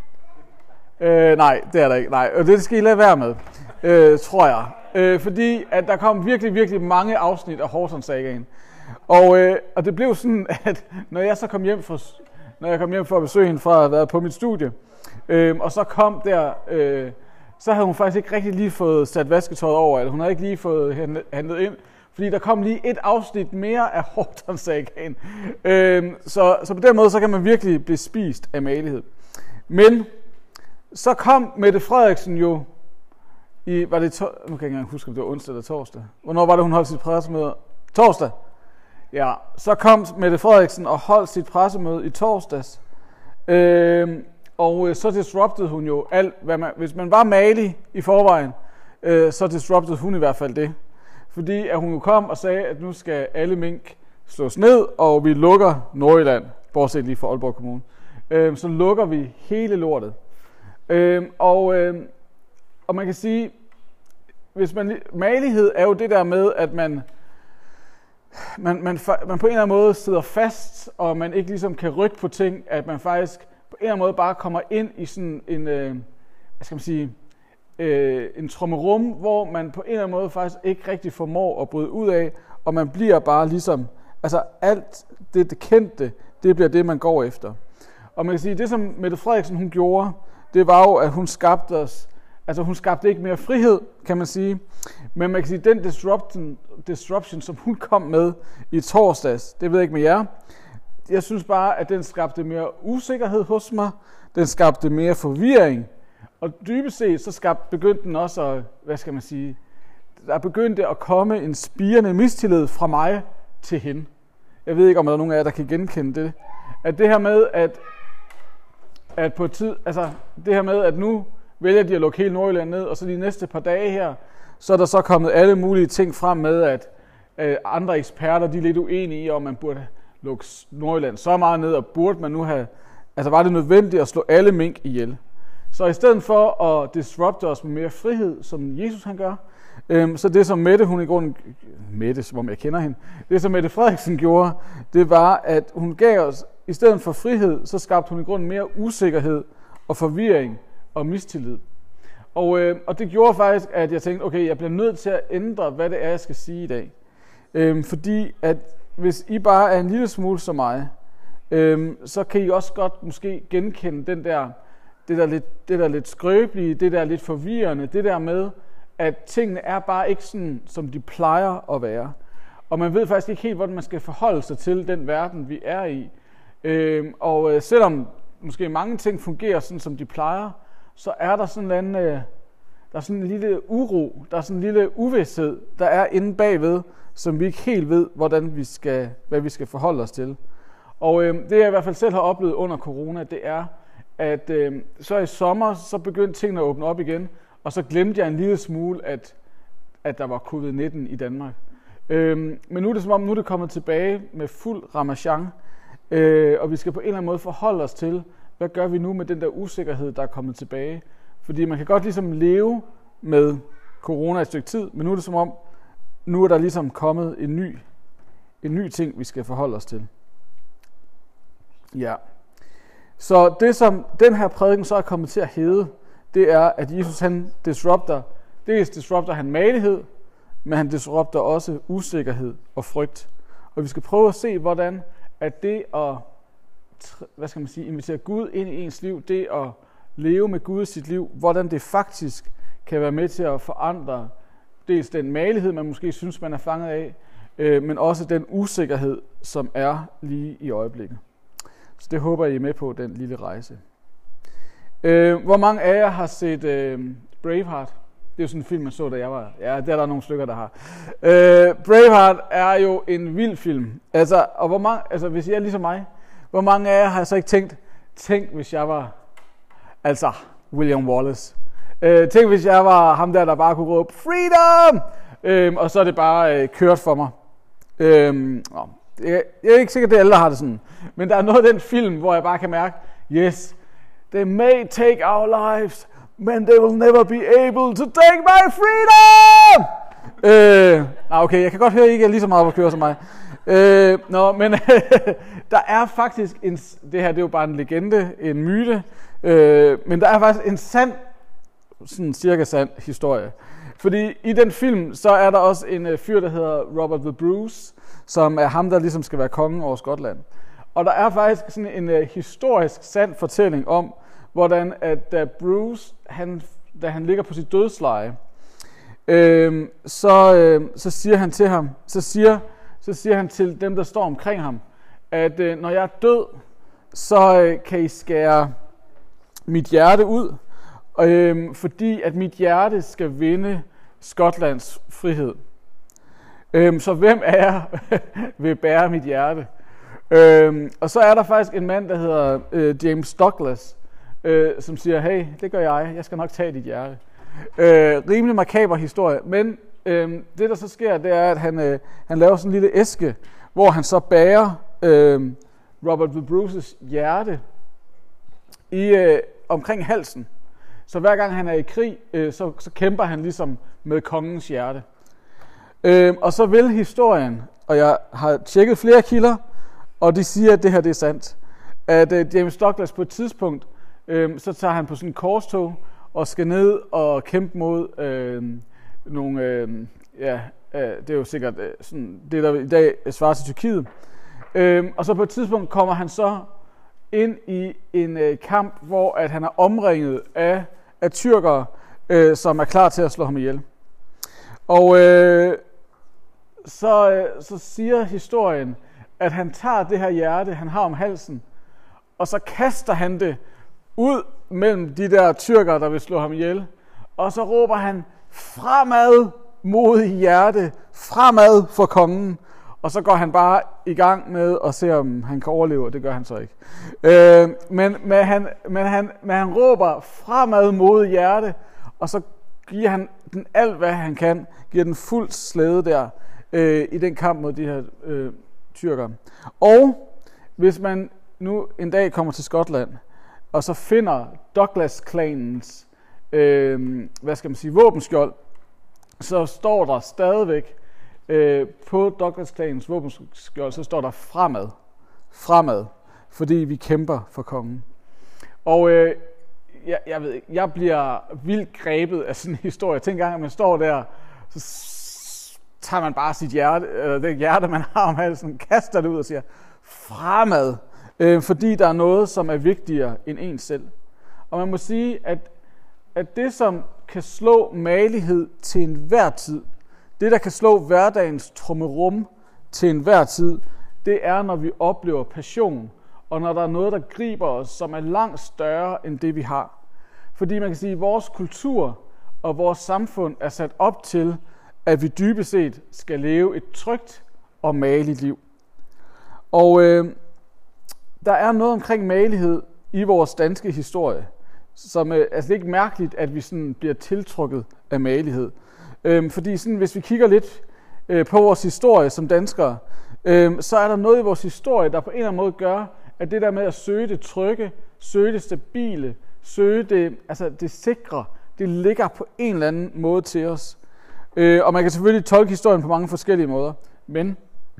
Øh, nej, det er der ikke. Nej, og det skal I lade være med, øh, tror jeg. Øh, fordi at der kom virkelig, virkelig mange afsnit af Horton-sagaen. Og, øh, og det blev sådan, at når jeg så kom hjem for, når jeg kom hjem for at besøge hende fra at have været på mit studie, øh, og så kom der, øh, så havde hun faktisk ikke rigtig lige fået sat vasketøjet over, eller hun havde ikke lige fået handlet ind, fordi der kom lige et afsnit mere af Horton-sagaen. Øh, så, så på den måde, så kan man virkelig blive spist af malighed. Men så kom Mette Frederiksen jo i, var det to, nu kan jeg ikke engang huske, om det var onsdag eller torsdag. Hvornår var det, hun holdt sit pressemøde? Torsdag. Ja, så kom Mette Frederiksen og holdt sit pressemøde i torsdags. Øh, og så disruptede hun jo alt, hvad man, hvis man var malig i forvejen, øh, så disruptede hun i hvert fald det. Fordi at hun jo kom og sagde, at nu skal alle mink slås ned, og vi lukker Nordjylland, bortset lige fra Aalborg Kommune. Øh, så lukker vi hele lortet. Øh, og, øh, og man kan sige, hvis man, malighed er jo det der med, at man, man, man, man på en eller anden måde sidder fast, og man ikke ligesom kan rykke på ting, at man faktisk på en eller anden måde bare kommer ind i sådan en, øh, hvad skal man sige, øh, en trommerum, hvor man på en eller anden måde faktisk ikke rigtig formår at bryde ud af, og man bliver bare ligesom, altså alt det, det kendte, det bliver det, man går efter. Og man kan sige, det som Mette Frederiksen hun gjorde, det var jo, at hun skabte os, altså hun skabte ikke mere frihed, kan man sige, men man kan sige, den disruption, disruption som hun kom med i torsdags, det ved jeg ikke med jer, jeg synes bare, at den skabte mere usikkerhed hos mig, den skabte mere forvirring, og dybest set, så skabte, begyndte den også at, hvad skal man sige, der begyndte at komme en spirende mistillid fra mig til hende. Jeg ved ikke, om der er nogen af jer, der kan genkende det. At det her med, at, at på tid, altså det her med, at nu vælger de at lukke hele Nordjylland ned, og så de næste par dage her, Så er der så kommet alle mulige ting frem med, at øh, andre eksperter de er lidt uenige i, om man burde lukke Nordjylland så meget ned, og burde man nu have, altså var det nødvendigt at slå alle mink ihjel. Så i stedet for at disrupte os med mere frihed, som Jesus han gør, øhm, så det som Mette, hun i grunden, Mette, som om jeg kender hende, det som Mette Frederiksen gjorde, det var, at hun gav os, i stedet for frihed, så skabte hun i grunden mere usikkerhed og forvirring og mistillid. Og, øh, og det gjorde faktisk, at jeg tænkte, okay, jeg bliver nødt til at ændre, hvad det er, jeg skal sige i dag. Øhm, fordi at hvis I bare er en lille smule som mig, øhm, så kan I også godt måske genkende den der, det, der lidt, det der lidt skrøbelige, det der lidt forvirrende, det der med, at tingene er bare ikke sådan, som de plejer at være. Og man ved faktisk ikke helt, hvordan man skal forholde sig til den verden, vi er i. Øhm, og øh, selvom måske mange ting fungerer sådan, som de plejer, så er der sådan en anden, øh, der er sådan en lille uro, der er sådan en lille uvished, der er inde bagved, som vi ikke helt ved, hvordan vi skal, hvad vi skal forholde os til. Og øh, det jeg i hvert fald selv har oplevet under corona, det er, at øh, så i sommer, så begyndte tingene at åbne op igen, og så glemte jeg en lille smule, at, at der var covid nitten i Danmark. Øh, men nu er det som om, nu er det kommet tilbage med fuld ramachan, øh, og vi skal på en eller anden måde forholde os til, hvad gør vi nu med den der usikkerhed, der er kommet tilbage? Fordi man kan godt ligesom leve med corona et stykke tid, men nu er det som om, nu er der ligesom kommet en ny, en ny ting, vi skal forholde os til. Ja. Så det, som den her prædiken så er kommet til at hedde, det er, at Jesus han disrupter, dels disrupter han magelighed, men han disrupter også usikkerhed og frygt. Og vi skal prøve at se, hvordan at det at, hvad skal man sige, invitere Gud ind i ens liv, det at leve med Gud i sit liv, hvordan det faktisk kan være med til at forandre dels den magelighed, man måske synes, man er fanget af, øh, men også den usikkerhed, som er lige i øjeblikket. Så det håber I er med på, den lille rejse. Øh, hvor mange af jer har set øh, Braveheart? Det er jo sådan en film, man så, da jeg var... Ja, det er der nogle stykker, der har. Øh, Braveheart er jo en vild film. Altså, og hvor mange, altså, hvis I er ligesom mig, hvor mange af jer har så ikke tænkt, tænk hvis jeg var... Altså, William Wallace. Øh, tænk hvis jeg var ham der, der bare kunne råbe, freedom! Øh, og så er det bare øh, kørt for mig. Øh, jeg, jeg er ikke sikker, at det er alle, der har det sådan. Men der er noget af den film, hvor jeg bare kan mærke, yes, they may take our lives, but they will never be able to take my freedom! Øh, okay, jeg kan godt høre, at I ikke er lige så meget på køre som mig. Øh, nå, men der er faktisk en, det her det er jo bare en legende, en myte, øh, men der er faktisk en sand, sådan cirka sand historie. Fordi i den film, så er der også en uh, fyr, der hedder Robert the Bruce, som er ham, der ligesom skal være kongen over Skotland. Og der er faktisk sådan en uh, historisk sand fortælling om, hvordan at da Bruce, han, da han ligger på sit dødsleje, øh, så, øh, så siger han til ham, så siger, så siger han til dem, der står omkring ham, at øh, når jeg er død, så øh, kan I skære mit hjerte ud, øh, fordi at mit hjerte skal vinde Skotlands frihed. Øh, så hvem af jer vil bære mit hjerte? Øh, og så er der faktisk en mand, der hedder øh, James Douglas, øh, som siger, hey, det gør jeg, jeg skal nok tage dit hjerte. Øh, rimelig makaber historie, men øh, det der så sker, det er, at han, øh, han laver sådan en lille æske, hvor han så bærer øh, Robert the Bruces hjerte i, øh, omkring halsen. Så hver gang han er i krig, øh, så, så kæmper han ligesom med kongens hjerte. Øh, og så vil historien, og jeg har tjekket flere kilder, og de siger, at det her det er sandt, at øh, James Douglas på et tidspunkt, øh, så tager han på sådan en korstog, og skal ned og kæmpe mod øh, nogle, øh, ja, øh, det er jo sikkert øh, sådan, det der i dag svarer til Tyrkiet. Øh, og så på et tidspunkt kommer han så ind i en øh, kamp, hvor at han er omringet af, af tyrkere, øh, som er klar til at slå ham ihjel. Og øh, så, øh, så siger historien, at han tager det her hjerte, han har om halsen, og så kaster han det ud mellem de der tyrkere, der vil slå ham ihjel. Og så råber han, fremad mod hjerte, fremad for kongen. Og så går han bare i gang med at se, om han kan overleve, og det gør han så ikke. Øh, men, men, han, men, han, men han råber fremad mod hjerte, og så giver han den alt, hvad han kan, giver den fuld slæde der øh, i den kamp mod de her øh, tyrkere. Og hvis man nu en dag kommer til Skotland, og så finder Douglas-klanens øh, hvad skal man sige, våbenskjold, så står der stadigvæk øh, på Douglas-klanens våbenskjold, så står der fremad, fremad, fordi vi kæmper for kongen. Og øh, jeg, jeg ved jeg bliver vildt grebet af sådan en historie. Tænk engang, at man står der, så tager man bare sit hjerte, eller det hjerte, man har om halsen, kaster det ud og siger, fremad, øh, fordi der er noget, som er vigtigere end en selv. Og man må sige, at, at det, som kan slå malighed til enhver tid, det, der kan slå hverdagens trummerum til enhver tid, det er, når vi oplever passion, og når der er noget, der griber os, som er langt større end det, vi har. Fordi man kan sige, at vores kultur og vores samfund er sat op til, at vi dybest set skal leve et trygt og mageligt liv. Og øh, der er noget omkring magelighed i vores danske historie, som øh, altså det er ikke mærkeligt, at vi sådan bliver tiltrukket af magelighed. Øh, fordi sådan, hvis vi kigger lidt øh, på vores historie som danskere, øh, så er der noget i vores historie, der på en eller anden måde gør, at det der med at søge det trygge, søge det stabile, søge det, altså det sikre, det ligger på en eller anden måde til os. Øh, og man kan selvfølgelig tolke historien på mange forskellige måder, men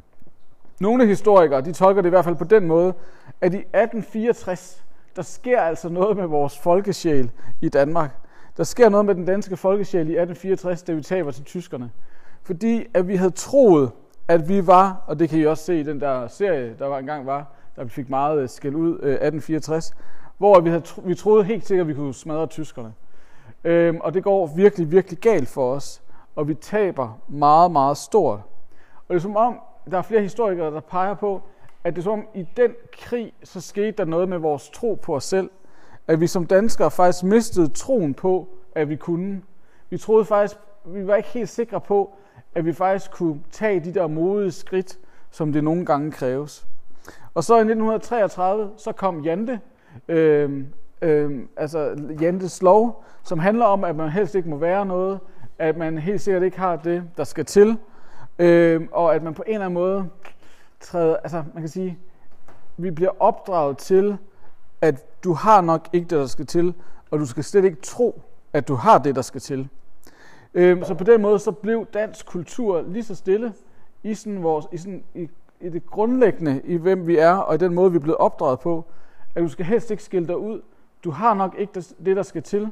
nogle historikere, de tolker det i hvert fald på den måde, at i atten fireogtres, der sker altså noget med vores folkesjæl i Danmark. Der sker noget med den danske folkesjæl i atten fireogtres, da vi taber til tyskerne. Fordi at vi havde troet, at vi var, og det kan I også se i den der serie, der var engang var, der vi fik meget skæld ud, atten fireogtres, hvor vi, havde, vi troede helt sikkert, at vi kunne smadre tyskerne. Øhm, og det går virkelig, virkelig galt for os, og vi taber meget, meget stort. Og det er som om, der er flere historikere, der peger på, at det er som om, i den krig, så skete der noget med vores tro på os selv. At vi som danskere faktisk mistede troen på, at vi kunne. Vi troede faktisk, vi var ikke helt sikre på, at vi faktisk kunne tage de der modige skridt, som det nogle gange kræves. Og så i nitten treogtredive, så kom Jante, øh, øh, altså Jantes lov, som handler om, at man helst ikke må være noget, at man helt sikkert ikke har det, der skal til, øh, og at man på en eller anden måde træder, altså man kan sige, vi bliver opdraget til, at du har nok ikke det, der skal til, og du skal slet ikke tro, at du har det, der skal til. Øh, så på den måde, så blev dansk kultur lige så stille i, sådan vores, i, sådan, i, i det grundlæggende, i hvem vi er, og i den måde, vi er blevet opdraget på, at du skal helst ikke skille dig ud. Du har nok ikke det, der skal til.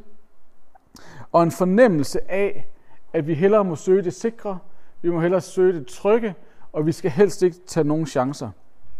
Og en fornemmelse af, at vi hellere må søge det sikre, vi må hellere søge det trygge, og vi skal helst ikke tage nogen chancer.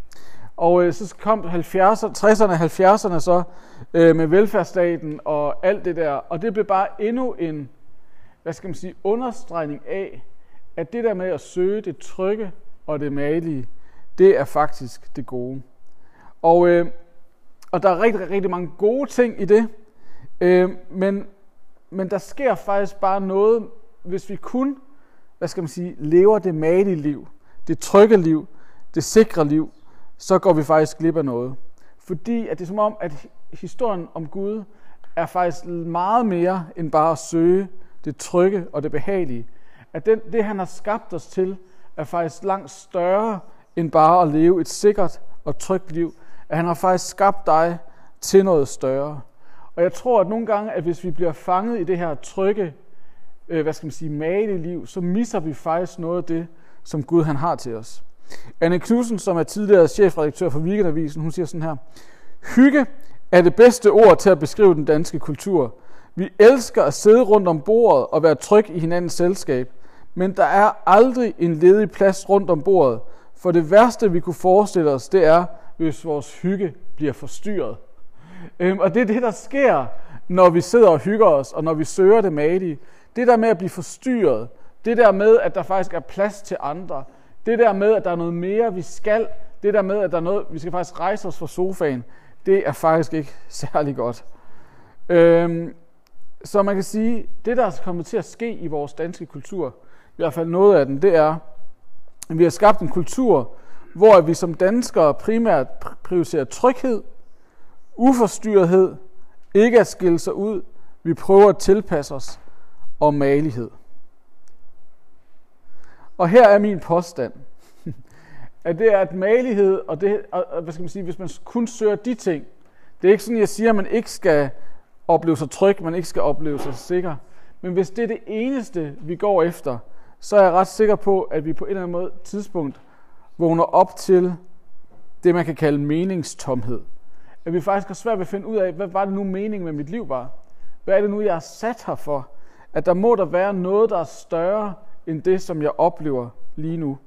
Og øh, så kom halvfjerdserne, tresserne og halvfjerdserne så øh, med velfærdsstaten og alt det der, og det blev bare endnu en, hvad skal man sige, understregning af, at det der med at søge det trygge og det magelige, det er faktisk det gode. Og, øh, og der er rigtig, rigtig mange gode ting i det, øh, men, men der sker faktisk bare noget, hvis vi kun, hvad skal man sige, lever det magelige liv, det trygge liv, det sikre liv, så går vi faktisk glip af noget. Fordi at det er som om, at historien om Gud er faktisk meget mere end bare at søge det trygge og det behagelige. At den, det, han har skabt os til, er faktisk langt større end bare at leve et sikkert og trygt liv. At han har faktisk skabt dig til noget større. Og jeg tror, at nogle gange, at hvis vi bliver fanget i det her trygge, øh, hvad skal man sige, magelige liv, så misser vi faktisk noget af det, som Gud han har til os. Anne Knudsen, som er tidligere chefredaktør for Weekendavisen, hun siger sådan her: hygge er det bedste ord til at beskrive den danske kultur. Vi elsker at sidde rundt om bordet og være tryg i hinandens selskab, men der er aldrig en ledig plads rundt om bordet, for det værste, vi kunne forestille os, det er, hvis vores hygge bliver forstyrret. Øhm, og det er det, der sker, når vi sidder og hygger os, og når vi søger det magelige. Det der med at blive forstyrret, det der med, at der faktisk er plads til andre, det der med, at der er noget mere, vi skal, det der med, at der er noget, vi skal faktisk rejse os fra sofaen, det er faktisk ikke særlig godt. Øhm, så man kan sige, det der er kommet til at ske i vores danske kultur, i hvert fald noget af den, det er, at vi har skabt en kultur, hvor vi som danskere primært prioriterer tryghed, uforstyrrethed, ikke at skille sig ud, vi prøver at tilpasse os, og magelighed. Og her er min påstand, at det er at magelighed, og det, og, hvad skal man sige, hvis man kun søger de ting, det er ikke sådan, jeg siger, at man ikke skal opleve sig tryg, man ikke skal opleve sig sikker, men hvis det er det eneste, vi går efter, så er jeg ret sikker på, at vi på en eller anden måde tidspunkt vågner op til det, man kan kalde meningstomhed. At vi faktisk har svært ved at finde ud af, hvad var det nu meningen med mit liv var? Hvad er det nu, jeg er sat her for? At der må der være noget, der er større end det, som jeg oplever lige nu.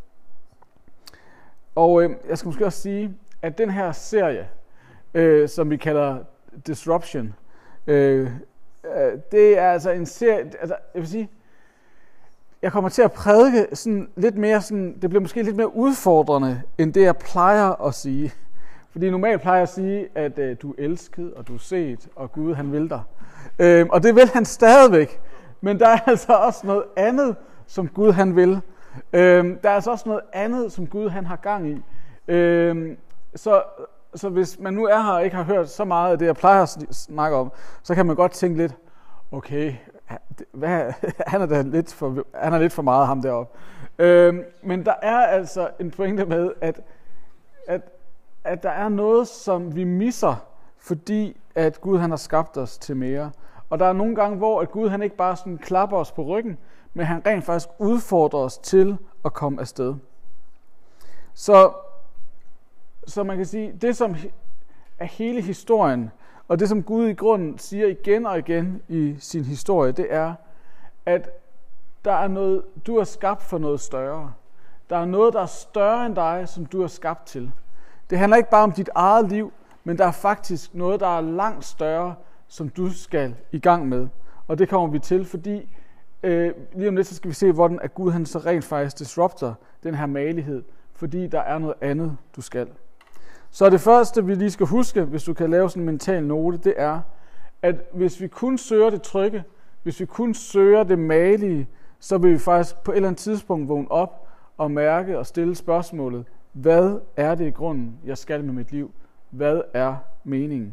Og øh, jeg skal måske også sige, at den her serie, øh, som vi kalder Disruption, øh, øh, det er altså en serie, altså jeg vil sige, jeg kommer til at prædike sådan lidt mere sådan, det bliver måske lidt mere udfordrende, end det jeg plejer at sige. Fordi normalt plejer jeg at sige, at øh, du er elsket, og du er set, og Gud han vil dig. Øh, og det vil han stadigvæk. Men der er altså også noget andet, som Gud han vil. Øh, der er altså også noget andet, som Gud han har gang i. Øh, så, så hvis man nu er her og ikke har hørt så meget af det, jeg plejer at snakke om, så kan man godt tænke lidt, okay, hvad, han, er da lidt for, han er lidt for meget ham deroppe. Øh, men der er altså en pointe med, at, at, at der er noget, som vi misser, fordi at Gud han har skabt os til mere. Og der er nogle gange, hvor at Gud han ikke bare sådan klapper os på ryggen, men han rent faktisk udfordrer os til at komme afsted. Så, så man kan sige, det som er hele historien, og det som Gud i grunden siger igen og igen i sin historie, det er, at der er noget, du er skabt for noget større. Der er noget, der er større end dig, som du er skabt til. Det handler ikke bare om dit eget liv, men der er faktisk noget, der er langt større, som du skal i gang med. Og det kommer vi til, fordi øh, lige om lidt, så skal vi se, hvordan at Gud han så rent faktisk disrupter den her magelighed, fordi der er noget andet, du skal. Så det første, vi lige skal huske, hvis du kan lave sådan en mental note, det er, at hvis vi kun søger det trygge, hvis vi kun søger det magelige, så vil vi faktisk på et eller andet tidspunkt vågne op og mærke og stille spørgsmålet, hvad er det i grunden, jeg skal med mit liv? Hvad er meningen?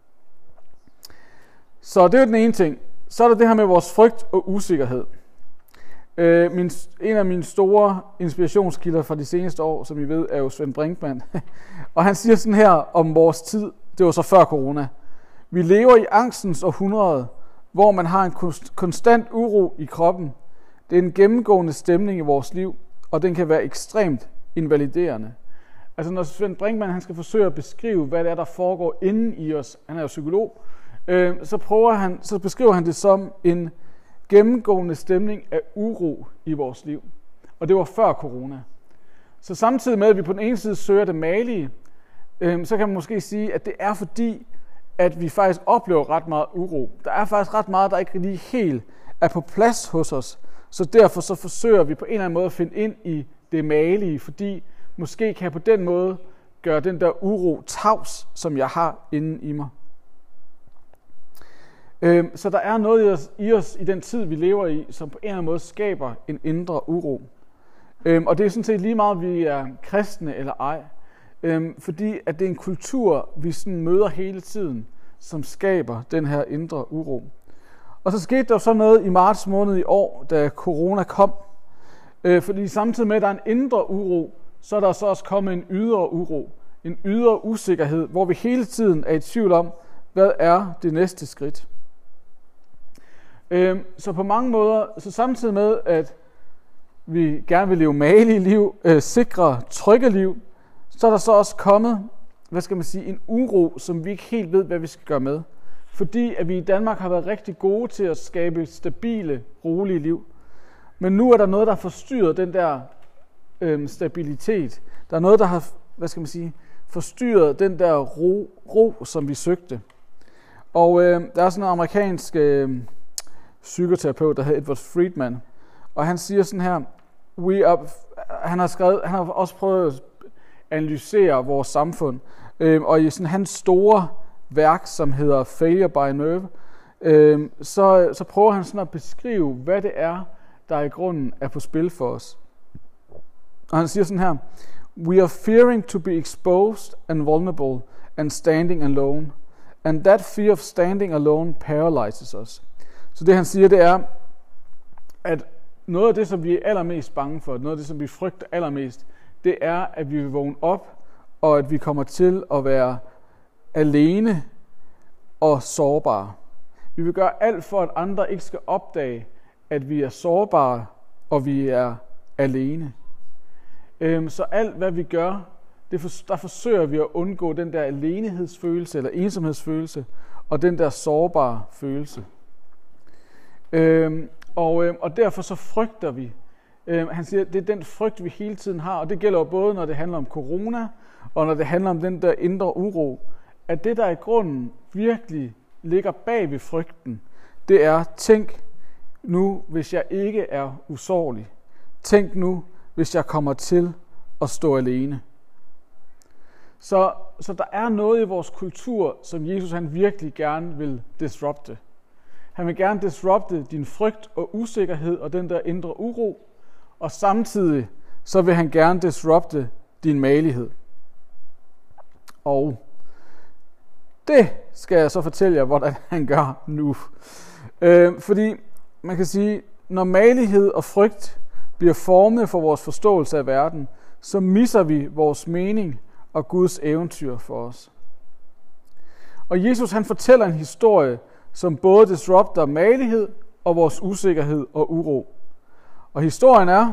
Så det er den ene ting. Så er der det her med vores frygt og usikkerhed. Øh, min, en af mine store inspirationskilder fra de seneste år, som I ved, er jo Svend Brinkmann. Og han siger sådan her om vores tid, det var så før corona. Vi lever i angstens århundrede, hvor man har en konstant uro i kroppen. Det er en gennemgående stemning i vores liv, og den kan være ekstremt invaliderende. Altså når Svend Brinkmann han skal forsøge at beskrive, hvad det er, der foregår inden i os, han er jo psykolog, øh, så, prøver han, så beskriver han det som en gennemgående stemning af uro i vores liv. Og det var før corona. Så samtidig med, at vi på den ene side søger det magelige, øh, så kan man måske sige, at det er fordi, at vi faktisk oplever ret meget uro. Der er faktisk ret meget, der ikke lige helt er på plads hos os. Så derfor så forsøger vi på en eller anden måde at finde ind i det magelige, fordi måske kan jeg på den måde gøre den der uro tavs, som jeg har inde i mig. Øhm, så der er noget i os, i os i den tid, vi lever i, som på en eller anden måde skaber en indre uro. Øhm, og det er sådan set lige meget, om vi er kristne eller ej. Øhm, fordi at det er en kultur, vi sådan møder hele tiden, som skaber den her indre uro. Og så skete der så noget i marts måned i år, da corona kom. Øh, fordi samtidig med, at der er en indre uro, så er der så også kommet en ydre uro. En ydre usikkerhed, hvor vi hele tiden er i tvivl om, hvad er det næste skridt. Øh, så på mange måder, så samtidig med, at vi gerne vil leve magelige liv, øh, sikre, trygge liv, så er der så også kommet, hvad skal man sige, en uro, som vi ikke helt ved, hvad vi skal gøre med. Fordi at vi i Danmark har været rigtig gode til at skabe stabile, rolige liv. Men nu er der noget, der har forstyrret den der øhm, stabilitet. Der er noget, der har, hvad skal man sige, forstyrret den der ro, ro som vi søgte. Og øh, der er sådan en amerikansk øh, psykoterapeut, der hedder Edward Friedman. Og han siger sådan her, we are, han har skrevet, han har også prøvet at analysere vores samfund. Øh, og i sådan hans store værk, som hedder Failure by Nerve, øh, så, så prøver han sådan at beskrive, hvad det er, der i grunden er på spil for os. Og han siger sådan her, we are fearing to be exposed and vulnerable and standing alone. And that fear of standing alone paralyzes us. Så det han siger, det er, at noget af det, som vi er allermest bange for, noget af det, som vi frygter allermest, det er, at vi vil vågne op, og at vi kommer til at være alene og sårbare. Vi vil gøre alt for, at andre ikke skal opdage, at vi er sårbare, og vi er alene. Øhm, så alt, hvad vi gør, det for, der forsøger vi at undgå den der alenehedsfølelse, eller ensomhedsfølelse, og den der sårbare følelse. Øhm, og, øhm, og derfor så frygter vi. Øhm, han siger, det er den frygt, vi hele tiden har, og det gælder jo både, når det handler om corona, og når det handler om den der indre uro, at det, der i grunden virkelig ligger bag ved frygten, det er, tænk nu, hvis jeg ikke er usårlig. Tænk nu, hvis jeg kommer til at stå alene. Så, så der er noget i vores kultur, som Jesus han virkelig gerne vil disrupte. Han vil gerne disrupte din frygt og usikkerhed og den der indre uro, og samtidig så vil han gerne disrupte din magelighed. Og det skal jeg så fortælle jer, hvordan han gør nu. Øh, fordi man kan sige, når magelighed og frygt bliver formet for vores forståelse af verden, så misser vi vores mening og Guds eventyr for os. Og Jesus han fortæller en historie, som både disrupter magelighed og vores usikkerhed og uro. Og historien er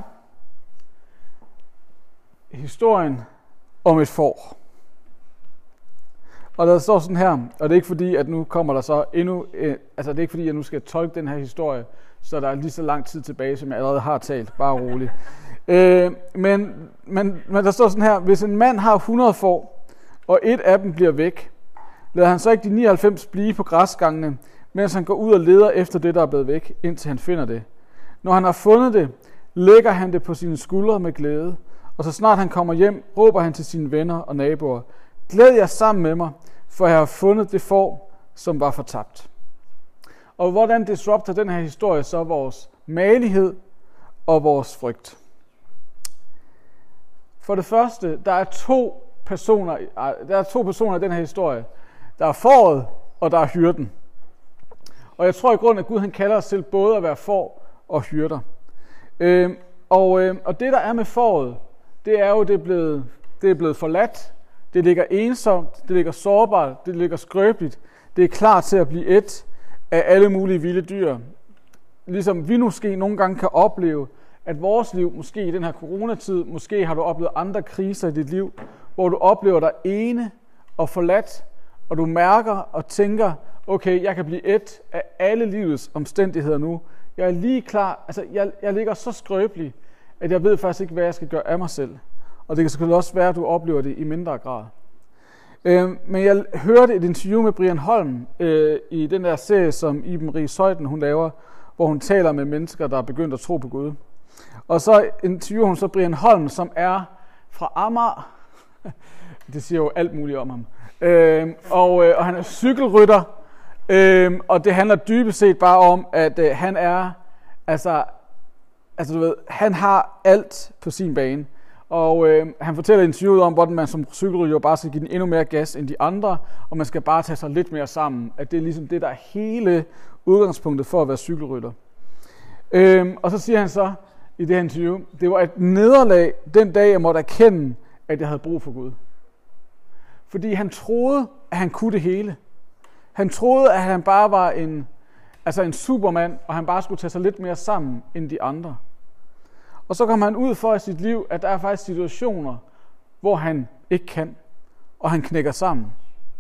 historien om et får. Og der står sådan her, og det er ikke fordi, at nu kommer der så endnu, øh, altså det er ikke fordi, at jeg nu skal tolke den her historie, så der er lige så lang tid tilbage, som jeg allerede har talt, bare roligt. Øh, men, men, men der står sådan her, hvis en mand har hundrede får, og et af dem bliver væk, lader han så ikke de nioghalvfems blive på græsgangene, mens han går ud og leder efter det, der er blevet væk, indtil han finder det. Når han har fundet det, lægger han det på sine skuldre med glæde, og så snart han kommer hjem, råber han til sine venner og naboer, glæd jer sammen med mig, for jeg har fundet det får, som var fortabt. Og hvordan disrupter den her historie så vores magelighed og vores frygt? For det første, der er to personer, der er to personer i den her historie. Der er fåret, og der er hyrden. Og jeg tror i grunden, at Gud han kalder os til både at være får og hyrder. Øhm, og, øhm, og det der er med fåret, det er jo, det er blevet, det er blevet forladt. Det ligger ensomt, det ligger sårbart, det ligger skrøbeligt. Det er klar til at blive et af alle mulige vilde dyr. Ligesom vi måske nogle gange kan opleve, at vores liv, måske i den her coronatid, måske har du oplevet andre kriser i dit liv, hvor du oplever dig ene og forladt, og du mærker og tænker, okay, jeg kan blive et af alle livets omstændigheder nu. Jeg er lige klar, altså jeg, jeg ligger så skrøbelig, at jeg ved faktisk ikke, hvad jeg skal gøre af mig selv. Og det kan selvfølgelig også være, at du oplever det i mindre grad. Øh, men jeg hørte et interview med Brian Holm øh, i den der serie, som Iben Ries Søjden hun laver, hvor hun taler med mennesker, der er begyndt at tro på Gud. Og så interviewer hun så Brian Holm, som er fra Amager. Det siger jo alt muligt om ham. Øh, og, øh, og han er cykelrytter. Øh, og det handler dybest set bare om, at øh, han er, altså, altså du ved, han har alt på sin bane. Og øh, han fortæller i interviewet om, hvordan man som cykelrytter bare skal give den endnu mere gas end de andre, og man skal bare tage sig lidt mere sammen. At det er ligesom det, der er hele udgangspunktet for at være cykelrytter. Øh, og så siger han så i det her interview, det var et nederlag den dag, jeg måtte erkende, at jeg havde brug for Gud. Fordi han troede, at han kunne det hele. Han troede, at han bare var en, altså en supermand, og han bare skulle tage sig lidt mere sammen end de andre. Og så kom han ud for i sit liv, at der er faktisk situationer, hvor han ikke kan, og han knækker sammen.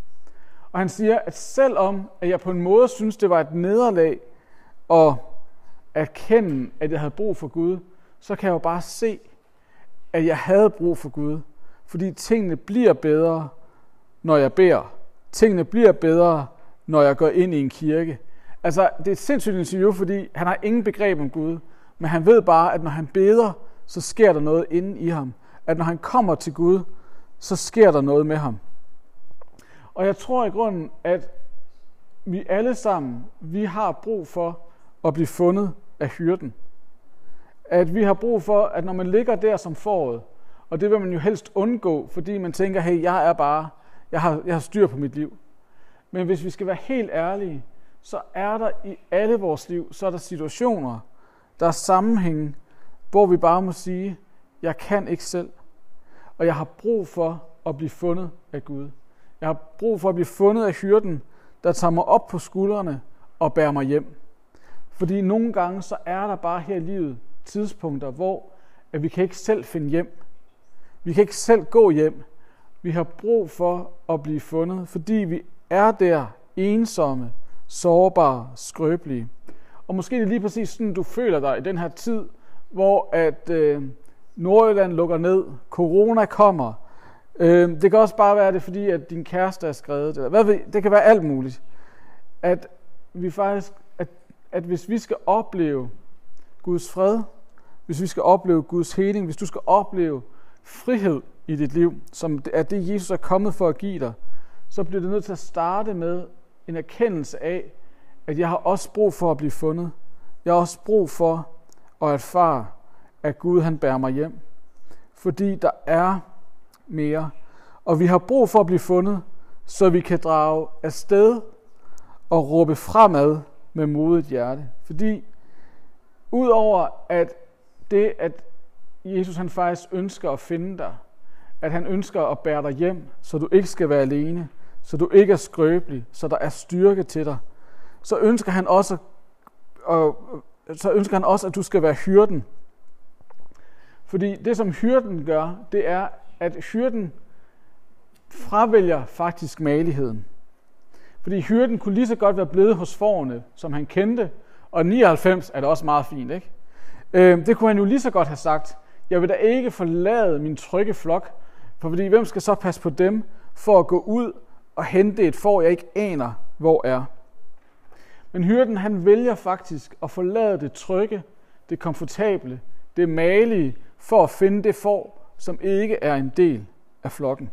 Og han siger, at selvom at jeg på en måde synes, det var et nederlag at erkende, at jeg havde brug for Gud, så kan jeg jo bare se, at jeg havde brug for Gud. Fordi tingene bliver bedre, når jeg beder. Tingene bliver bedre, når jeg går ind i en kirke. Altså, det er et sindssygt interview, fordi han har ingen begreb om Gud. Men han ved bare, at når han beder, så sker der noget inde i ham. At når han kommer til Gud, så sker der noget med ham. Og jeg tror i grunden, at vi alle sammen, vi har brug for at blive fundet af hyrden. At vi har brug for, at når man ligger der som fåret, og det vil man jo helst undgå, fordi man tænker, hey, jeg er bare, jeg har, jeg har styr på mit liv. Men hvis vi skal være helt ærlige, så er der i alle vores liv, så er der situationer, Der er sammenhænge, hvor vi bare må sige, jeg kan ikke selv, og jeg har brug for at blive fundet af Gud. Jeg har brug for at blive fundet af hyrden, der tager mig op på skuldrene og bærer mig hjem. Fordi nogle gange så er der bare her i livet tidspunkter, hvor at vi kan ikke selv finde hjem. Vi kan ikke selv gå hjem. Vi har brug for at blive fundet, fordi vi er der ensomme, sårbare, skrøbelige. Og måske er det lige præcis sådan, du føler dig i den her tid, hvor at øh, Nordjylland lukker ned, corona kommer. Øh, det kan også bare være det, fordi at din kæreste er skredet. Eller hvad ved, det kan være alt muligt. At vi faktisk, at, at hvis vi skal opleve Guds fred, hvis vi skal opleve Guds heling, hvis du skal opleve frihed i dit liv, som er det, Jesus er kommet for at give dig, så bliver det nødt til at starte med en erkendelse af, at jeg har også brug for at blive fundet. Jeg har også brug for at erfare, at Gud han bærer mig hjem. Fordi der er mere. Og vi har brug for at blive fundet, så vi kan drage afsted og råbe fremad med modigt hjerte. Fordi udover at det, at Jesus han faktisk ønsker at finde dig, at han ønsker at bære dig hjem, så du ikke skal være alene, så du ikke er skrøbelig, så der er styrke til dig, så ønsker han også, og, så ønsker han også, at du skal være hyrden. Fordi det, som hyrden gør, det er, at hyrden fravælger faktisk mageligheden. Fordi hyrden kunne lige så godt være blevet hos fårene, som han kendte, og nioghalvfems er det også meget fint, ikke? Øh, det kunne han jo lige så godt have sagt, jeg vil da ikke forlade min trygge flok, for fordi hvem skal så passe på dem, for at gå ud og hente et får, jeg ikke aner, hvor er. Men hyrden, han vælger faktisk at forlade det trygge, det komfortable, det magelige, for at finde det får, som ikke er en del af flokken.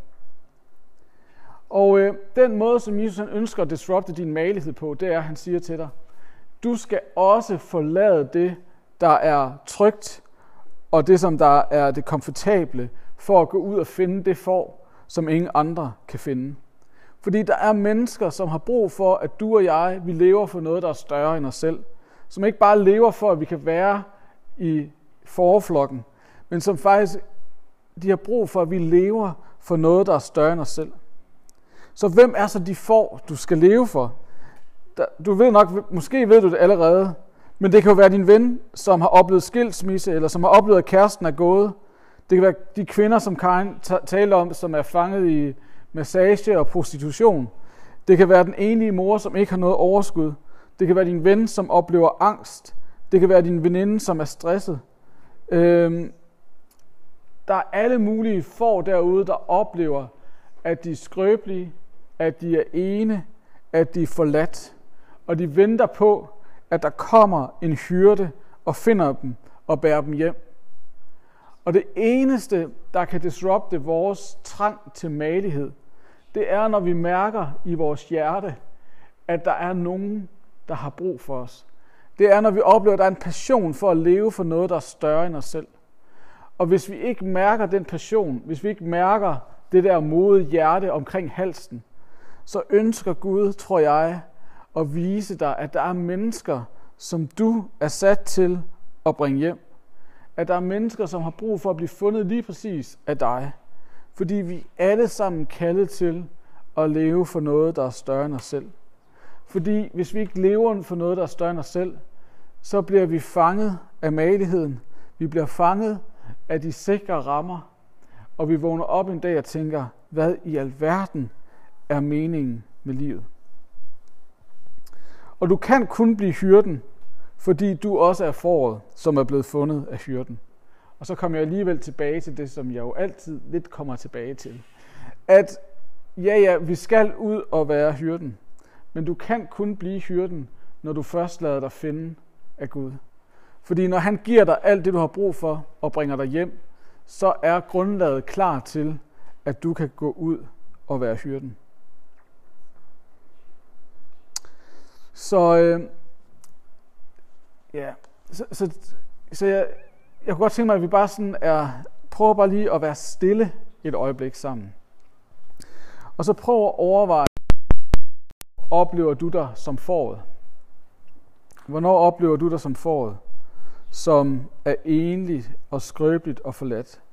Og øh, den måde, som Jesus han ønsker at disrupte din magelighed på, det er, at han siger til dig, du skal også forlade det, der er trygt, og det, som der er det komfortable, for at gå ud og finde det får, som ingen andre kan finde. Fordi der er mennesker, som har brug for, at du og jeg, vi lever for noget, der er større end os selv. Som ikke bare lever for, at vi kan være i forflokken, men som faktisk, de har brug for, at vi lever for noget, der er større end os selv. Så hvem er så de får, du skal leve for? Du ved nok, måske ved du det allerede, men det kan jo være din ven, som har oplevet skilsmisse, eller som har oplevet, at kæresten er gået. Det kan være de kvinder, som Karin taler om, som er fanget i massage og prostitution. Det kan være den enlige mor, som ikke har noget overskud. Det kan være din ven, som oplever angst. Det kan være din veninde, som er stresset. Øhm, der er alle mulige får derude, der oplever, at de er skrøbelige, at de er ene, at de er forladt. Og de venter på, at der kommer en hyrde og finder dem og bærer dem hjem. Og det eneste, der kan disrupte vores trang til magelighed, det er, når vi mærker i vores hjerte, at der er nogen, der har brug for os. Det er, når vi oplever, at der er en passion for at leve for noget, der er større end os selv. Og hvis vi ikke mærker den passion, hvis vi ikke mærker det der modige hjerte omkring halsen, så ønsker Gud, tror jeg, at vise dig, at der er mennesker, som du er sat til at bringe hjem. At der er mennesker, som har brug for at blive fundet lige præcis af dig. Fordi vi alle sammen kaldet til at leve for noget, der er større end os selv. Fordi hvis vi ikke lever for noget, der er større end os selv, så bliver vi fanget af mageligheden. Vi bliver fanget af de sikre rammer. Og vi vågner op en dag og tænker, hvad i alverden er meningen med livet? Og du kan kun blive hyrden, fordi du også er fåret, som er blevet fundet af hyrden. Og så kommer jeg alligevel tilbage til det, som jeg jo altid lidt kommer tilbage til. At ja, ja, vi skal ud og være hyrden. Men du kan kun blive hyrden, når du først lader dig finde af Gud. Fordi når han giver dig alt det, du har brug for, og bringer dig hjem, så er grundlaget klar til, at du kan gå ud og være hyrden. Så, øh, ja, så, så, så jeg, jeg kunne godt tænke mig, at vi bare sådan er, prøver bare lige at være stille et øjeblik sammen. Og så prøv at overveje, oplever du dig som fåret? Hvornår oplever du dig som fåret? som er enligt og skrøbeligt og forladt.